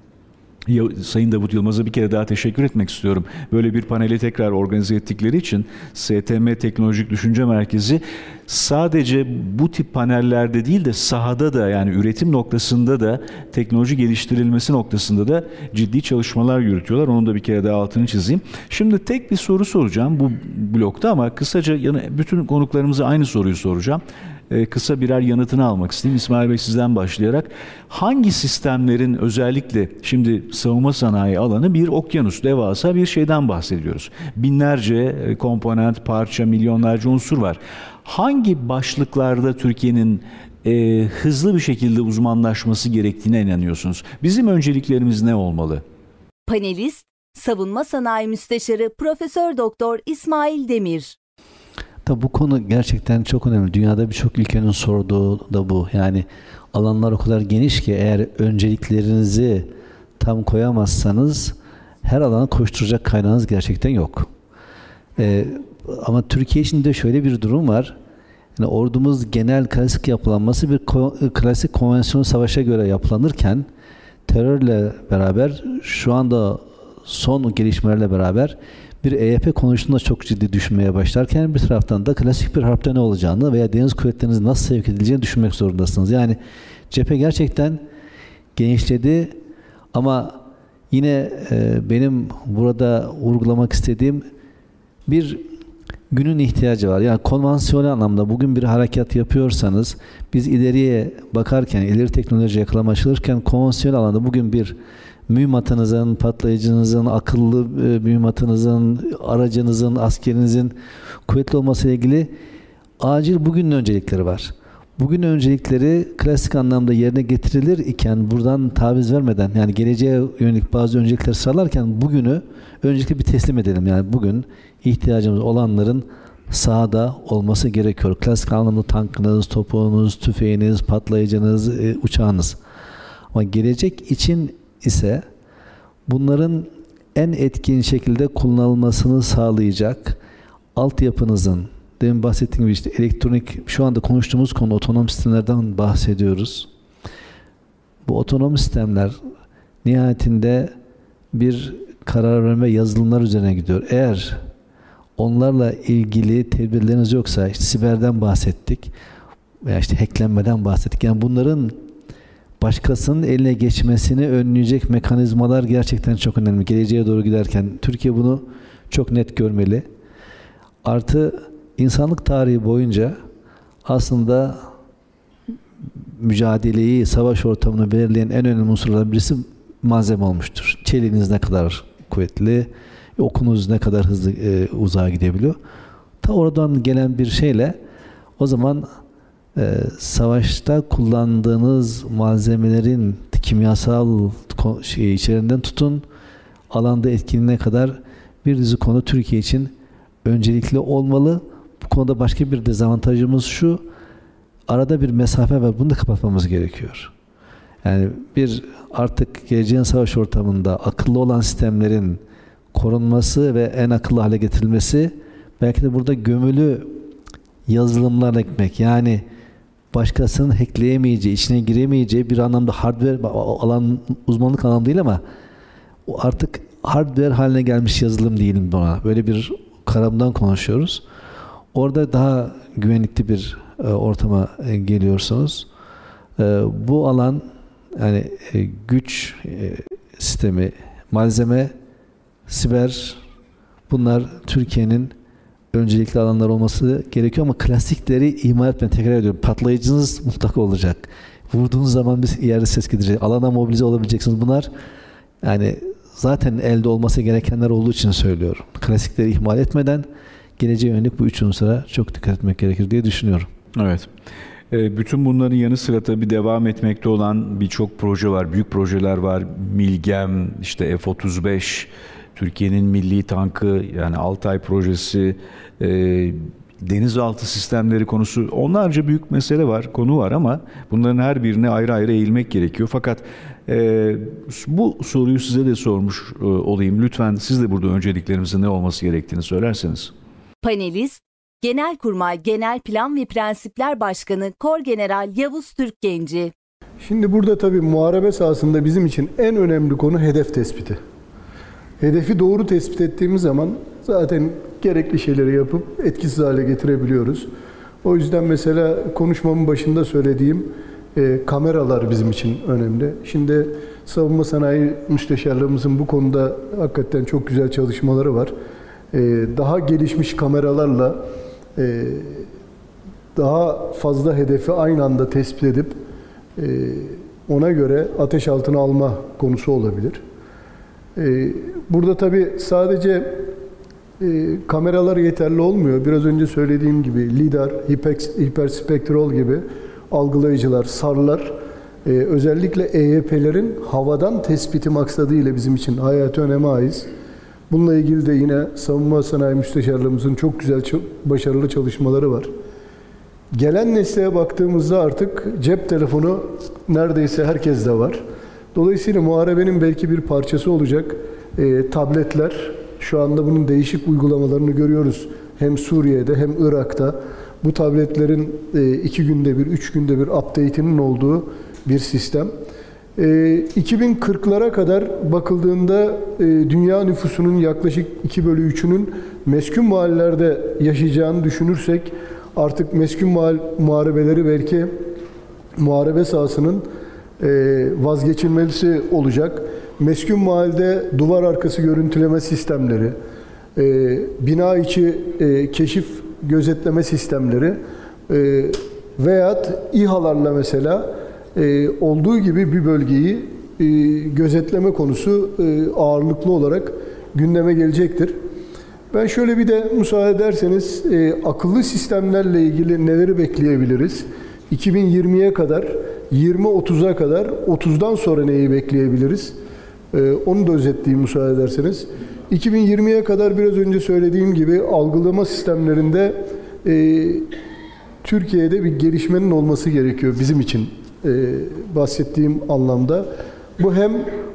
Sayın Davut Yılmaz'a bir kere daha teşekkür etmek istiyorum. Böyle bir paneli tekrar organize ettikleri için STM Teknolojik Düşünce Merkezi sadece bu tip panellerde değil de sahada da, yani üretim noktasında da, teknoloji geliştirilmesi noktasında da ciddi çalışmalar yürütüyorlar. Onun da bir kere daha altını çizeyim. Şimdi tek bir soru soracağım bu blokta ama kısaca bütün konuklarımıza aynı soruyu soracağım. Kısa birer yanıtını almak isteyeyim. İsmail Bey, sizden başlayarak hangi sistemlerin, özellikle şimdi savunma sanayi alanı bir okyanus, devasa bir şeyden bahsediyoruz. Binlerce komponent, parça, milyonlarca unsur var. Hangi başlıklarda Türkiye'nin hızlı bir şekilde uzmanlaşması gerektiğine inanıyorsunuz? Bizim önceliklerimiz ne olmalı? Panelist, Savunma Sanayi Müsteşarı Profesör Doktor İsmail Demir. Tabii bu konu gerçekten çok önemli. Dünyada birçok ülkenin sorduğu da bu. Yani alanlar o kadar geniş ki eğer önceliklerinizi tam koyamazsanız her alana koşturacak kaynağınız gerçekten yok. Ama Türkiye için de şöyle bir durum var. Yani ordumuz genel klasik yapılanması bir klasik konvansiyonel savaşa göre yapılanırken terörle beraber şu anda son gelişmelerle beraber bir EYP konusunda çok ciddi düşünmeye başlarken bir taraftan da klasik bir harpte ne olacağını veya deniz kuvvetleriniz nasıl sevk edileceğini düşünmek zorundasınız. Yani cephe gerçekten genişledi ama yine benim burada vurgulamak istediğim bir günün ihtiyacı var. Yani konvansiyonel anlamda bugün bir harekat yapıyorsanız biz ileriye bakarken, ileri teknoloji yakalama çalışırken konvansiyonel alanda bugün bir mühimmatınızın, patlayıcınızın, akıllı mühimmatınızın, aracınızın, askerinizin kuvvetli olmasıyla ilgili acil bugünün öncelikleri var. Bugün öncelikleri klasik anlamda yerine getirilir iken buradan taviz vermeden, yani geleceğe yönelik bazı öncelikleri sıralarken bugünü öncelikle bir teslim edelim. Yani bugün ihtiyacımız olanların sahada olması gerekiyor. Klasik anlamda tankınız, topuğunuz, tüfeğiniz, patlayıcınız, uçağınız. Ama gelecek için ise bunların en etkin şekilde kullanılmasını sağlayacak altyapınızın, demin bahsettiğim gibi işte elektronik, şu anda konuştuğumuz konu otonom sistemlerden bahsediyoruz. Bu otonom sistemler nihayetinde bir karar verme yazılımlar üzerine gidiyor. Eğer onlarla ilgili tedbirleriniz yoksa, işte siberden bahsettik veya işte hacklenmeden bahsettik. Yani bunların başkasının eline geçmesini önleyecek mekanizmalar gerçekten çok önemli. Geleceğe doğru giderken Türkiye bunu çok net görmeli. Artı insanlık tarihi boyunca aslında mücadeleyi, savaş ortamını belirleyen en önemli unsurlardan birisi malzeme olmuştur. Çeliğiniz ne kadar kuvvetli, okunuz ne kadar hızlı uzağa gidebiliyor. Ta oradan gelen bir şeyle o zaman savaşta kullandığınız malzemelerin kimyasal içeriğinden tutun, alanda etkinliğine kadar bir dizi konu Türkiye için öncelikli olmalı. Bu konuda başka bir dezavantajımız şu, arada bir mesafe var. Bunu da kapatmamız gerekiyor. Yani bir artık geleceğin savaş ortamında akıllı olan sistemlerin korunması ve en akıllı hale getirilmesi, belki de burada gömülü yazılımlar ekmek, yani başkasının hackleyemeyeceği, içine giremeyeceği bir anlamda hardware alan, uzmanlık alanı değil ama artık hardware haline gelmiş yazılım diyelim buna. Böyle bir kavramdan konuşuyoruz. Orada daha güvenlikli bir ortama geliyorsunuz. Bu alan, yani güç sistemi, malzeme, siber, bunlar Türkiye'nin öncelikli alanlar olması gerekiyor ama klasikleri ihmal etmeyin. Tekrar ediyorum. Patlayıcınız mutlaka olacak. Vurduğunuz zaman bir yerde ses gidecek. Alana mobilize olabileceksiniz. Bunlar yani zaten elde olması gerekenler olduğu için söylüyorum. Klasikleri ihmal etmeden geleceğe yönelik bu üç unsura çok dikkat etmek gerekir diye düşünüyorum. Evet. Bütün bunların yanı sıra tabii devam etmekte olan birçok proje var. Büyük projeler var. Milgem, işte F-35, Türkiye'nin milli tankı, yani Altay projesi, denizaltı sistemleri konusu, onlarca büyük mesele var, konu var ama bunların her birine ayrı ayrı eğilmek gerekiyor. Fakat bu soruyu size de sormuş olayım. Lütfen siz de burada önceliklerimizin ne olması gerektiğini söylerseniz. Panelist, Genelkurmay Genel Plan ve Prensipler Başkanı Korgeneral Yavuz Türkgenci. Şimdi burada tabii muharebe sahasında bizim için en önemli konu hedef tespiti. Hedefi doğru tespit ettiğimiz zaman zaten gerekli şeyleri yapıp etkisiz hale getirebiliyoruz. O yüzden mesela konuşmamın başında söylediğim kameralar bizim için önemli. Şimdi Savunma Sanayi Müsteşarlığımızın bu konuda hakikaten çok güzel çalışmaları var. Daha gelişmiş kameralarla daha fazla hedefi aynı anda tespit edip ona göre ateş altına alma konusu olabilir. Burada tabii sadece kameralar yeterli olmuyor. Biraz önce söylediğim gibi lidar, hiperspektrol gibi algılayıcılar, SAR'lar, özellikle EYP'lerin havadan tespiti maksadıyla bizim için hayati öneme ait. Bununla ilgili de yine Savunma Sanayi Müsteşarlığımızın çok güzel, çok başarılı çalışmaları var. Gelen nesneye baktığımızda artık cep telefonu neredeyse herkeste var. Dolayısıyla muharebenin belki bir parçası olacak tabletler, şu anda bunun değişik uygulamalarını görüyoruz. Hem Suriye'de hem Irak'ta bu tabletlerin 2 günde bir, 3 günde bir update'inin olduğu bir sistem. 2040'lara kadar bakıldığında dünya nüfusunun yaklaşık 2/3'ünün meskun mahallelerde yaşayacağını düşünürsek artık meskun muharebeleri belki muharebe sahasının vazgeçilmesi olacak. Meskun mahallede duvar arkası görüntüleme sistemleri, bina içi keşif gözetleme sistemleri veyahut İHA'larla mesela olduğu gibi bir bölgeyi gözetleme konusu ağırlıklı olarak gündeme gelecektir. Ben şöyle bir de müsaade ederseniz akıllı sistemlerle ilgili neleri bekleyebiliriz? 2020'ye kadar, 20-30'a kadar, 30'dan sonra neyi bekleyebiliriz? Onu da özetleyeyim müsaade ederseniz. 2020'ye kadar biraz önce söylediğim gibi algılama sistemlerinde Türkiye'de bir gelişmenin olması gerekiyor bizim için bahsettiğim anlamda. Bu hem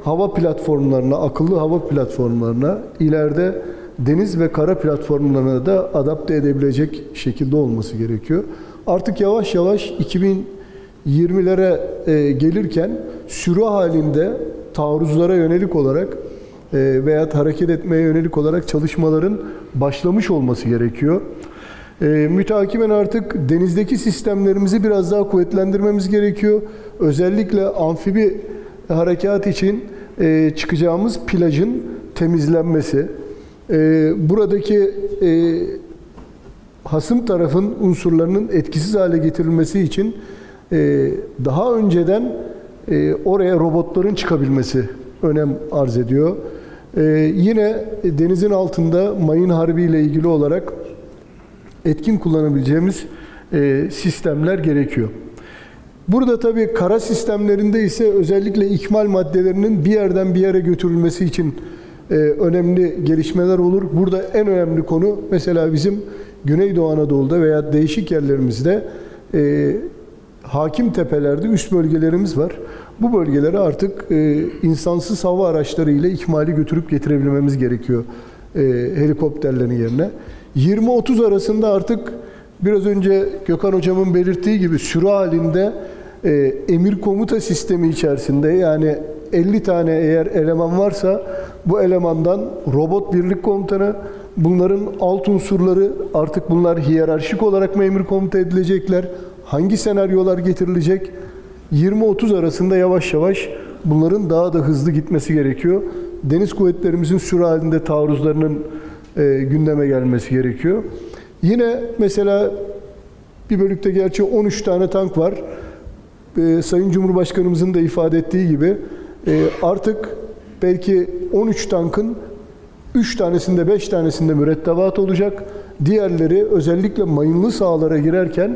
hava platformlarına, akıllı hava platformlarına, ileride deniz ve kara platformlarına da adapte edebilecek şekilde olması gerekiyor. Artık yavaş yavaş 2020'lere gelirken sürü halinde taarruzlara yönelik olarak veya hareket etmeye yönelik olarak çalışmaların başlamış olması gerekiyor. Mütakiben artık denizdeki sistemlerimizi biraz daha kuvvetlendirmemiz gerekiyor. Özellikle amfibi harekat için çıkacağımız plajın temizlenmesi, buradaki hasım tarafın unsurlarının etkisiz hale getirilmesi için daha önceden oraya robotların çıkabilmesi önem arz ediyor. Yine denizin altında mayın harbi ile ilgili olarak etkin kullanabileceğimiz sistemler gerekiyor. Burada tabii kara sistemlerinde ise özellikle ikmal maddelerinin bir yerden bir yere götürülmesi için önemli gelişmeler olur. Burada en önemli konu mesela bizim Güneydoğu Anadolu'da veya değişik yerlerimizde hakim tepelerde üst bölgelerimiz var. Bu bölgelere artık insansız hava araçları ile ikmali götürüp getirebilmemiz gerekiyor helikopterlerin yerine. 20-30 arasında artık biraz önce Gökhan Hocam'ın belirttiği gibi sürü halinde emir komuta sistemi içerisinde, yani 50 tane eğer eleman varsa bu elemandan robot birlik komutanı, bunların alt unsurları artık bunlar hiyerarşik olarak mı emir komuta edilecekler? Hangi senaryolar getirilecek? 20-30 arasında yavaş yavaş bunların daha da hızlı gitmesi gerekiyor. Deniz kuvvetlerimizin sürü halinde taarruzlarının gündeme gelmesi gerekiyor. Yine mesela bir bölükte gerçi 13 tane tank var. Sayın Cumhurbaşkanımızın da ifade ettiği gibi artık belki 13 tankın 3 tanesinde 5 tanesinde mürettebat olacak. Diğerleri özellikle mayınlı sahalara girerken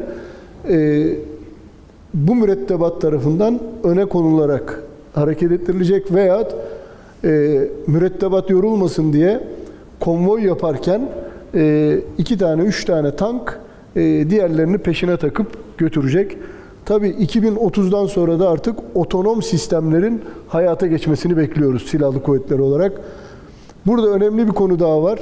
bu mürettebat tarafından öne konularak hareket ettirilecek veya mürettebat yorulmasın diye konvoy yaparken 2 tane 3 tane tank diğerlerini peşine takıp götürecek. Tabii 2030'dan sonra da artık otonom sistemlerin hayata geçmesini bekliyoruz silahlı kuvvetler olarak. Burada önemli bir konu daha var.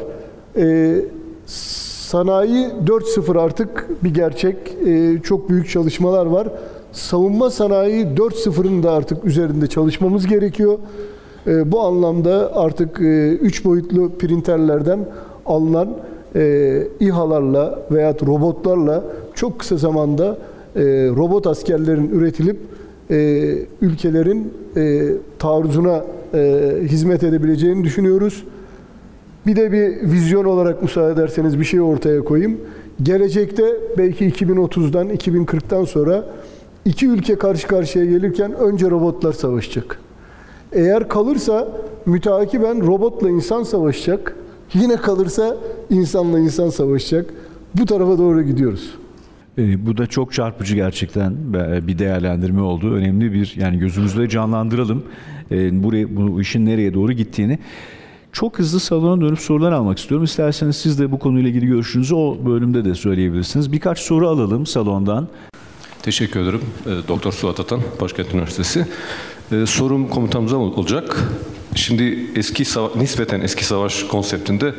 Sanayi 4.0 artık bir gerçek. Çok büyük çalışmalar var. Savunma sanayi 4.0'ın da artık üzerinde çalışmamız gerekiyor. Bu anlamda artık 3 boyutlu printerlerden alınan İHA'larla veya robotlarla çok kısa zamanda robot askerlerin üretilip ülkelerin taarruzuna hizmet edebileceğini düşünüyoruz. Bir de bir vizyon olarak müsaade ederseniz bir şey ortaya koyayım. Gelecekte belki 2030'dan 2040'tan sonra iki ülke karşı karşıya gelirken önce robotlar savaşacak. Eğer kalırsa müteakiben robotla insan savaşacak. Yine kalırsa insanla insan savaşacak. Bu tarafa doğru gidiyoruz. Bu da çok çarpıcı gerçekten bir değerlendirme oldu. Önemli bir, yani gözümüzde canlandıralım bu işin nereye doğru gittiğini. Çok hızlı salona dönüp sorular almak istiyorum. İsterseniz siz de bu konuyla ilgili görüşünüzü o bölümde de söyleyebilirsiniz. Birkaç soru alalım salondan. Teşekkür ederim. Doktor Suat Atan, Başkent Üniversitesi. Sorum komutanımıza olacak. Şimdi nispeten eski savaş konseptinde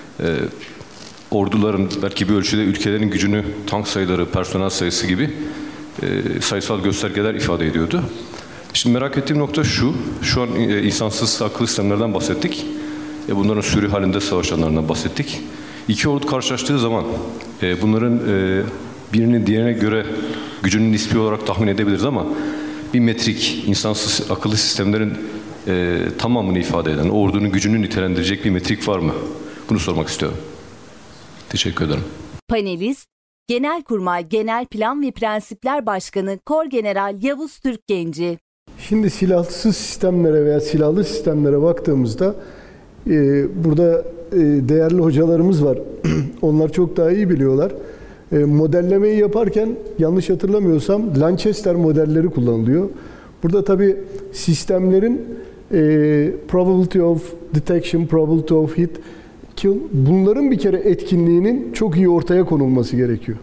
orduların belki bir ölçüde ülkelerin gücünü tank sayıları, personel sayısı gibi sayısal göstergeler ifade ediyordu. Şimdi merak ettiğim nokta şu. Şu an insansız akıllı sistemlerden bahsettik. Bunların sürü halinde savaşanlarından bahsettik. İki ordu karşılaştığı zaman bunların birinin diğerine göre gücünü nispi olarak tahmin edebiliriz ama bir metrik, insansız akıllı sistemlerin tamamını ifade eden, ordunun gücünü nitelendirecek bir metrik var mı? Bunu sormak istiyorum. Teşekkür ederim. Panelist, Genelkurmay Genel Plan ve Prensipler Başkanı Korgeneral Yavuz Türkgenci. Şimdi silahsız sistemlere veya silahlı sistemlere baktığımızda burada değerli hocalarımız var. Onlar çok daha iyi biliyorlar. Modellemeyi yaparken yanlış hatırlamıyorsam Lancaster modelleri kullanılıyor. Burada tabii sistemlerin probability of detection, probability of hit, kill, bunların bir kere etkinliğinin çok iyi ortaya konulması gerekiyor.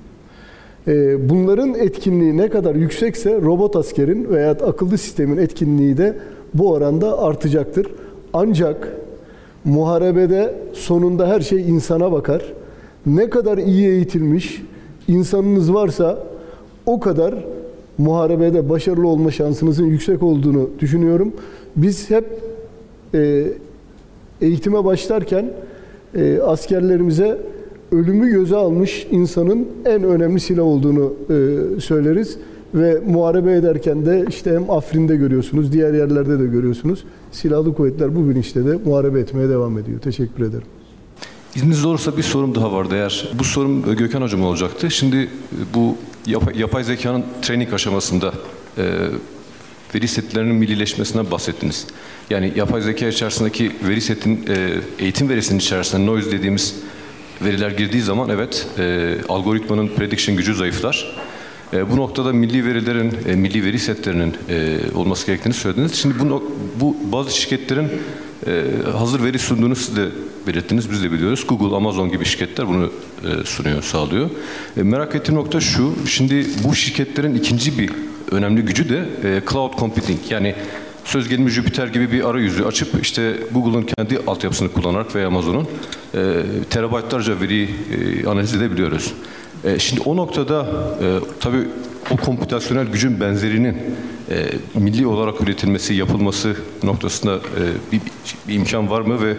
Bunların etkinliği ne kadar yüksekse robot askerin veya akıllı sistemin etkinliği de bu oranda artacaktır. Ancak muharebede sonunda her şey insana bakar. Ne kadar iyi eğitilmiş insanınız varsa o kadar muharebede başarılı olma şansınızın yüksek olduğunu düşünüyorum. Biz hep eğitime başlarken askerlerimize ölümü göze almış insanın en önemli silah olduğunu söyleriz. Ve muharebe ederken de işte hem Afrin'de görüyorsunuz, diğer yerlerde de görüyorsunuz. Silahlı kuvvetler bu bilinçle de muharebe etmeye devam ediyor. Teşekkür ederim. İzniniz olursa bir sorum daha vardı eğer. Bu sorum Gökhan Hocam olacaktı. Şimdi bu yapay zekanın training aşamasında veri setlerinin millileşmesinden bahsettiniz. Yani yapay zeka içerisindeki veri setin, eğitim verisinin içerisinde noise dediğimiz veriler girdiği zaman evet algoritmanın prediction gücü zayıflar. Bu noktada milli verilerin, milli veri setlerinin olması gerektiğini söylediniz. Şimdi bu bazı şirketlerin hazır veri sunduğunu siz de belirttiniz, biz de biliyoruz. Google, Amazon gibi şirketler bunu sunuyor, sağlıyor. Merak ettiğim nokta şu, şimdi bu şirketlerin ikinci bir önemli gücü de cloud computing. Yani söz gelimi Jupyter gibi bir arayüzü açıp işte Google'ın kendi altyapısını kullanarak veya Amazon'un terabaytlarca veriyi analiz edebiliyoruz. Şimdi o noktada tabii o kompütasyonel gücün benzerinin milli olarak üretilmesi, yapılması noktasında bir imkan var mı ve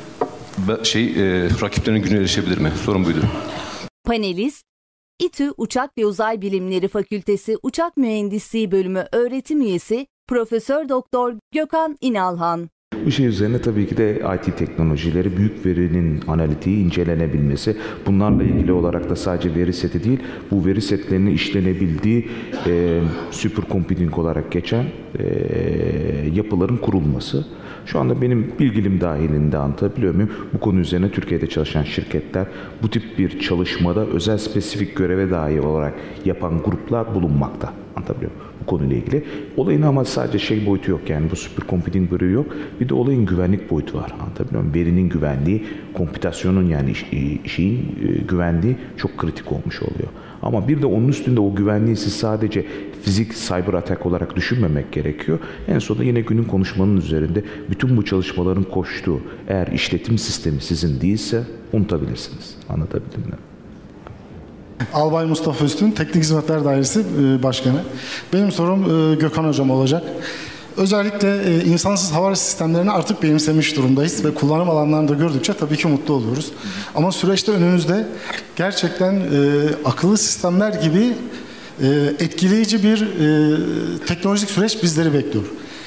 rakiplerinin gücüne erişebilir mi? Sorun buydu. Panelist, İTÜ Uçak ve Uzay Bilimleri Fakültesi Uçak Mühendisliği Bölümü öğretim üyesi Profesör Doktor Gökhan İnalhan. Bu şey üzerine tabii ki de IT teknolojileri, büyük verinin analitiği, incelenebilmesi, bunlarla ilgili olarak da sadece veri seti değil, bu veri setlerinin işlenebildiği supercomputing olarak geçen yapıların kurulması. Şu anda benim bilgilim dahilinde anlatabiliyor muyum? Bu konu üzerine Türkiye'de çalışan şirketler bu tip bir çalışmada özel spesifik göreve dair olarak yapan gruplar bulunmakta. Anlatabiliyor muyum? Bu konuyla ilgili. Olayın ama sadece boyutu yok, yani bu supercomputing bölümü yok. Bir de olayın güvenlik boyutu var. Anlatabiliyor muyum? Verinin güvenliği, kompütasyonun yani şeyin güvenliği çok kritik olmuş oluyor. Ama bir de onun üstünde o güvenliği siz sadece fizik cyber attack olarak düşünmemek gerekiyor. En sonunda yine günün konuşmanın üzerinde bütün bu çalışmaların koştuğu eğer işletim sistemi sizin değilse unutabilirsiniz. Anlatabildim mi? Albay Mustafa Üstün, Teknik Hizmetler Dairesi Başkanı. Benim sorum Gökhan Hocam olacak. Özellikle insansız hava sistemlerini artık benimsemiş durumdayız ve kullanım alanlarında gördükçe tabii ki mutlu oluyoruz. Ama süreçte önümüzde gerçekten akıllı sistemler gibi etkileyici bir teknolojik süreç bizleri bekliyor.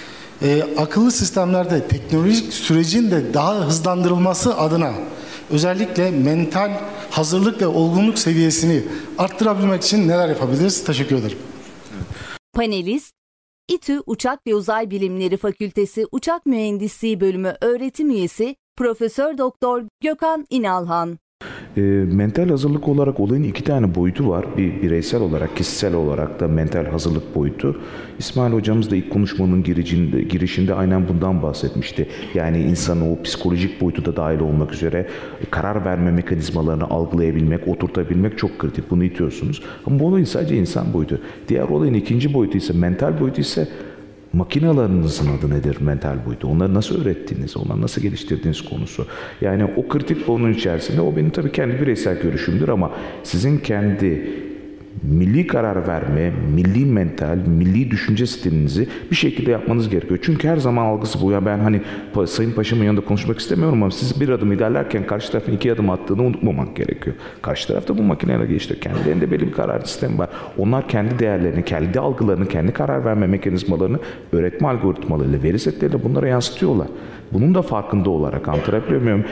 Akıllı sistemlerde teknolojik sürecin de daha hızlandırılması adına özellikle mental hazırlık ve olgunluk seviyesini arttırabilmek için neler yapabiliriz? Teşekkür ederim. Panelist, İTÜ Uçak ve Uzay Bilimleri Fakültesi Uçak Mühendisliği Bölümü öğretim üyesi Profesör Doktor Gökhan İnalhan. Mental hazırlık olarak olayın iki tane boyutu var. Bir bireysel olarak, kişisel olarak da mental hazırlık boyutu. İsmail hocamız da ilk konuşmanın girişinde aynen bundan bahsetmişti. Yani insanın o psikolojik boyutu da dahil olmak üzere karar verme mekanizmalarını algılayabilmek, oturtabilmek çok kritik. Bunu itiyorsunuz. Ama bu olayın sadece insan boyutu. Diğer olayın ikinci boyutu ise, mental boyutu ise makinalarınızın adı nedir, mental boyutu? Onları nasıl öğrettiğiniz, onları nasıl geliştirdiğiniz konusu. Yani o kritik onun içerisinde, o benim tabii kendi bireysel görüşümdür ama sizin kendi milli karar verme, milli mental, milli düşünce stilinizi bir şekilde yapmanız gerekiyor. Çünkü her zaman algısı bu. Ya ben hani Sayın Paşam'ın yanında konuşmak istemiyorum ama siz bir adım ilerlerken karşı tarafın iki adım attığını unutmamak gerekiyor. Karşı tarafta bu makineyle geçti. Kendilerinde belli bir karar sistemi var. Onlar kendi değerlerini, kendi algılarını, kendi karar verme mekanizmalarını öğretme algoritmalarıyla, veri setleriyle bunlara yansıtıyorlar. Bunun da farkında olarak anlatabiliyor muyum?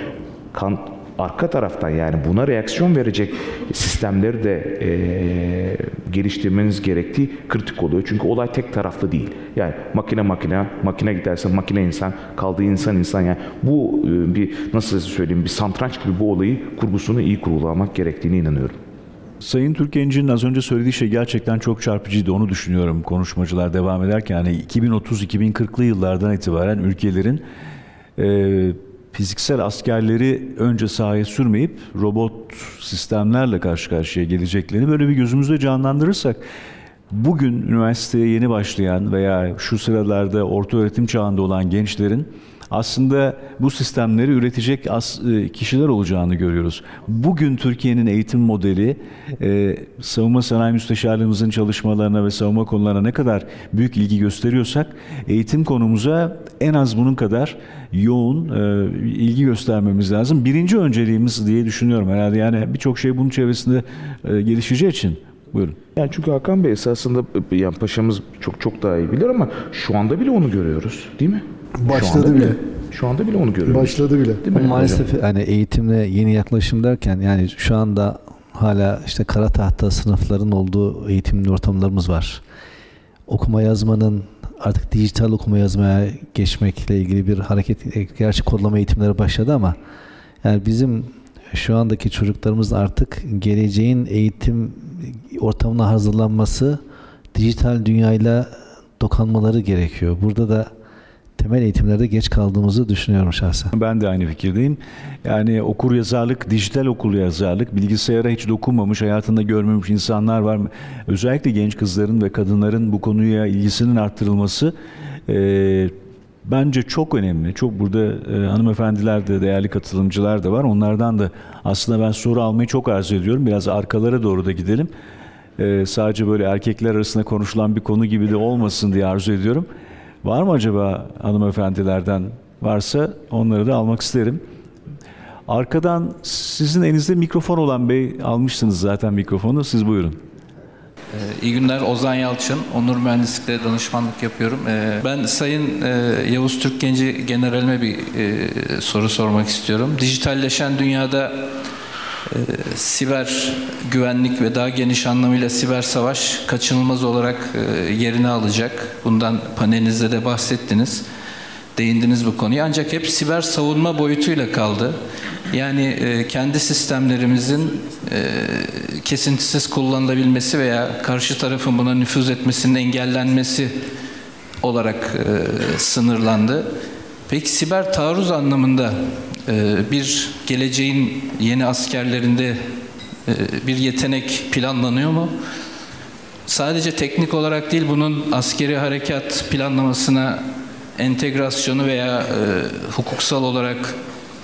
Arka taraftan yani buna reaksiyon verecek sistemleri de geliştirmeniz gerektiği kritik oluyor. Çünkü olay tek taraflı değil. Yani makine giderse makine insan, kaldığı insan yani bu bir nasıl söyleyeyim bir satranç gibi bu olayı kurgusunu iyi kurgulamak gerektiğine inanıyorum. Sayın Türkenci'nin az önce söylediği şey gerçekten çok çarpıcıydı. Onu düşünüyorum konuşmacılar devam ederken. Yani 2030-2040'lı yıllardan itibaren ülkelerin fiziksel askerleri önce sahaya sürmeyip robot sistemlerle karşı karşıya geleceklerini böyle bir gözümüzde canlandırırsak bugün üniversiteye yeni başlayan veya şu sıralarda orta öğretim çağında olan gençlerin aslında bu sistemleri üretecek kişiler olacağını görüyoruz. Bugün Türkiye'nin eğitim modeli savunma sanayi müsteşarlığımızın çalışmalarına ve savunma konularına ne kadar büyük ilgi gösteriyorsak eğitim konumuza en az bunun kadar yoğun ilgi göstermemiz lazım. Birinci önceliğimiz diye düşünüyorum herhalde. Yani birçok şey bunun çevresinde gelişeceği için. Buyurun. Yani çünkü Hakan Bey esasında yani paşamız çok daha iyi bilir ama şu anda bile onu görüyoruz, değil mi? Başladı bile. Şu anda bile onu görüyoruz. Başladı bile. Değil mi? Maalesef hani eğitimle yeni yaklaşım derken yani şu anda hala işte kara tahta sınıfların olduğu eğitimli ortamlarımız var. Okuma yazmanın artık dijital okuma yazmaya geçmekle ilgili bir hareket, gerçi kodlama eğitimleri başladı ama yani bizim şu andaki çocuklarımızın artık geleceğin eğitim ortamına hazırlanması, dijital dünyayla dokanmaları gerekiyor. Burada da temel eğitimlerde geç kaldığımızı düşünüyorum şahsen. Ben de aynı fikirdeyim. Yani okur yazarlık, dijital okur yazarlık, bilgisayara hiç dokunmamış, hayatında görmemiş insanlar var. Özellikle genç kızların ve kadınların bu konuya ilgisinin arttırılması bence çok önemli. Çok burada hanımefendiler de, değerli katılımcılar da var. Onlardan da aslında ben soru almayı çok arzu ediyorum. Biraz arkalara doğru da gidelim. Sadece böyle erkekler arasında konuşulan bir konu gibi de olmasın diye arzu ediyorum. Var mı acaba hanımefendilerden? Varsa onları da almak isterim. Arkadan sizin elinizde mikrofon olan bey, almışsınız zaten mikrofonu. Siz buyurun. İyi günler. Ozan Yalçın. Onur Mühendislik'te danışmanlık yapıyorum. Ben Sayın Yavuz Türkgenci Generalime bir soru sormak istiyorum. Dijitalleşen dünyada siber güvenlik ve daha geniş anlamıyla siber savaş kaçınılmaz olarak yerini alacak. Bundan panelinizde de bahsettiniz. Değindiniz bu konuya. Ancak hep siber savunma boyutuyla kaldı. Yani kendi sistemlerimizin kesintisiz kullanılabilmesi veya karşı tarafın buna nüfuz etmesinin engellenmesi olarak sınırlandı. Peki siber taarruz anlamında bir geleceğin yeni askerlerinde bir yetenek planlanıyor mu? Sadece teknik olarak değil, bunun askeri harekat planlamasına entegrasyonu veya hukuksal olarak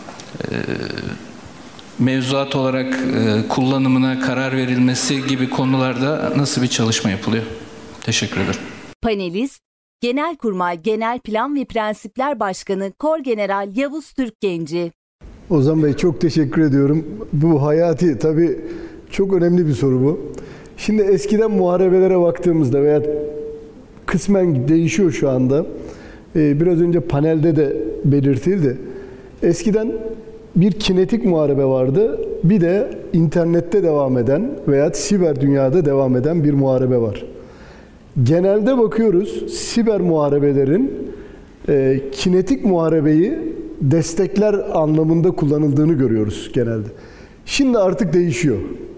mevzuat olarak kullanımına karar verilmesi gibi konularda nasıl bir çalışma yapılıyor? Teşekkür ederim. Panelist, Genelkurmay Genel Plan ve Prensipler Başkanı Korgeneral Yavuz Türkgenci. Ozan Bey çok teşekkür ediyorum. Bu hayati, tabii çok önemli bir soru bu. Şimdi eskiden muharebelere baktığımızda veya kısmen değişiyor şu anda. Biraz önce panelde de belirtildi. Eskiden bir kinetik muharebe vardı. Bir de internette devam eden veya siber dünyada devam eden bir muharebe var. Genelde bakıyoruz siber muharebelerin kinetik muharebeyi destekler anlamında kullanıldığını görüyoruz genelde. Şimdi artık değişiyor.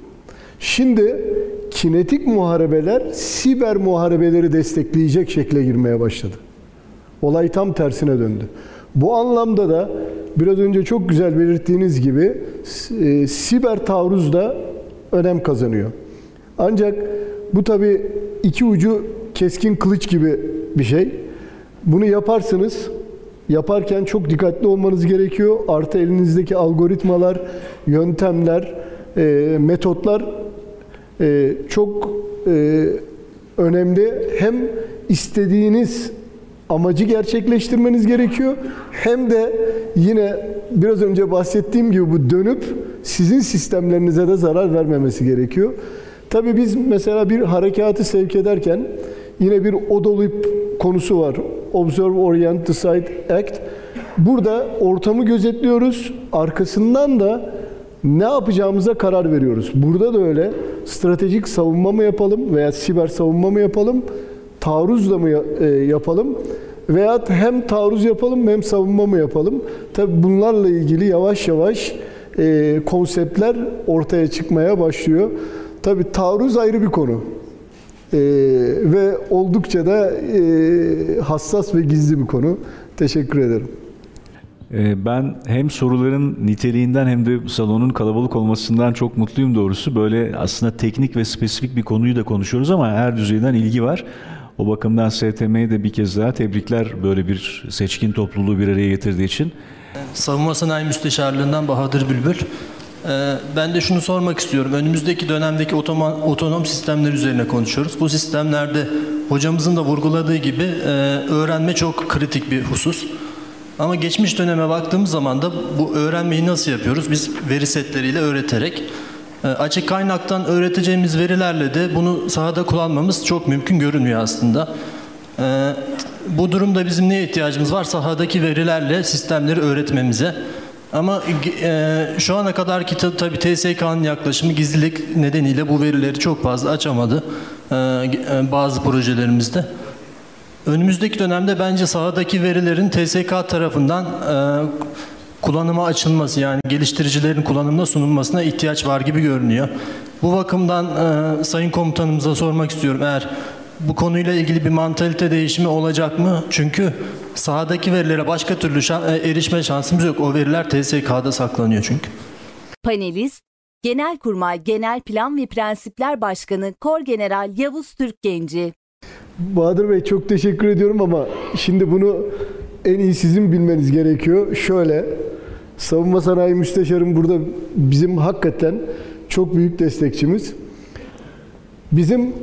Şimdi kinetik muharebeler siber muharebeleri destekleyecek şekle girmeye başladı. Olay tam tersine döndü. Bu anlamda da biraz önce çok güzel belirttiğiniz gibi siber taarruz da önem kazanıyor. Ancak bu tabii iki ucu keskin kılıç gibi bir şey. Bunu yaparsınız. Yaparken çok dikkatli olmanız gerekiyor. Artı elinizdeki algoritmalar, yöntemler, metotlar çok önemli. Hem istediğiniz amacı gerçekleştirmeniz gerekiyor. Hem de yine biraz önce bahsettiğim gibi bu dönüp sizin sistemlerinize de zarar vermemesi gerekiyor. Tabii biz mesela bir harekatı sevk ederken yine bir ODOLIP konusu var. Observe, Orient, Decide, Act. Burada ortamı gözetliyoruz. Arkasından da ne yapacağımıza karar veriyoruz. Burada da öyle. Stratejik savunma mı yapalım veya siber savunma mı yapalım? Taarruzla mı yapalım? Veya hem taarruz yapalım hem savunma mı yapalım? Tabii bunlarla ilgili yavaş yavaş konseptler ortaya çıkmaya başlıyor. Tabii taarruz ayrı bir konu. Ve oldukça da hassas ve gizli bir konu. Teşekkür ederim. Ben hem soruların niteliğinden hem de salonun kalabalık olmasından çok mutluyum doğrusu. Böyle aslında teknik ve spesifik bir konuyu da konuşuyoruz ama her düzeyden ilgi var. O bakımdan STM'ye de bir kez daha tebrikler böyle bir seçkin topluluğu bir araya getirdiği için. Savunma Sanayi Müsteşarlığından Bahadır Bülbül. Ben de şunu sormak istiyorum. Önümüzdeki dönemdeki otonom sistemler üzerine konuşuyoruz. Bu sistemlerde hocamızın da vurguladığı gibi öğrenme çok kritik bir husus. Ama geçmiş döneme baktığımız zaman da bu öğrenmeyi nasıl yapıyoruz? Biz veri setleriyle öğreterek. Açık kaynaktan öğreteceğimiz verilerle de bunu sahada kullanmamız çok mümkün görünmüyor aslında. Bu durumda bizim neye ihtiyacımız var? Sahadaki verilerle sistemleri öğretmemize. Ama şu ana kadarki tabii TSK'nın yaklaşımı gizlilik nedeniyle bu verileri çok fazla açamadı bazı projelerimizde. Önümüzdeki dönemde bence sahadaki verilerin TSK tarafından kullanıma açılması, yani geliştiricilerin kullanımına sunulmasına ihtiyaç var gibi görünüyor. Bu bakımdan Sayın Komutanımıza sormak istiyorum, eğer bu konuyla ilgili bir mantalite değişimi olacak mı? Çünkü sahadaki verilere başka türlü erişme şansımız yok. O veriler TSK'da saklanıyor çünkü. Panelist, Genelkurmay Genel Plan ve Prensipler Başkanı Korgeneral Yavuz Türkgenci. Bahadır Bey, çok teşekkür ediyorum ama şimdi bunu en iyi sizin bilmeniz gerekiyor. Şöyle, Savunma Sanayi Müsteşarım burada bizim hakikaten çok büyük destekçimiz. Bizim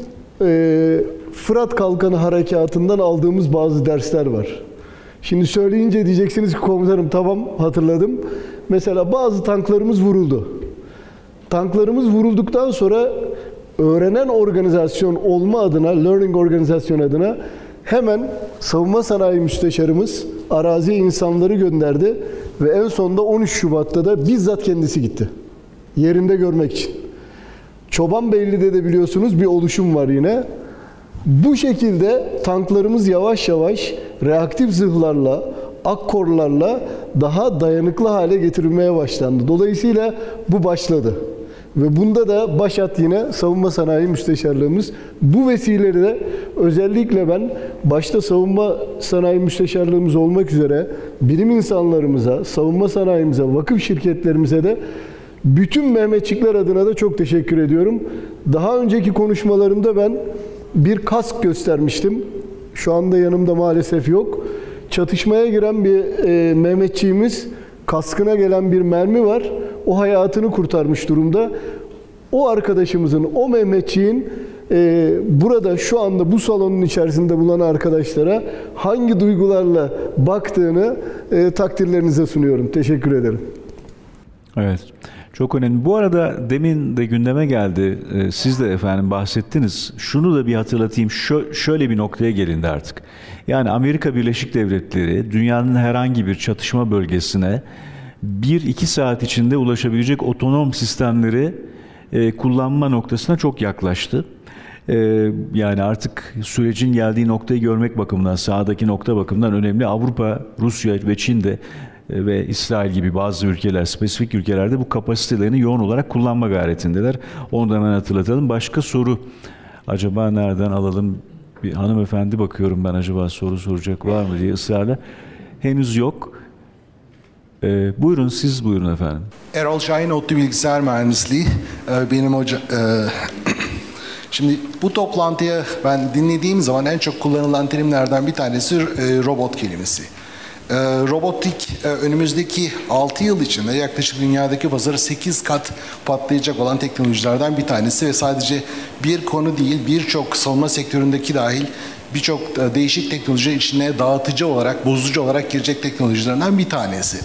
Fırat Kalkanı Harekatı'ndan aldığımız bazı dersler var. Şimdi söyleyince diyeceksiniz ki komutanım tamam hatırladım. Mesela bazı tanklarımız vuruldu. Tanklarımız vurulduktan sonra öğrenen organizasyon olma adına, learning organizasyon adına hemen Savunma Sanayi Müsteşarımız araziye insanları gönderdi ve en sonunda 13 Şubat'ta da bizzat kendisi gitti. Yerinde görmek için. Çobanbeyli'de de biliyorsunuz bir oluşum var yine. Bu şekilde tanklarımız yavaş yavaş reaktif zırhlarla, akkorlarla daha dayanıklı hale getirilmeye başlandı. Dolayısıyla bu başladı. Ve bunda da başat yine Savunma Sanayi Müsteşarlığımız. Bu vesileyle de özellikle ben başta Savunma Sanayi Müsteşarlığımız olmak üzere bilim insanlarımıza, savunma sanayimize, vakıf şirketlerimize de bütün Mehmetçikler adına da çok teşekkür ediyorum. Daha önceki konuşmalarımda ben bir kask göstermiştim. Şu anda yanımda maalesef yok. Çatışmaya giren bir Mehmetçiğimiz, kaskına gelen bir mermi var. O hayatını kurtarmış durumda. O arkadaşımızın, o Mehmetçiğin burada şu anda bu salonun içerisinde bulunan arkadaşlara hangi duygularla baktığını takdirlerinize sunuyorum. Teşekkür ederim. Evet. Çok önemli. Bu arada demin de gündeme geldi. Siz de efendim bahsettiniz. Şunu da bir hatırlatayım. Şöyle bir noktaya gelindi artık. Yani Amerika Birleşik Devletleri dünyanın herhangi bir çatışma bölgesine 1-2 saat içinde ulaşabilecek otonom sistemleri kullanma noktasına çok yaklaştı. Yani artık sürecin geldiği noktayı görmek bakımından, sahadaki nokta bakımından önemli. Avrupa, Rusya ve Çin de ve İsrail gibi bazı ülkeler, spesifik ülkelerde bu kapasitelerini yoğun olarak kullanma gayretindeler. Onu da hemen hatırlatalım. Başka soru acaba nereden alalım? Bir hanımefendi bakıyorum ben, acaba soru soracak var mı diye ısrarla. Henüz yok. Buyurun, siz buyurun efendim. Erol Şahin, ODTÜ Bilgisayar Mühendisliği. Benim hoca... Şimdi bu toplantıya ben dinlediğim zaman en çok kullanılan terimlerden bir tanesi robot kelimesi. Robotik önümüzdeki 6 yıl içinde yaklaşık dünyadaki pazarı 8 kat patlayacak olan teknolojilerden bir tanesi ve sadece bir konu değil, birçok savunma sektöründeki dahil birçok değişik teknoloji içine dağıtıcı olarak, bozucu olarak girecek teknolojilerden bir tanesi.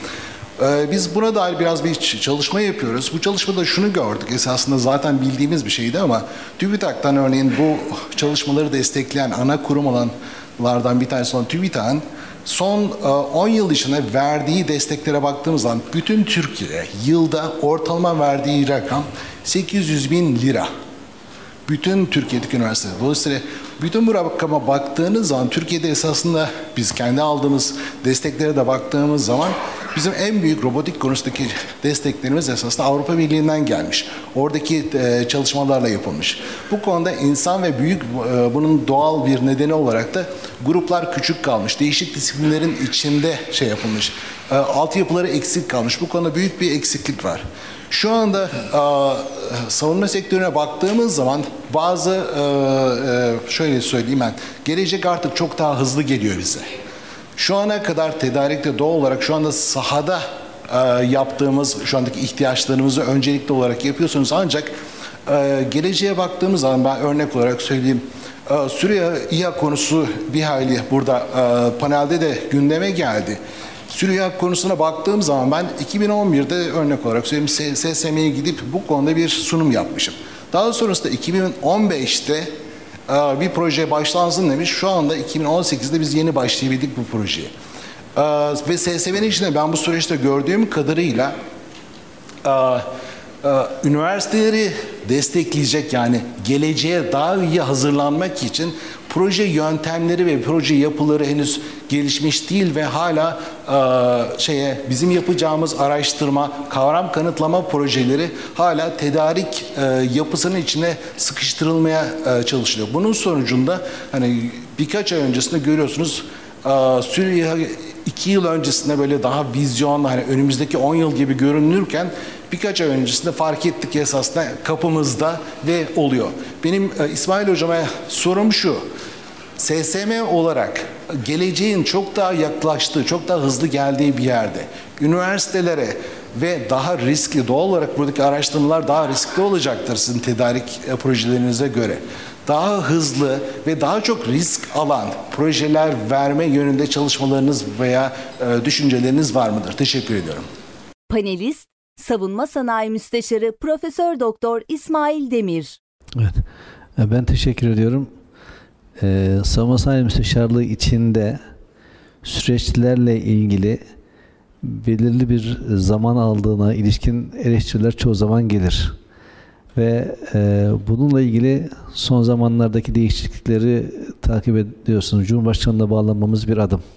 Biz buna dair biraz bir çalışma yapıyoruz. Bu çalışmada şunu gördük, esasında zaten bildiğimiz bir şeydi ama TÜBİTAK'tan örneğin bu çalışmaları destekleyen ana kurum olanlardan bir tanesi olan TÜBİTAK'ın son 10 yıl içinde verdiği desteklere baktığımız zaman bütün Türkiye'ye yılda ortalama verdiği rakam 800.000 lira. Bütün Türkiye'deki üniversiteler. Dolayısıyla bütün bu rakama baktığınız zaman Türkiye'de esasında biz kendi aldığımız desteklere de baktığımız zaman bizim en büyük robotik konusundaki desteklerimiz esasında Avrupa Birliği'nden gelmiş. Oradaki çalışmalarla yapılmış. Bu konuda insan ve büyük bunun doğal bir nedeni olarak da gruplar küçük kalmış. Değişik disiplinlerin içinde şey yapılmış. Altyapıları eksik kalmış. Bu konuda büyük bir eksiklik var. Şu anda savunma sektörüne baktığımız zaman bazı şöyle söyleyeyim ben, gelecek artık çok daha hızlı geliyor bize. Şu ana kadar tedarikte doğal olarak şu anda sahada yaptığımız şu andaki ihtiyaçlarımızı öncelikli olarak yapıyorsunuz, ancak geleceğe baktığımız zaman ben örnek olarak söyleyeyim, Suriye İHA konusu bir hayli burada panelde de gündeme geldi. Suriye konusuna baktığım zaman ben 2011'de örnek olarak söyleyeyim SSM'ye gidip bu konuda bir sunum yapmışım. Daha sonrasında 2015'te bir proje başlansın demiş. Şu anda 2018'de biz yeni başlayabildik bu projeye. Ve SSM'nin içinde ben bu süreçte gördüğüm kadarıyla üniversiteleri destekleyecek, yani geleceğe daha iyi hazırlanmak için proje yöntemleri ve proje yapıları henüz gelişmiş değil ve hala bizim yapacağımız araştırma, kavram kanıtlama projeleri hala tedarik yapısının içine sıkıştırılmaya çalışılıyor. Bunun sonucunda hani birkaç ay öncesinde görüyorsunuz Suriye 2 yıl öncesinde böyle daha vizyonlu, hani önümüzdeki 10 yıl gibi görünürken birkaç ay öncesinde fark ettik esasında kapımızda ve oluyor. Benim İsmail Hocam'a sorum şu: SSM olarak geleceğin çok daha yaklaştığı, çok daha hızlı geldiği bir yerde üniversitelere ve daha riskli, doğal olarak buradaki araştırmalar daha riskli olacaktır sizin tedarik projelerinize göre. Daha hızlı ve daha çok risk alan projeler verme yönünde çalışmalarınız veya düşünceleriniz var mıdır? Teşekkür ediyorum. Panelist, Savunma Sanayi Müsteşarı Profesör Doktor İsmail Demir. Evet, ben teşekkür ediyorum. Savunma Sanayi Müsteşarlığı içinde süreçlerle ilgili belirli bir zaman aldığına ilişkin eleştiriler çoğu zaman gelir. Ve bununla ilgili son zamanlardaki değişiklikleri takip ediyorsunuz. Cumhurbaşkanlığına bağlanmamız bir adım.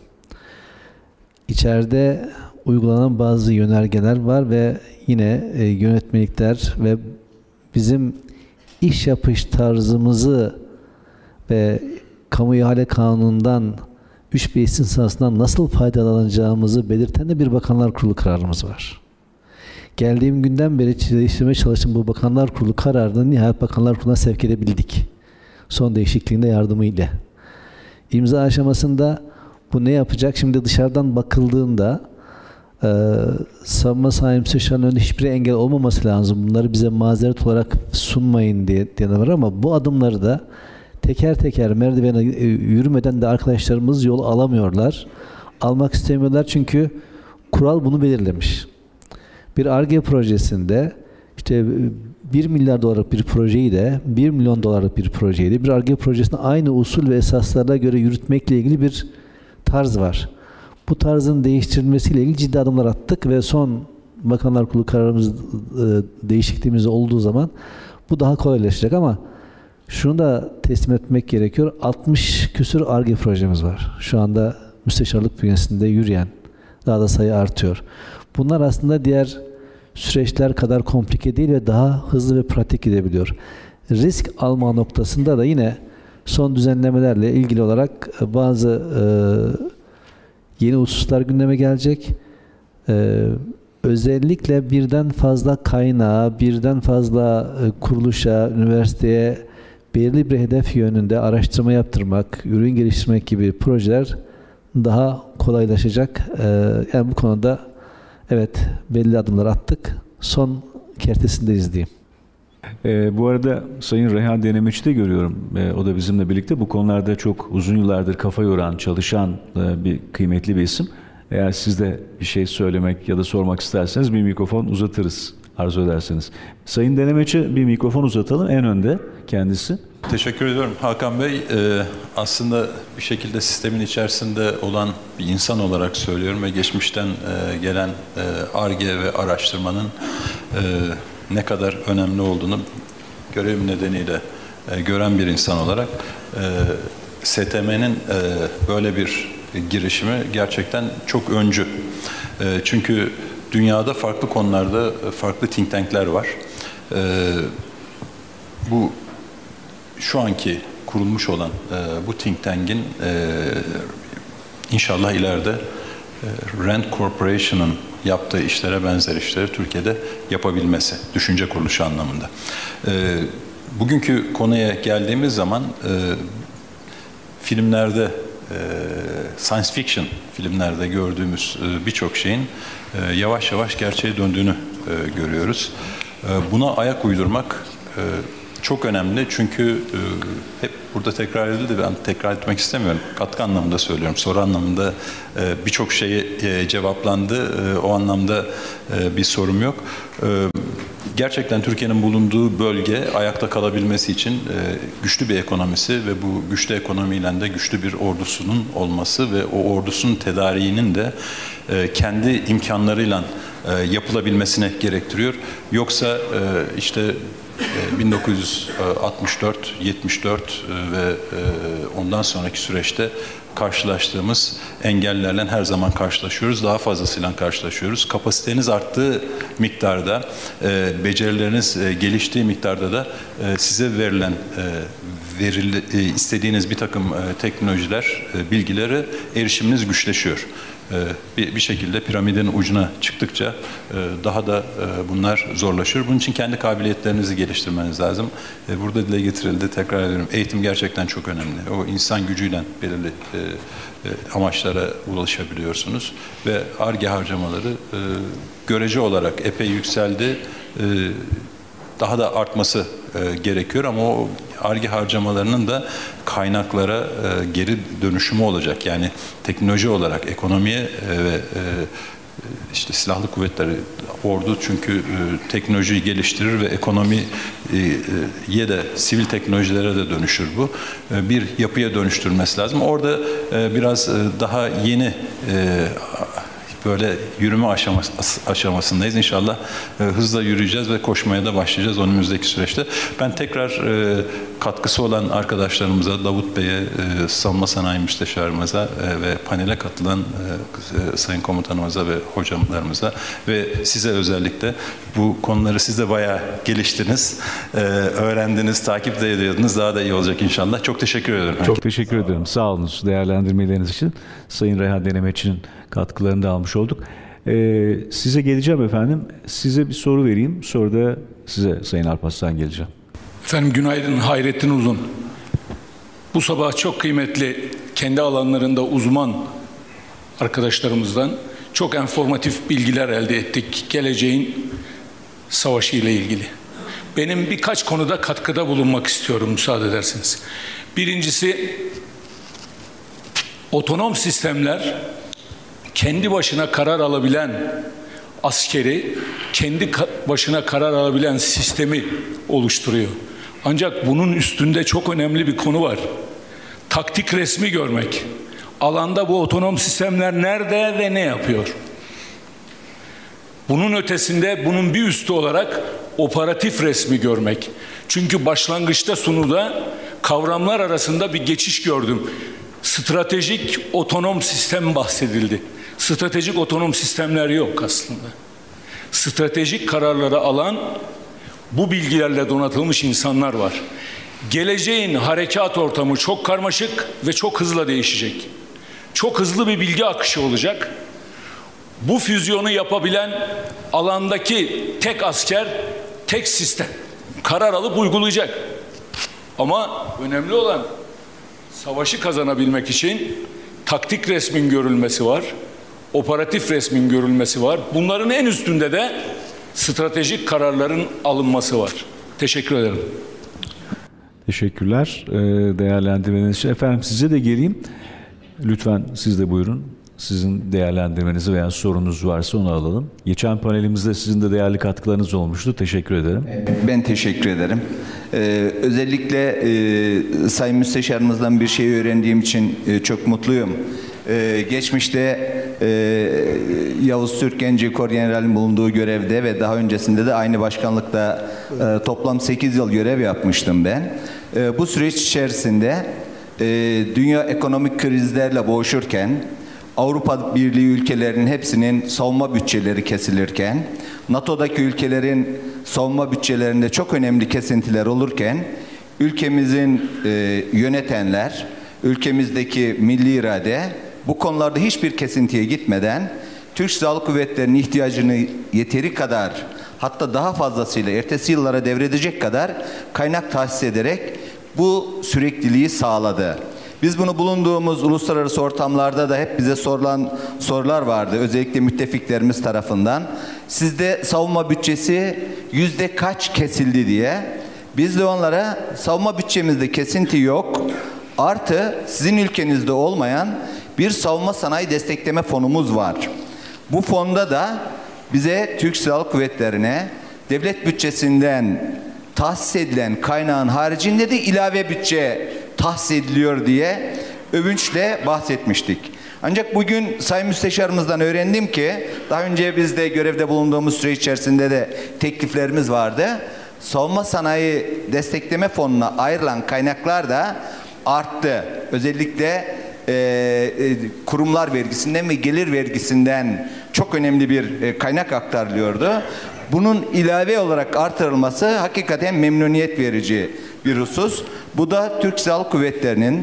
İçeride uygulanan bazı yönergeler var ve yine yönetmelikler ve bizim iş yapış tarzımızı ve kamu ihale kanunundan 3B istisnasından nasıl faydalanacağımızı belirten de bir Bakanlar Kurulu kararımız var. Geldiğim günden beri değiştirmeye çalıştığım bu Bakanlar Kurulu kararını nihayet Bakanlar Kurulu'na sevk edebildik. Son değişikliğinde yardımıyla. İmza aşamasında bu ne yapacak? Şimdi dışarıdan bakıldığında savunma sanayi müsteşarlığının önünde hiçbir engel olmaması lazım. Bunları bize mazeret olarak sunmayın diye var ama bu adımları da teker teker merdivene yürümeden de arkadaşlarımız yol alamıyorlar. Almak istemiyorlar çünkü kural bunu belirlemiş. Bir Ar-Ge projesinde işte 1 milyar dolarlık bir projeyi de 1 milyon dolarlık bir projeyi de bir Ar-Ge projesinde aynı usul ve esaslara göre yürütmekle ilgili bir tarz var. Bu tarzın değiştirilmesiyle ilgili ciddi adımlar attık ve son Bakanlar Kurulu kararımız değişikliğimiz olduğu zaman bu daha kolaylaşacak ama şunu da teslim etmek gerekiyor. 60 küsur Ar-Ge projemiz var. Şu anda müsteşarlık bünyesinde yürüyen. Daha da sayı artıyor. Bunlar aslında diğer süreçler kadar komplike değil ve daha hızlı ve pratik gidebiliyor. Risk alma noktasında da yine son düzenlemelerle ilgili olarak bazı yeni hususlar gündeme gelecek. Özellikle birden fazla kaynağa, birden fazla kuruluşa, üniversiteye belirli bir hedef yönünde araştırma yaptırmak, ürün geliştirmek gibi projeler daha kolaylaşacak. Yani bu konuda evet belli adımlar attık. Son kertesindeyiz diyeyim. Bu arada Sayın Rehan Denemeç'i de görüyorum. O da bizimle birlikte bu konularda çok uzun yıllardır kafa yoran, çalışan bir kıymetli bir isim. Eğer siz de bir şey söylemek ya da sormak isterseniz bir mikrofon uzatırız arzu ederseniz. Sayın Denemeç'e bir mikrofon uzatalım, en önde kendisi. Teşekkür ediyorum Hakan Bey. Aslında bir şekilde sistemin içerisinde olan bir insan olarak söylüyorum ve geçmişten gelen Ar-Ge ve araştırmanın ne kadar önemli olduğunu görevim nedeniyle gören bir insan olarak STM'nin böyle bir girişimi gerçekten çok öncü. Çünkü dünyada farklı konularda farklı think tank'ler var. Bu şu anki kurulmuş olan bu think tank'in inşallah ileride Rand Corporation'ın yaptığı işlere benzer işleri Türkiye'de yapabilmesi, düşünce kuruluşu anlamında. Bugünkü konuya geldiğimiz zaman filmlerde, science fiction filmlerde gördüğümüz birçok şeyin yavaş yavaş gerçeğe döndüğünü görüyoruz. Buna ayak uydurmak çok önemli çünkü hep burada tekrar edildi, ben tekrar etmek istemiyorum. Katkı anlamında söylüyorum, soru anlamında birçok şey cevaplandı. O anlamda bir sorum yok. Gerçekten Türkiye'nin bulunduğu bölge ayakta kalabilmesi için güçlü bir ekonomisi ve bu güçlü ekonomiyle de güçlü bir ordusunun olması ve o ordusunun tedariğinin de kendi imkanlarıyla yapılabilmesine gerektiriyor. Yoksa işte 1964, 74 ve ondan sonraki süreçte karşılaştığımız engellerle her zaman karşılaşıyoruz. Daha fazlasıyla karşılaşıyoruz. Kapasiteniz arttığı miktarda, becerileriniz geliştiği miktarda da size verilen istediğiniz bir takım teknolojiler, bilgilere erişiminiz güçleşiyor. Bir şekilde piramidin ucuna çıktıkça daha da bunlar zorlaşıyor. Bunun için kendi kabiliyetlerinizi geliştirmeniz lazım. Burada dile getirildi, tekrar ediyorum. Eğitim gerçekten çok önemli. O insan gücüyle belirli amaçlara ulaşabiliyorsunuz. Ve Ar-Ge harcamaları görece olarak epey yükseldi. Daha da artması gerekiyor ama o Ar-Ge harcamalarının da kaynaklara geri dönüşümü olacak. Yani teknoloji olarak ekonomiye ve işte silahlı kuvvetleri, ordu çünkü teknolojiyi geliştirir ve ekonomiye de sivil teknolojilere de dönüşür bu. Bir yapıya dönüştürmesi lazım. Orada biraz daha yeni böyle yürüme aşamasındayız. İnşallah hızla yürüyeceğiz ve koşmaya da başlayacağız önümüzdeki süreçte. Ben tekrar katkısı olan arkadaşlarımıza, Davut Bey'e, Savunma Sanayi Müsteşarımıza ve panele katılan Sayın Komutanımıza ve hocamlarımıza ve size özellikle bu konuları siz de bayağı geliştiniz, öğrendiniz, takip de ediyordunuz. Daha da iyi olacak inşallah. Çok teşekkür ederim. Çok teşekkür ederim. Sağ olun değerlendirmeleriniz için. Sayın Reyhan Denemetçi'nin katkılarını da almış olduk. Size geleceğim efendim. Size bir soru vereyim. Sonra da size Sayın Alparslan geleceğim. Efendim günaydın, Hayrettin Uzun. Bu sabah çok kıymetli, kendi alanlarında uzman arkadaşlarımızdan çok informatif bilgiler elde ettik geleceğin savaşı ile ilgili. Benim birkaç konuda katkıda bulunmak istiyorum müsaade ederseniz. Birincisi, otonom sistemler kendi başına karar alabilen askeri, kendi başına karar alabilen sistemi oluşturuyor. Ancak bunun üstünde çok önemli bir konu var. Taktik resmi görmek. Alanda bu otonom sistemler nerede ve ne yapıyor? Bunun ötesinde, bunun bir üstü olarak operatif resmi görmek. Çünkü başlangıçta sunuda kavramlar arasında bir geçiş gördüm. Stratejik otonom sistem bahsedildi. Stratejik otonom sistemler yok aslında. Stratejik kararları alan, bu bilgilerle donatılmış insanlar var. Geleceğin harekat ortamı çok karmaşık ve çok hızlı değişecek. Çok hızlı bir bilgi akışı olacak. Bu füzyonu yapabilen alandaki tek asker, tek sistem karar alıp uygulayacak. Ama önemli olan savaşı kazanabilmek için taktik resmin görülmesi var, operatif resmin görülmesi var. Bunların en üstünde de stratejik kararların alınması var. Teşekkür ederim. Teşekkürler değerlendirmeniz için. Efendim size de geleyim. Lütfen siz de buyurun. Sizin değerlendirmenizi veya sorunuz varsa onu alalım. Geçen panelimizde sizin de değerli katkılarınız olmuştu. Teşekkür ederim. Ben teşekkür ederim. Özellikle Sayın Müsteşarımızdan bir şey öğrendiğim için çok mutluyum. Geçmişte Yavuz Türkgenci Korgeneral'in bulunduğu görevde ve daha öncesinde de aynı başkanlıkta toplam 8 yıl görev yapmıştım ben. Bu süreç içerisinde dünya ekonomik krizlerle boğuşurken Avrupa Birliği ülkelerinin hepsinin savunma bütçeleri kesilirken, NATO'daki ülkelerin savunma bütçelerinde çok önemli kesintiler olurken, ülkemizin yönetenler, ülkemizdeki milli irade bu konularda hiçbir kesintiye gitmeden Türk Silahlı Kuvvetleri'nin ihtiyacını yeteri kadar, hatta daha fazlasıyla ertesi yıllara devredecek kadar kaynak tahsis ederek bu sürekliliği sağladı. Biz bunu bulunduğumuz uluslararası ortamlarda da hep bize sorulan sorular vardı. Özellikle müttefiklerimiz tarafından. Sizde savunma bütçesi yüzde kaç kesildi diye. Biz de onlara savunma bütçemizde kesinti yok. Artı sizin ülkenizde olmayan bir savunma sanayi destekleme fonumuz var. Bu fonda da bize Türk Silahlı Kuvvetleri'ne devlet bütçesinden tahsis edilen kaynağın haricinde de ilave bütçe tahsis ediliyor diye övünçle bahsetmiştik. Ancak bugün Sayın Müsteşarımızdan öğrendim ki daha önce biz de görevde bulunduğumuz süre içerisinde de tekliflerimiz vardı. Savunma Sanayi Destekleme Fonu'na ayrılan kaynaklar da arttı. Özellikle kurumlar vergisinden ve gelir vergisinden çok önemli bir kaynak aktarılıyordu. Bunun ilave olarak artırılması hakikaten memnuniyet verici bir husus. Bu da Türk Silahlı Kuvvetleri'nin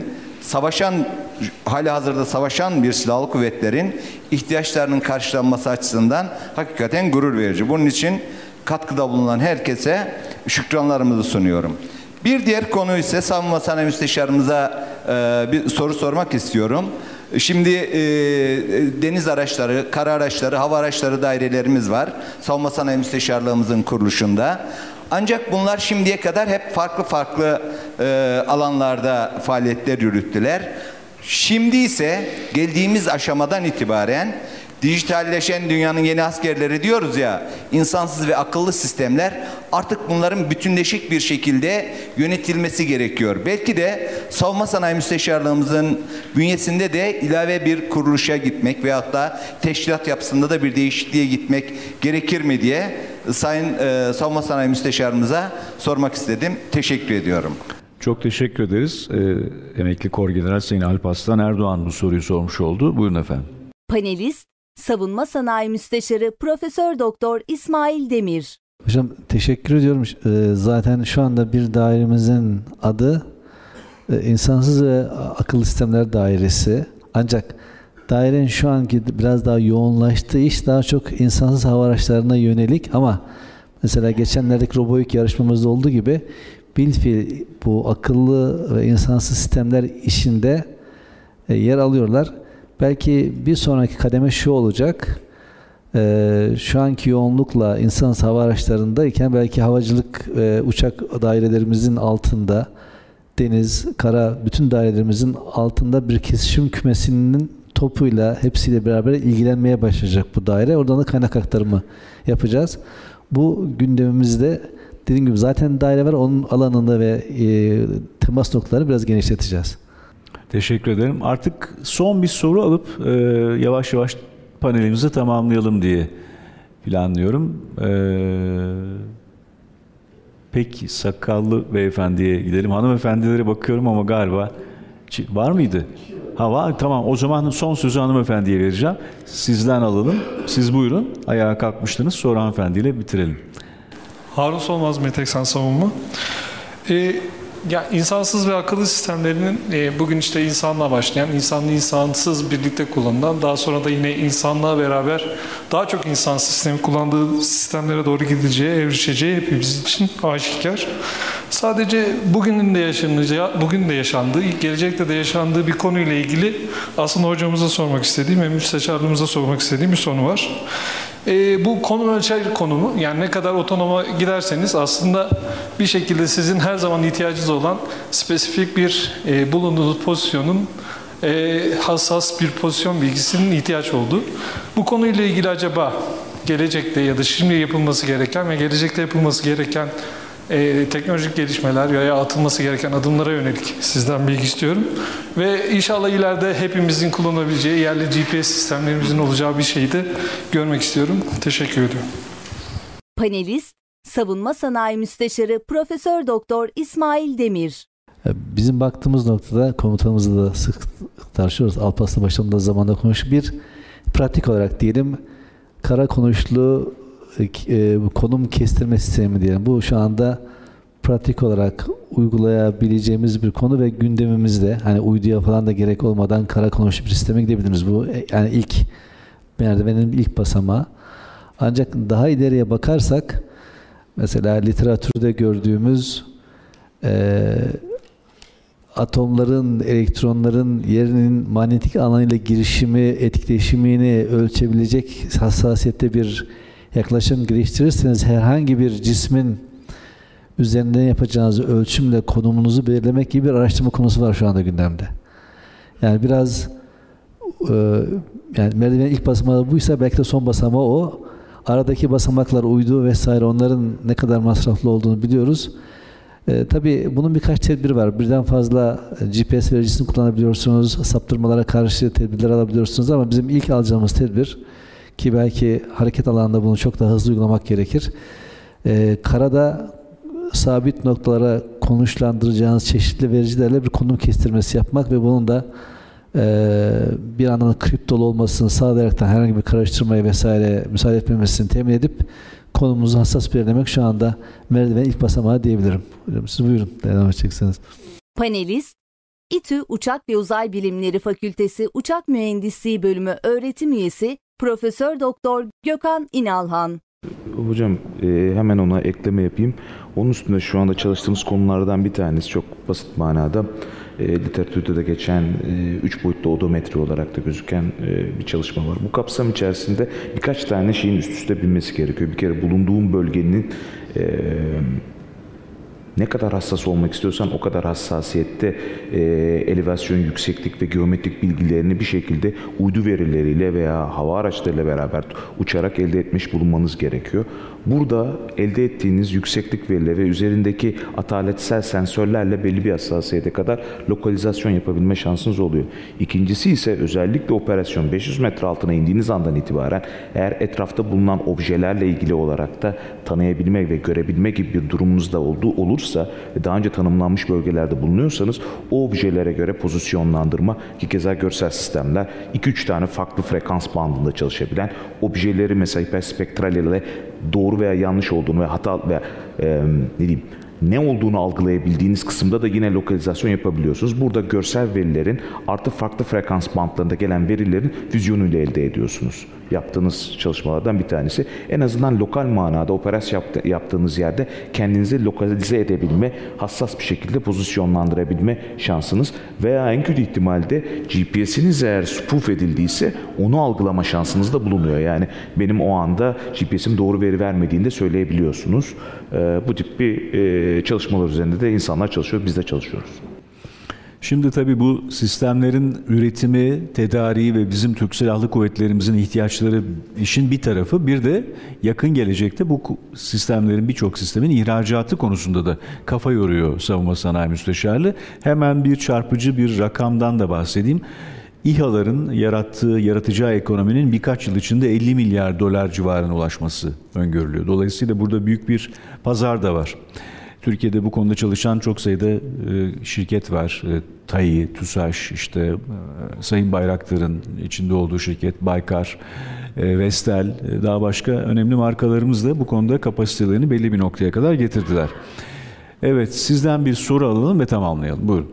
hali hazırda savaşan bir silahlı kuvvetlerin ihtiyaçlarının karşılanması açısından hakikaten gurur verici. Bunun için katkıda bulunan herkese şükranlarımızı sunuyorum. Bir diğer konu ise Savunma Sanayi Müsteşarımıza bir soru sormak istiyorum. Şimdi deniz araçları, kara araçları, hava araçları dairelerimiz var. Savunma Sanayi Müsteşarlığımızın kuruluşunda. Ancak bunlar şimdiye kadar hep farklı alanlarda faaliyetler yürüttüler. Şimdi ise geldiğimiz aşamadan itibaren dijitalleşen dünyanın yeni askerleri diyoruz ya, insansız ve akıllı sistemler, artık bunların bütünleşik bir şekilde yönetilmesi gerekiyor. Belki de Savunma Sanayi Müsteşarlığımızın bünyesinde de ilave bir kuruluşa gitmek veyahut da teşkilat yapısında da bir değişikliğe gitmek gerekir mi diye Sayın Savunma Sanayi Müsteşarımıza sormak istedim. Teşekkür ediyorum. Çok teşekkür ederiz. Emekli Korgeneral Sayın Alparslan Erdoğan bu soruyu sormuş oldu. Buyurun efendim. Panelist, Savunma Sanayi Müsteşarı Profesör Doktor İsmail Demir. Hocam teşekkür ediyorum. Zaten şu anda bir dairemizin adı İnsansız ve Akıllı Sistemler Dairesi. Ancak dairenin şu anki biraz daha yoğunlaştığı iş daha çok insansız hava araçlarına yönelik, ama mesela geçenlerdeki robotik yarışmamızda olduğu gibi bilfiil bu akıllı ve insansız sistemler işinde yer alıyorlar. Belki bir sonraki kademe şu olacak. Şu anki yoğunlukla insansız hava araçlarındayken belki havacılık uçak dairelerimizin altında, deniz, kara bütün dairelerimizin altında bir kesişim kümesinin topuyla hepsiyle beraber ilgilenmeye başlayacak bu daire. Oradan da kaynak aktarımı yapacağız. Bu gündemimizde dediğim gibi zaten daire var, onun alanında ve temas noktalarını biraz genişleteceğiz. Teşekkür ederim. Artık son bir soru alıp yavaş yavaş panelimizi tamamlayalım diye planlıyorum. Peki sakallı beyefendiye gidelim. Hanımefendilere bakıyorum ama galiba var mıydı? Ha var, tamam. O zaman son sözü hanımefendiye vereceğim. Sizden alalım. Siz buyurun. Ayağa kalkmıştınız. Sonra hanımefendiyle bitirelim. Harun Solmaz, Meteksan Savunma. İnsansız ve akıllı sistemlerinin bugün işte insanla başlayan, insanlı insansız birlikte kullanılan, daha sonra da yine insanlığa beraber daha çok insansız sistemi kullandığı sistemlere doğru gideceği, evrişeceği hepimiz için aşikar. Sadece bugün de yaşandığı, gelecekte de yaşandığı bir konuyla ilgili aslında hocamıza sormak istediğim ve müsteşarlığımıza sormak istediğim bir soru var. Bu konum ölçer konumu, yani ne kadar otonoma giderseniz aslında bir şekilde sizin her zaman ihtiyacınız olan spesifik bir bulunduğunuz pozisyonun hassas bir pozisyon bilgisinin ihtiyaç olduğu. Bu konuyla ilgili acaba gelecekte ya da şimdi yapılması gereken ve gelecekte yapılması gereken teknolojik gelişmeler veya atılması gereken adımlara yönelik sizden bilgi istiyorum. Ve inşallah ileride hepimizin kullanabileceği yerli GPS sistemlerimizin olacağı bir şeyi de görmek istiyorum. Teşekkür ediyorum. Panelist, Savunma Sanayi Müsteşarı Profesör Doktor İsmail Demir. Bizim baktığımız noktada komutanımızla da sık tartışıyoruz. Alparslan başında zamanda konuştuk. Bir pratik olarak diyelim kara konuşlu konum kestirme sistemi diyelim. Bu şu anda pratik olarak uygulayabileceğimiz bir konu ve gündemimizde hani uyduya falan da gerek olmadan kara konuşlu bir sisteme gidebiliriz. Bu yani ilk merdivenin ilk basamağı. Ancak daha ileriye bakarsak mesela literatürde gördüğümüz atomların, elektronların yerinin manyetik alanıyla girişimi, etkileşimini ölçebilecek hassasiyette bir yaklaşım geliştirirseniz herhangi bir cismin üzerinden yapacağınız ölçümle konumunuzu belirlemek gibi bir araştırma konusu var şu anda gündemde. Yani biraz yani merdivenin ilk basamağı buysa belki de son basamağı o. Aradaki basamaklar, uydu vesaire onların ne kadar masraflı olduğunu biliyoruz. Tabii bunun birkaç tedbiri var. Birden fazla GPS vericisini kullanabiliyorsunuz. Saptırmalara karşı tedbirler alabiliyorsunuz ama bizim ilk alacağımız tedbir ki belki hareket alanında bunu çok daha hızlı uygulamak gerekir. Karada sabit noktalara konuşlandıracağınız çeşitli vericilerle bir konum kestirmesi yapmak ve bunun da bir anlamda kriptolu olmasını sağlayaraktan herhangi bir karıştırmaya vesaire müsaade etmemesini temin edip konumuzu hassas belirlemek şu anda merdiven ilk basamağı diyebilirim. Siz buyurun devam edeceksiniz. Panelist, İTÜ Uçak ve Uzay Bilimleri Fakültesi Uçak Mühendisliği Bölümü öğretim üyesi Profesör Doktor Gökhan İnalhan. Hocam hemen ona ekleme yapayım. Onun üstünde şu anda çalıştığımız konulardan bir tanesi çok basit manada literatürde de geçen 3 boyutlu odometri olarak da gözüken bir çalışma var. Bu kapsam içerisinde birkaç tane şeyin üst üste binmesi gerekiyor. Bir kere bulunduğun bölgenin ne kadar hassas olmak istiyorsan o kadar hassasiyette elevasyon, yükseklik ve geometrik bilgilerini bir şekilde uydu verileriyle veya hava araçlarıyla beraber uçarak elde etmiş bulunmanız gerekiyor. Burada elde ettiğiniz yükseklik verileri ve üzerindeki ataletsel sensörlerle belli bir hassasiyete kadar lokalizasyon yapabilme şansınız oluyor. İkincisi ise özellikle operasyon 500 metre altına indiğiniz andan itibaren eğer etrafta bulunan objelerle ilgili olarak da tanıyabilme ve görebilme gibi bir durumunuz da olursa ve daha önce tanımlanmış bölgelerde bulunuyorsanız o objelere göre pozisyonlandırma ki keza görsel sistemler 2-3 tane farklı frekans bandında çalışabilen objeleri mesela hiperspektral ile doğru veya yanlış olduğunu ve hata veya ne olduğunu algılayabildiğiniz kısımda da yine lokalizasyon yapabiliyorsunuz. Burada görsel verilerin artı farklı frekans bandlarında gelen verilerin füzyonuyla elde ediyorsunuz. Yaptığınız çalışmalardan bir tanesi. En azından lokal manada operasyon yaptığınız yerde kendinizi lokalize edebilme, hassas bir şekilde pozisyonlandırabilme şansınız veya en kötü ihtimalde GPS'iniz eğer spoof edildiyse onu algılama şansınız da bulunuyor. Yani benim o anda GPS'im doğru veri vermediğini de söyleyebiliyorsunuz. Bu tip bir çalışmalar üzerinde de insanlar çalışıyor, biz de çalışıyoruz. Şimdi tabii bu sistemlerin üretimi, tedariği ve bizim Türk Silahlı Kuvvetlerimizin ihtiyaçları işin bir tarafı. Bir de yakın gelecekte bu sistemlerin birçok sistemin ihracatı konusunda da kafa yoruyor Savunma Sanayi Müsteşarlığı. Hemen bir çarpıcı bir rakamdan da bahsedeyim. İHA'ların yaratacağı ekonominin birkaç yıl içinde 50 milyar dolar civarına ulaşması öngörülüyor. Dolayısıyla burada büyük bir pazar da var. Türkiye'de bu konuda çalışan çok sayıda şirket var. TAİ, TUSAŞ, işte Sayın Bayraktar'ın içinde olduğu şirket, Baykar, Vestel, daha başka önemli markalarımız da bu konuda kapasitelerini belli bir noktaya kadar getirdiler. Evet, sizden bir soru alalım ve tamamlayalım. Buyurun.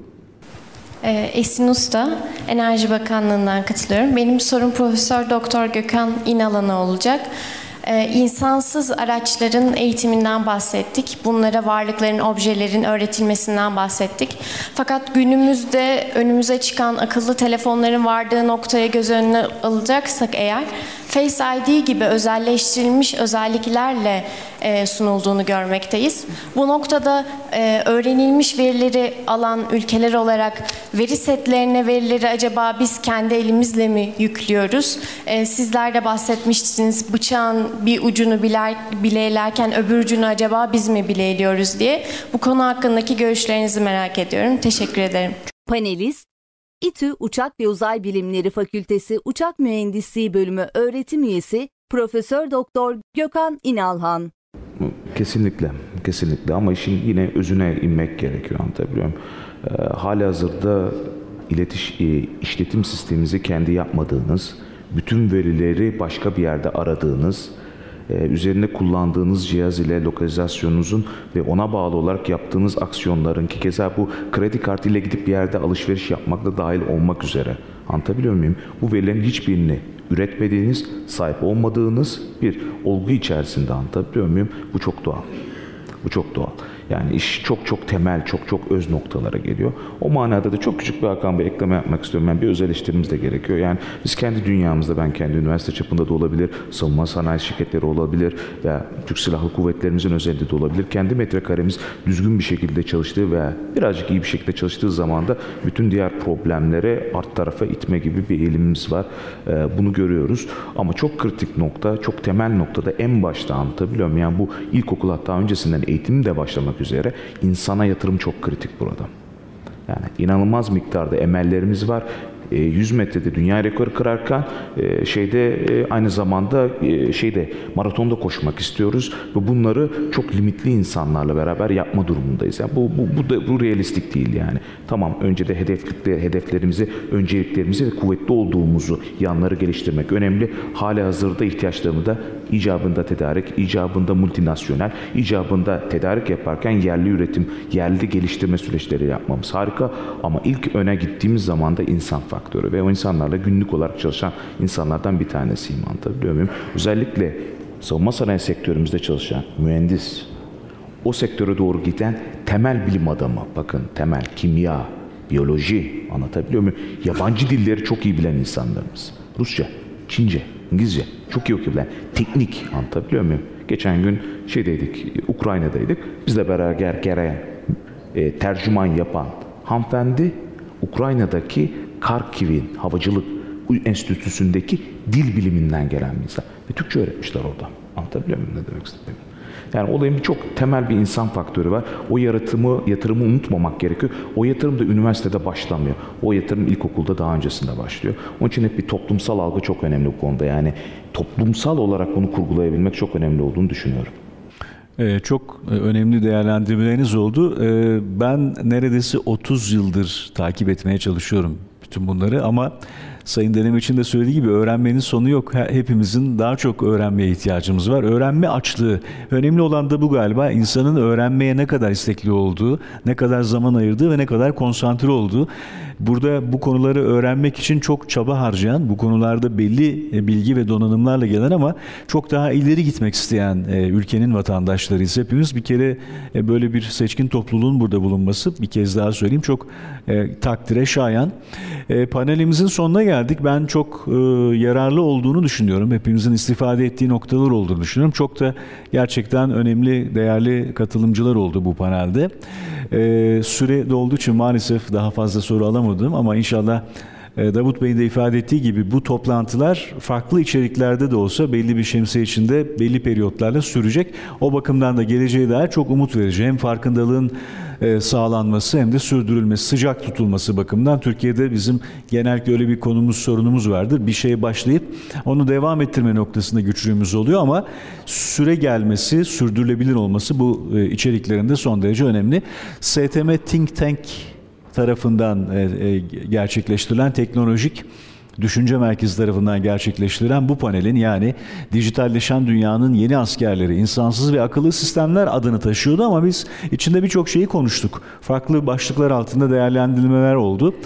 Esin Usta, Enerji Bakanlığı'ndan katılıyorum. Benim sorum Profesör Doktor Gökhan İnalhan'a olacak. İnsansız araçların eğitiminden bahsettik. Bunlara varlıkların, objelerin öğretilmesinden bahsettik. Fakat günümüzde önümüze çıkan akıllı telefonların vardığı noktaya göz önüne alacaksak eğer, Face ID gibi özelleştirilmiş özelliklerle sunulduğunu görmekteyiz. Bu noktada öğrenilmiş verileri alan ülkeler olarak veri setlerine verileri acaba biz kendi elimizle mi yüklüyoruz? Sizler de bahsetmiştiniz, bıçağın bir ucunu bileylerken öbür ucunu acaba biz mi bileyliyoruz diye. Bu konu hakkındaki görüşlerinizi merak ediyorum. Teşekkür ederim. Panelist, İTÜ Uçak ve Uzay Bilimleri Fakültesi Uçak Mühendisliği Bölümü öğretim üyesi Profesör Doktor Gökhan İnalhan. Kesinlikle. Kesinlikle ama işin yine özüne inmek gerekiyor, anlatabiliyor muyum? Halihazırda işletim sisteminizi kendi yapmadığınız, bütün verileri başka bir yerde aradığınız, üzerinde kullandığınız cihaz ile lokalizasyonunuzun ve ona bağlı olarak yaptığınız aksiyonların, ki keza bu kredi kartı ile gidip bir yerde alışveriş yapmak da dahil olmak üzere, anlatabiliyor muyum? Bu verilerin hiçbirini üretmediğiniz, sahip olmadığınız bir olgu içerisinde, anlatabiliyor muyum? Bu çok doğal. Bu çok doğal. Yani iş çok temel, çok öz noktalara geliyor. O manada da çok küçük bir Hakan Bey ekleme yapmak istiyorum. Ben bir öz eleştirimiz de gerekiyor. Yani biz kendi dünyamızda, ben kendi üniversite çapında da olabilir, savunma sanayi şirketleri olabilir veya Türk Silahlı Kuvvetlerimizin özelinde de olabilir. Kendi metrekaremiz düzgün bir şekilde çalıştığı veya birazcık iyi bir şekilde çalıştığı zaman da bütün diğer problemlere art tarafa itme gibi bir eğilimimiz var. Bunu görüyoruz. Ama çok kritik nokta, çok temel noktada en başta, anlatabiliyor muyum? Yani bu ilkokul, hatta öncesinden eğitim de başlamak üzere insana yatırım çok kritik burada. Yani inanılmaz miktarda emellerimiz var. 100 metrede dünya rekoru kırarken aynı zamanda maratonda koşmak istiyoruz ve bunları çok limitli insanlarla beraber yapma durumundayız. Yani bu realistik değil yani. Tamam, önce de hedeflerimizi, önceliklerimizi ve kuvvetli olduğumuzu, yanları geliştirmek önemli. Halihazırda ihtiyaçlarımı da icabında tedarik, icabında multinasyonel, icabında tedarik yaparken yerli üretim, yerli geliştirme süreçleri yapmamız harika. Ama ilk öne gittiğimiz zaman da insan faktörü ve o insanlarla günlük olarak çalışan insanlardan bir tanesiyim, anlatabiliyor muyum? Özellikle savunma sanayi sektörümüzde çalışan mühendis, o sektöre doğru giden temel bilim adamı, bakın temel kimya, biyoloji, anlatabiliyor muyum? Yabancı dilleri çok iyi bilen insanlarımız. Rusça, Çince, İngilizce çok iyi okuyabilen, teknik, anlatabiliyor muyum? Geçen gün Ukrayna'daydık. Bizle beraber gelen tercüman yapan hanımefendi Ukrayna'daki Kharkiv'in havacılık enstitüsündeki dil biliminden gelen bir insan. Ve Türkçe öğretmişler orada. Anlatabiliyor muyum ne demek istediğimi? Yani olayın çok temel bir insan faktörü var. O yatırımı unutmamak gerekiyor. O yatırım da üniversitede başlamıyor. O yatırım ilkokulda daha öncesinde başlıyor. Onun için hep bir toplumsal algı çok önemli bu konuda. Yani toplumsal olarak bunu kurgulayabilmek çok önemli olduğunu düşünüyorum. Çok önemli değerlendirmeleriniz oldu. Ben neredeyse 30 yıldır takip etmeye çalışıyorum bütün bunları ama Sayın Denemeç'in de söylediği gibi öğrenmenin sonu yok. Hepimizin daha çok öğrenmeye ihtiyacımız var. Öğrenme açlığı. Önemli olan da bu galiba. İnsanın öğrenmeye ne kadar istekli olduğu, ne kadar zaman ayırdığı ve ne kadar konsantre olduğu. Burada bu konuları öğrenmek için çok çaba harcayan, bu konularda belli bilgi ve donanımlarla gelen ama çok daha ileri gitmek isteyen ülkenin vatandaşlarıyız. Hepimiz bir kere böyle bir seçkin topluluğun burada bulunması, bir kez daha söyleyeyim, çok takdire şayan. Panelimizin sonuna geldik. Ben çok yararlı olduğunu düşünüyorum. Hepimizin istifade ettiği noktalar olduğunu düşünüyorum. Çok da gerçekten önemli, değerli katılımcılar oldu bu panelde. Süre dolduğu için maalesef daha fazla soru alamadım ama inşallah Davut Bey'in de ifade ettiği gibi bu toplantılar farklı içeriklerde de olsa belli bir şemsiye içinde belli periyotlarla sürecek. O bakımdan da geleceğe dair çok umut verici. Hem farkındalığın sağlanması hem de sürdürülmesi, sıcak tutulması bakımından. Türkiye'de bizim genellikle öyle bir sorunumuz vardır. Bir şeye başlayıp onu devam ettirme noktasında güçlüğümüz oluyor ama süre gelmesi, sürdürülebilir olması bu içeriklerinde son derece önemli. STM Think Tank tarafından gerçekleştirilen, teknolojik düşünce merkezi tarafından gerçekleştirilen bu panelin, yani dijitalleşen dünyanın yeni askerleri, insansız ve akıllı sistemler adını taşıyordu ama biz içinde birçok şeyi konuştuk. Farklı başlıklar altında değerlendirmeler oldu.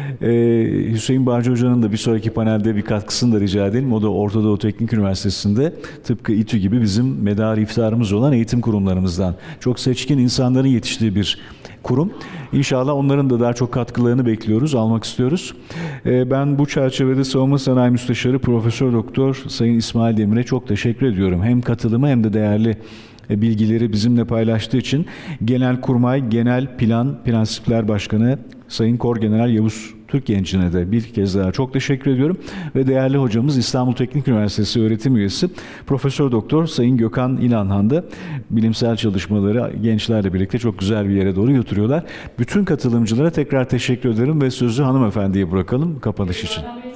Hüseyin Bağcı Hoca'nın da bir sonraki panelde bir katkısını da rica edelim. O da Orta Doğu Teknik Üniversitesi'nde tıpkı İTÜ gibi bizim medar iftiharımız olan eğitim kurumlarımızdan çok seçkin insanların yetiştiği bir kurum. İnşallah onların da daha çok katkılarını bekliyoruz, almak istiyoruz. Ben bu çerçevede Savunma Sanayi Müsteşarı Profesör Doktor Sayın İsmail Demir'e çok teşekkür ediyorum. Hem katılımı hem de değerli bilgileri bizimle paylaştığı için. Genelkurmay Genel Plan Prensipler Başkanı Sayın Korgeneral Yavuz Türkgenç'ine de bir kez daha çok teşekkür ediyorum. Ve değerli hocamız İstanbul Teknik Üniversitesi öğretim üyesi Profesör Doktor Sayın Gökhan İnanhan da bilimsel çalışmaları gençlerle birlikte çok güzel bir yere doğru götürüyorlar. Bütün katılımcılara tekrar teşekkür ederim ve sözü hanımefendiye bırakalım kapanış için.